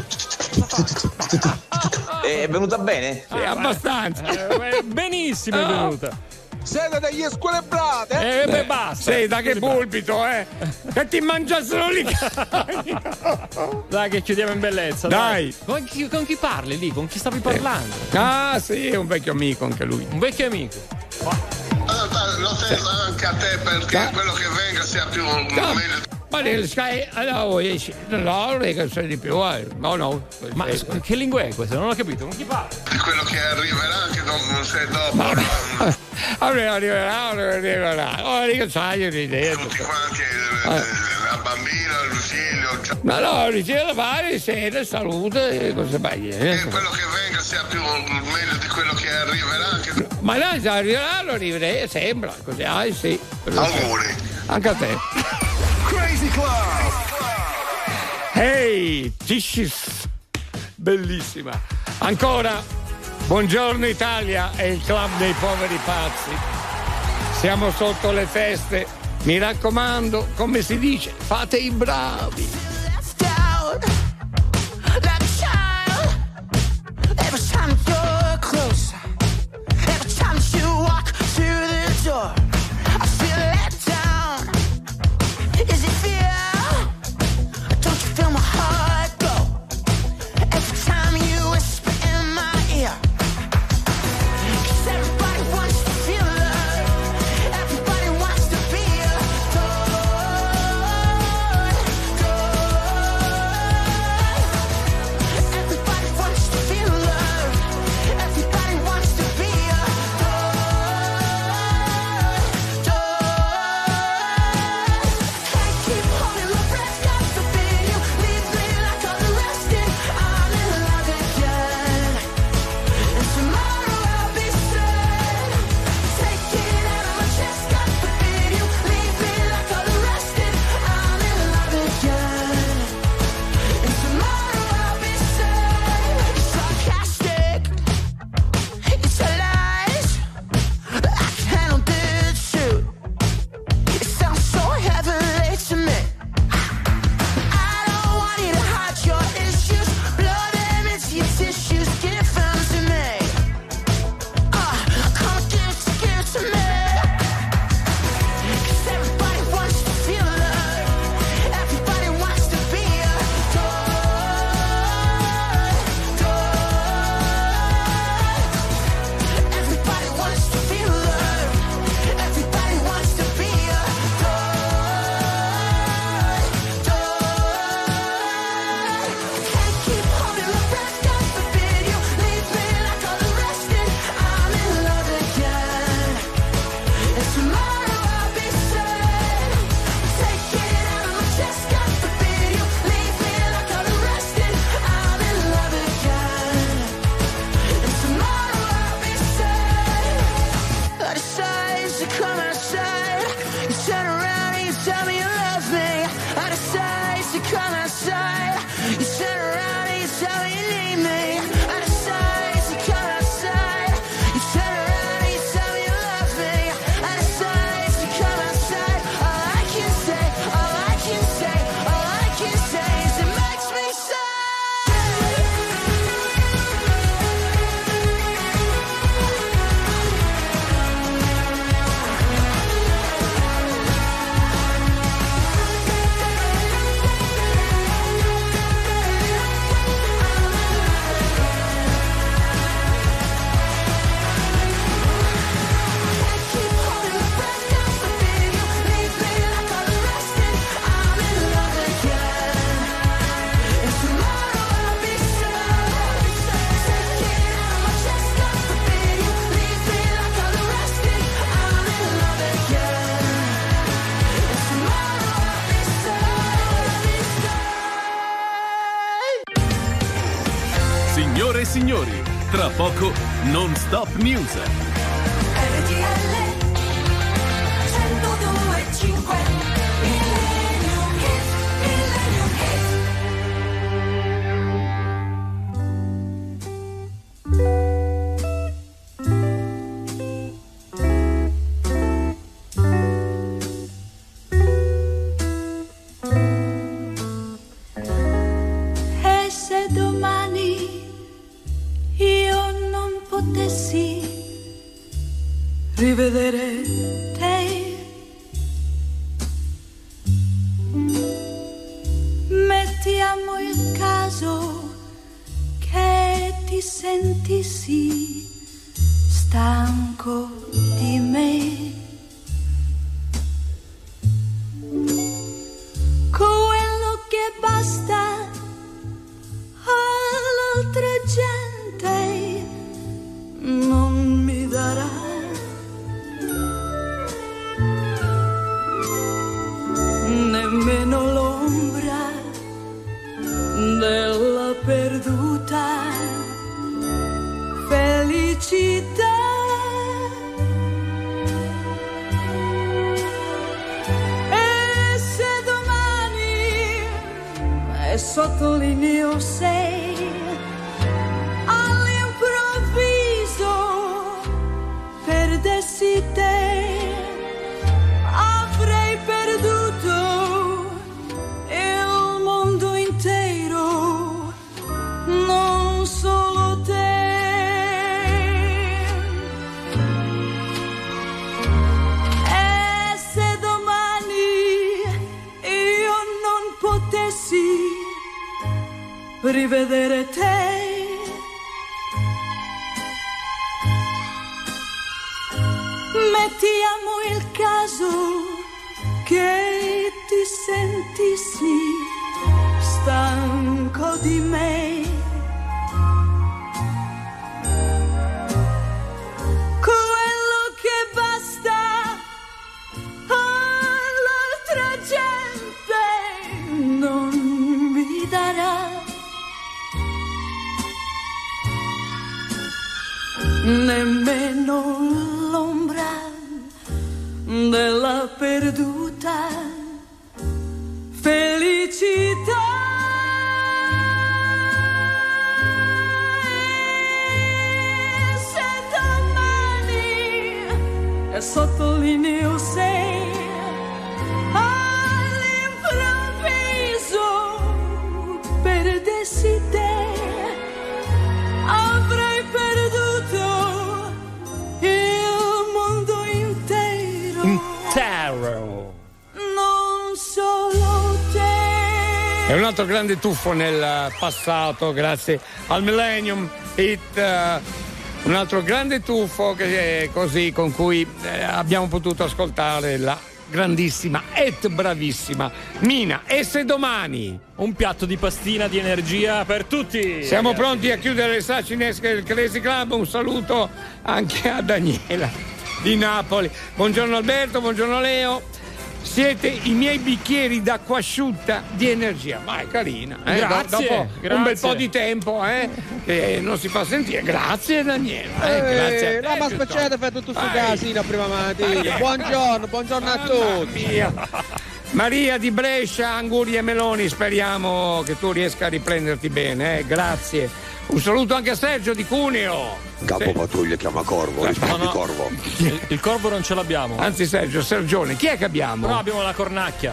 È venuta bene? Sì, abbastanza. Benissimo è venuta. Siete degli squelebrate? Basta. Sì, da che pulpito, eh? Che ti mangiassero lì. Dai, che chiudiamo in bellezza. Dai. Con chi parli lì? Con chi stavi parlando? Ah, sì, è un vecchio amico anche lui. Un vecchio amico. Lo sento anche a te perché quello che venga sia più meglio. Ma nel Sky, allora, che sei di più, no. Ma che lingua è questa? Non ho capito. Con chi parli? Di quello che arriverà, che non sei dopo. Arriverà. Ora che sai, io l'idea. Tutti quanti, la bambina, il figlio. No, dice fare, sede, salute, cose varie. Che quello che venga sia più meglio di quello che arriverà. Ma no, se arriverà, lo arriverei, sembra, così, sì. Auguri. Anche a te. Crazy Club. Ehi, Tishis, bellissima. Ancora, buongiorno Italia, è il club dei poveri pazzi. Siamo sotto le feste, mi raccomando, come si dice, fate i bravi. I Tra poco Non Stop News. E se domani io non potessi rivedere te, mettiamo il caso che ti sentissi stanco di me, quello che basta all'altra gente non mi darà. Nemmeno l'ombra della perduta felicità. E se domani, e sottolineo se, all'improvviso perdessi te, avrei perduto il mondo intero, non solo te. E se domani io non potessi rivedere te, mettiamo il caso che ti sentissi stanco di me, quello che basta all'altra gente non mi darà. Nemmeno l'ombra della perduta felicità. E se domani, e sottolineo se, all'improvviso perdessi te, avrei perduto il mondo intero. Non solo te. È un altro grande tuffo nel passato, grazie al Millennium Hit. Un altro grande tuffo che è così, con cui abbiamo potuto ascoltare la grandissima e bravissima Mina. E se domani, un piatto di pastina di energia per tutti. Siamo pronti a chiudere le saccinesche del Crazy Club. Un saluto anche a Daniela di Napoli. Buongiorno Alberto, buongiorno Leo. Siete i miei bicchieri d'acqua asciutta di energia. Ma è carina, Grazie, dopo grazie. un bel po' di tempo che non si fa sentire. Grazie Daniela. Grazie a te, no, ma aspettate, fate tutto sto casino prima mattina. Buongiorno a tutti. Maria di Brescia, Anguri e Meloni, speriamo che tu riesca a riprenderti bene, grazie. Un saluto anche a Sergio di Cuneo. Capo pattuglia chiama Corvo, rispondi Corvo. Il Corvo non ce l'abbiamo. Anzi Sergione, chi è che abbiamo? Però abbiamo la cornacchia.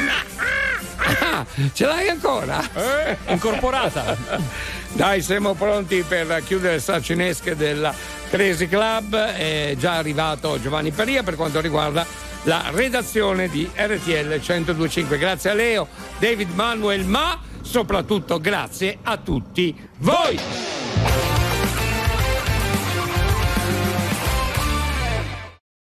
Ce l'hai ancora? Incorporata. Dai, siamo pronti per chiudere le saccinesche della Crazy Club. È già arrivato Giovanni Peria per quanto riguarda la redazione di RTL 102.5. Grazie a Leo, David Manuel, ma soprattutto grazie a tutti voi.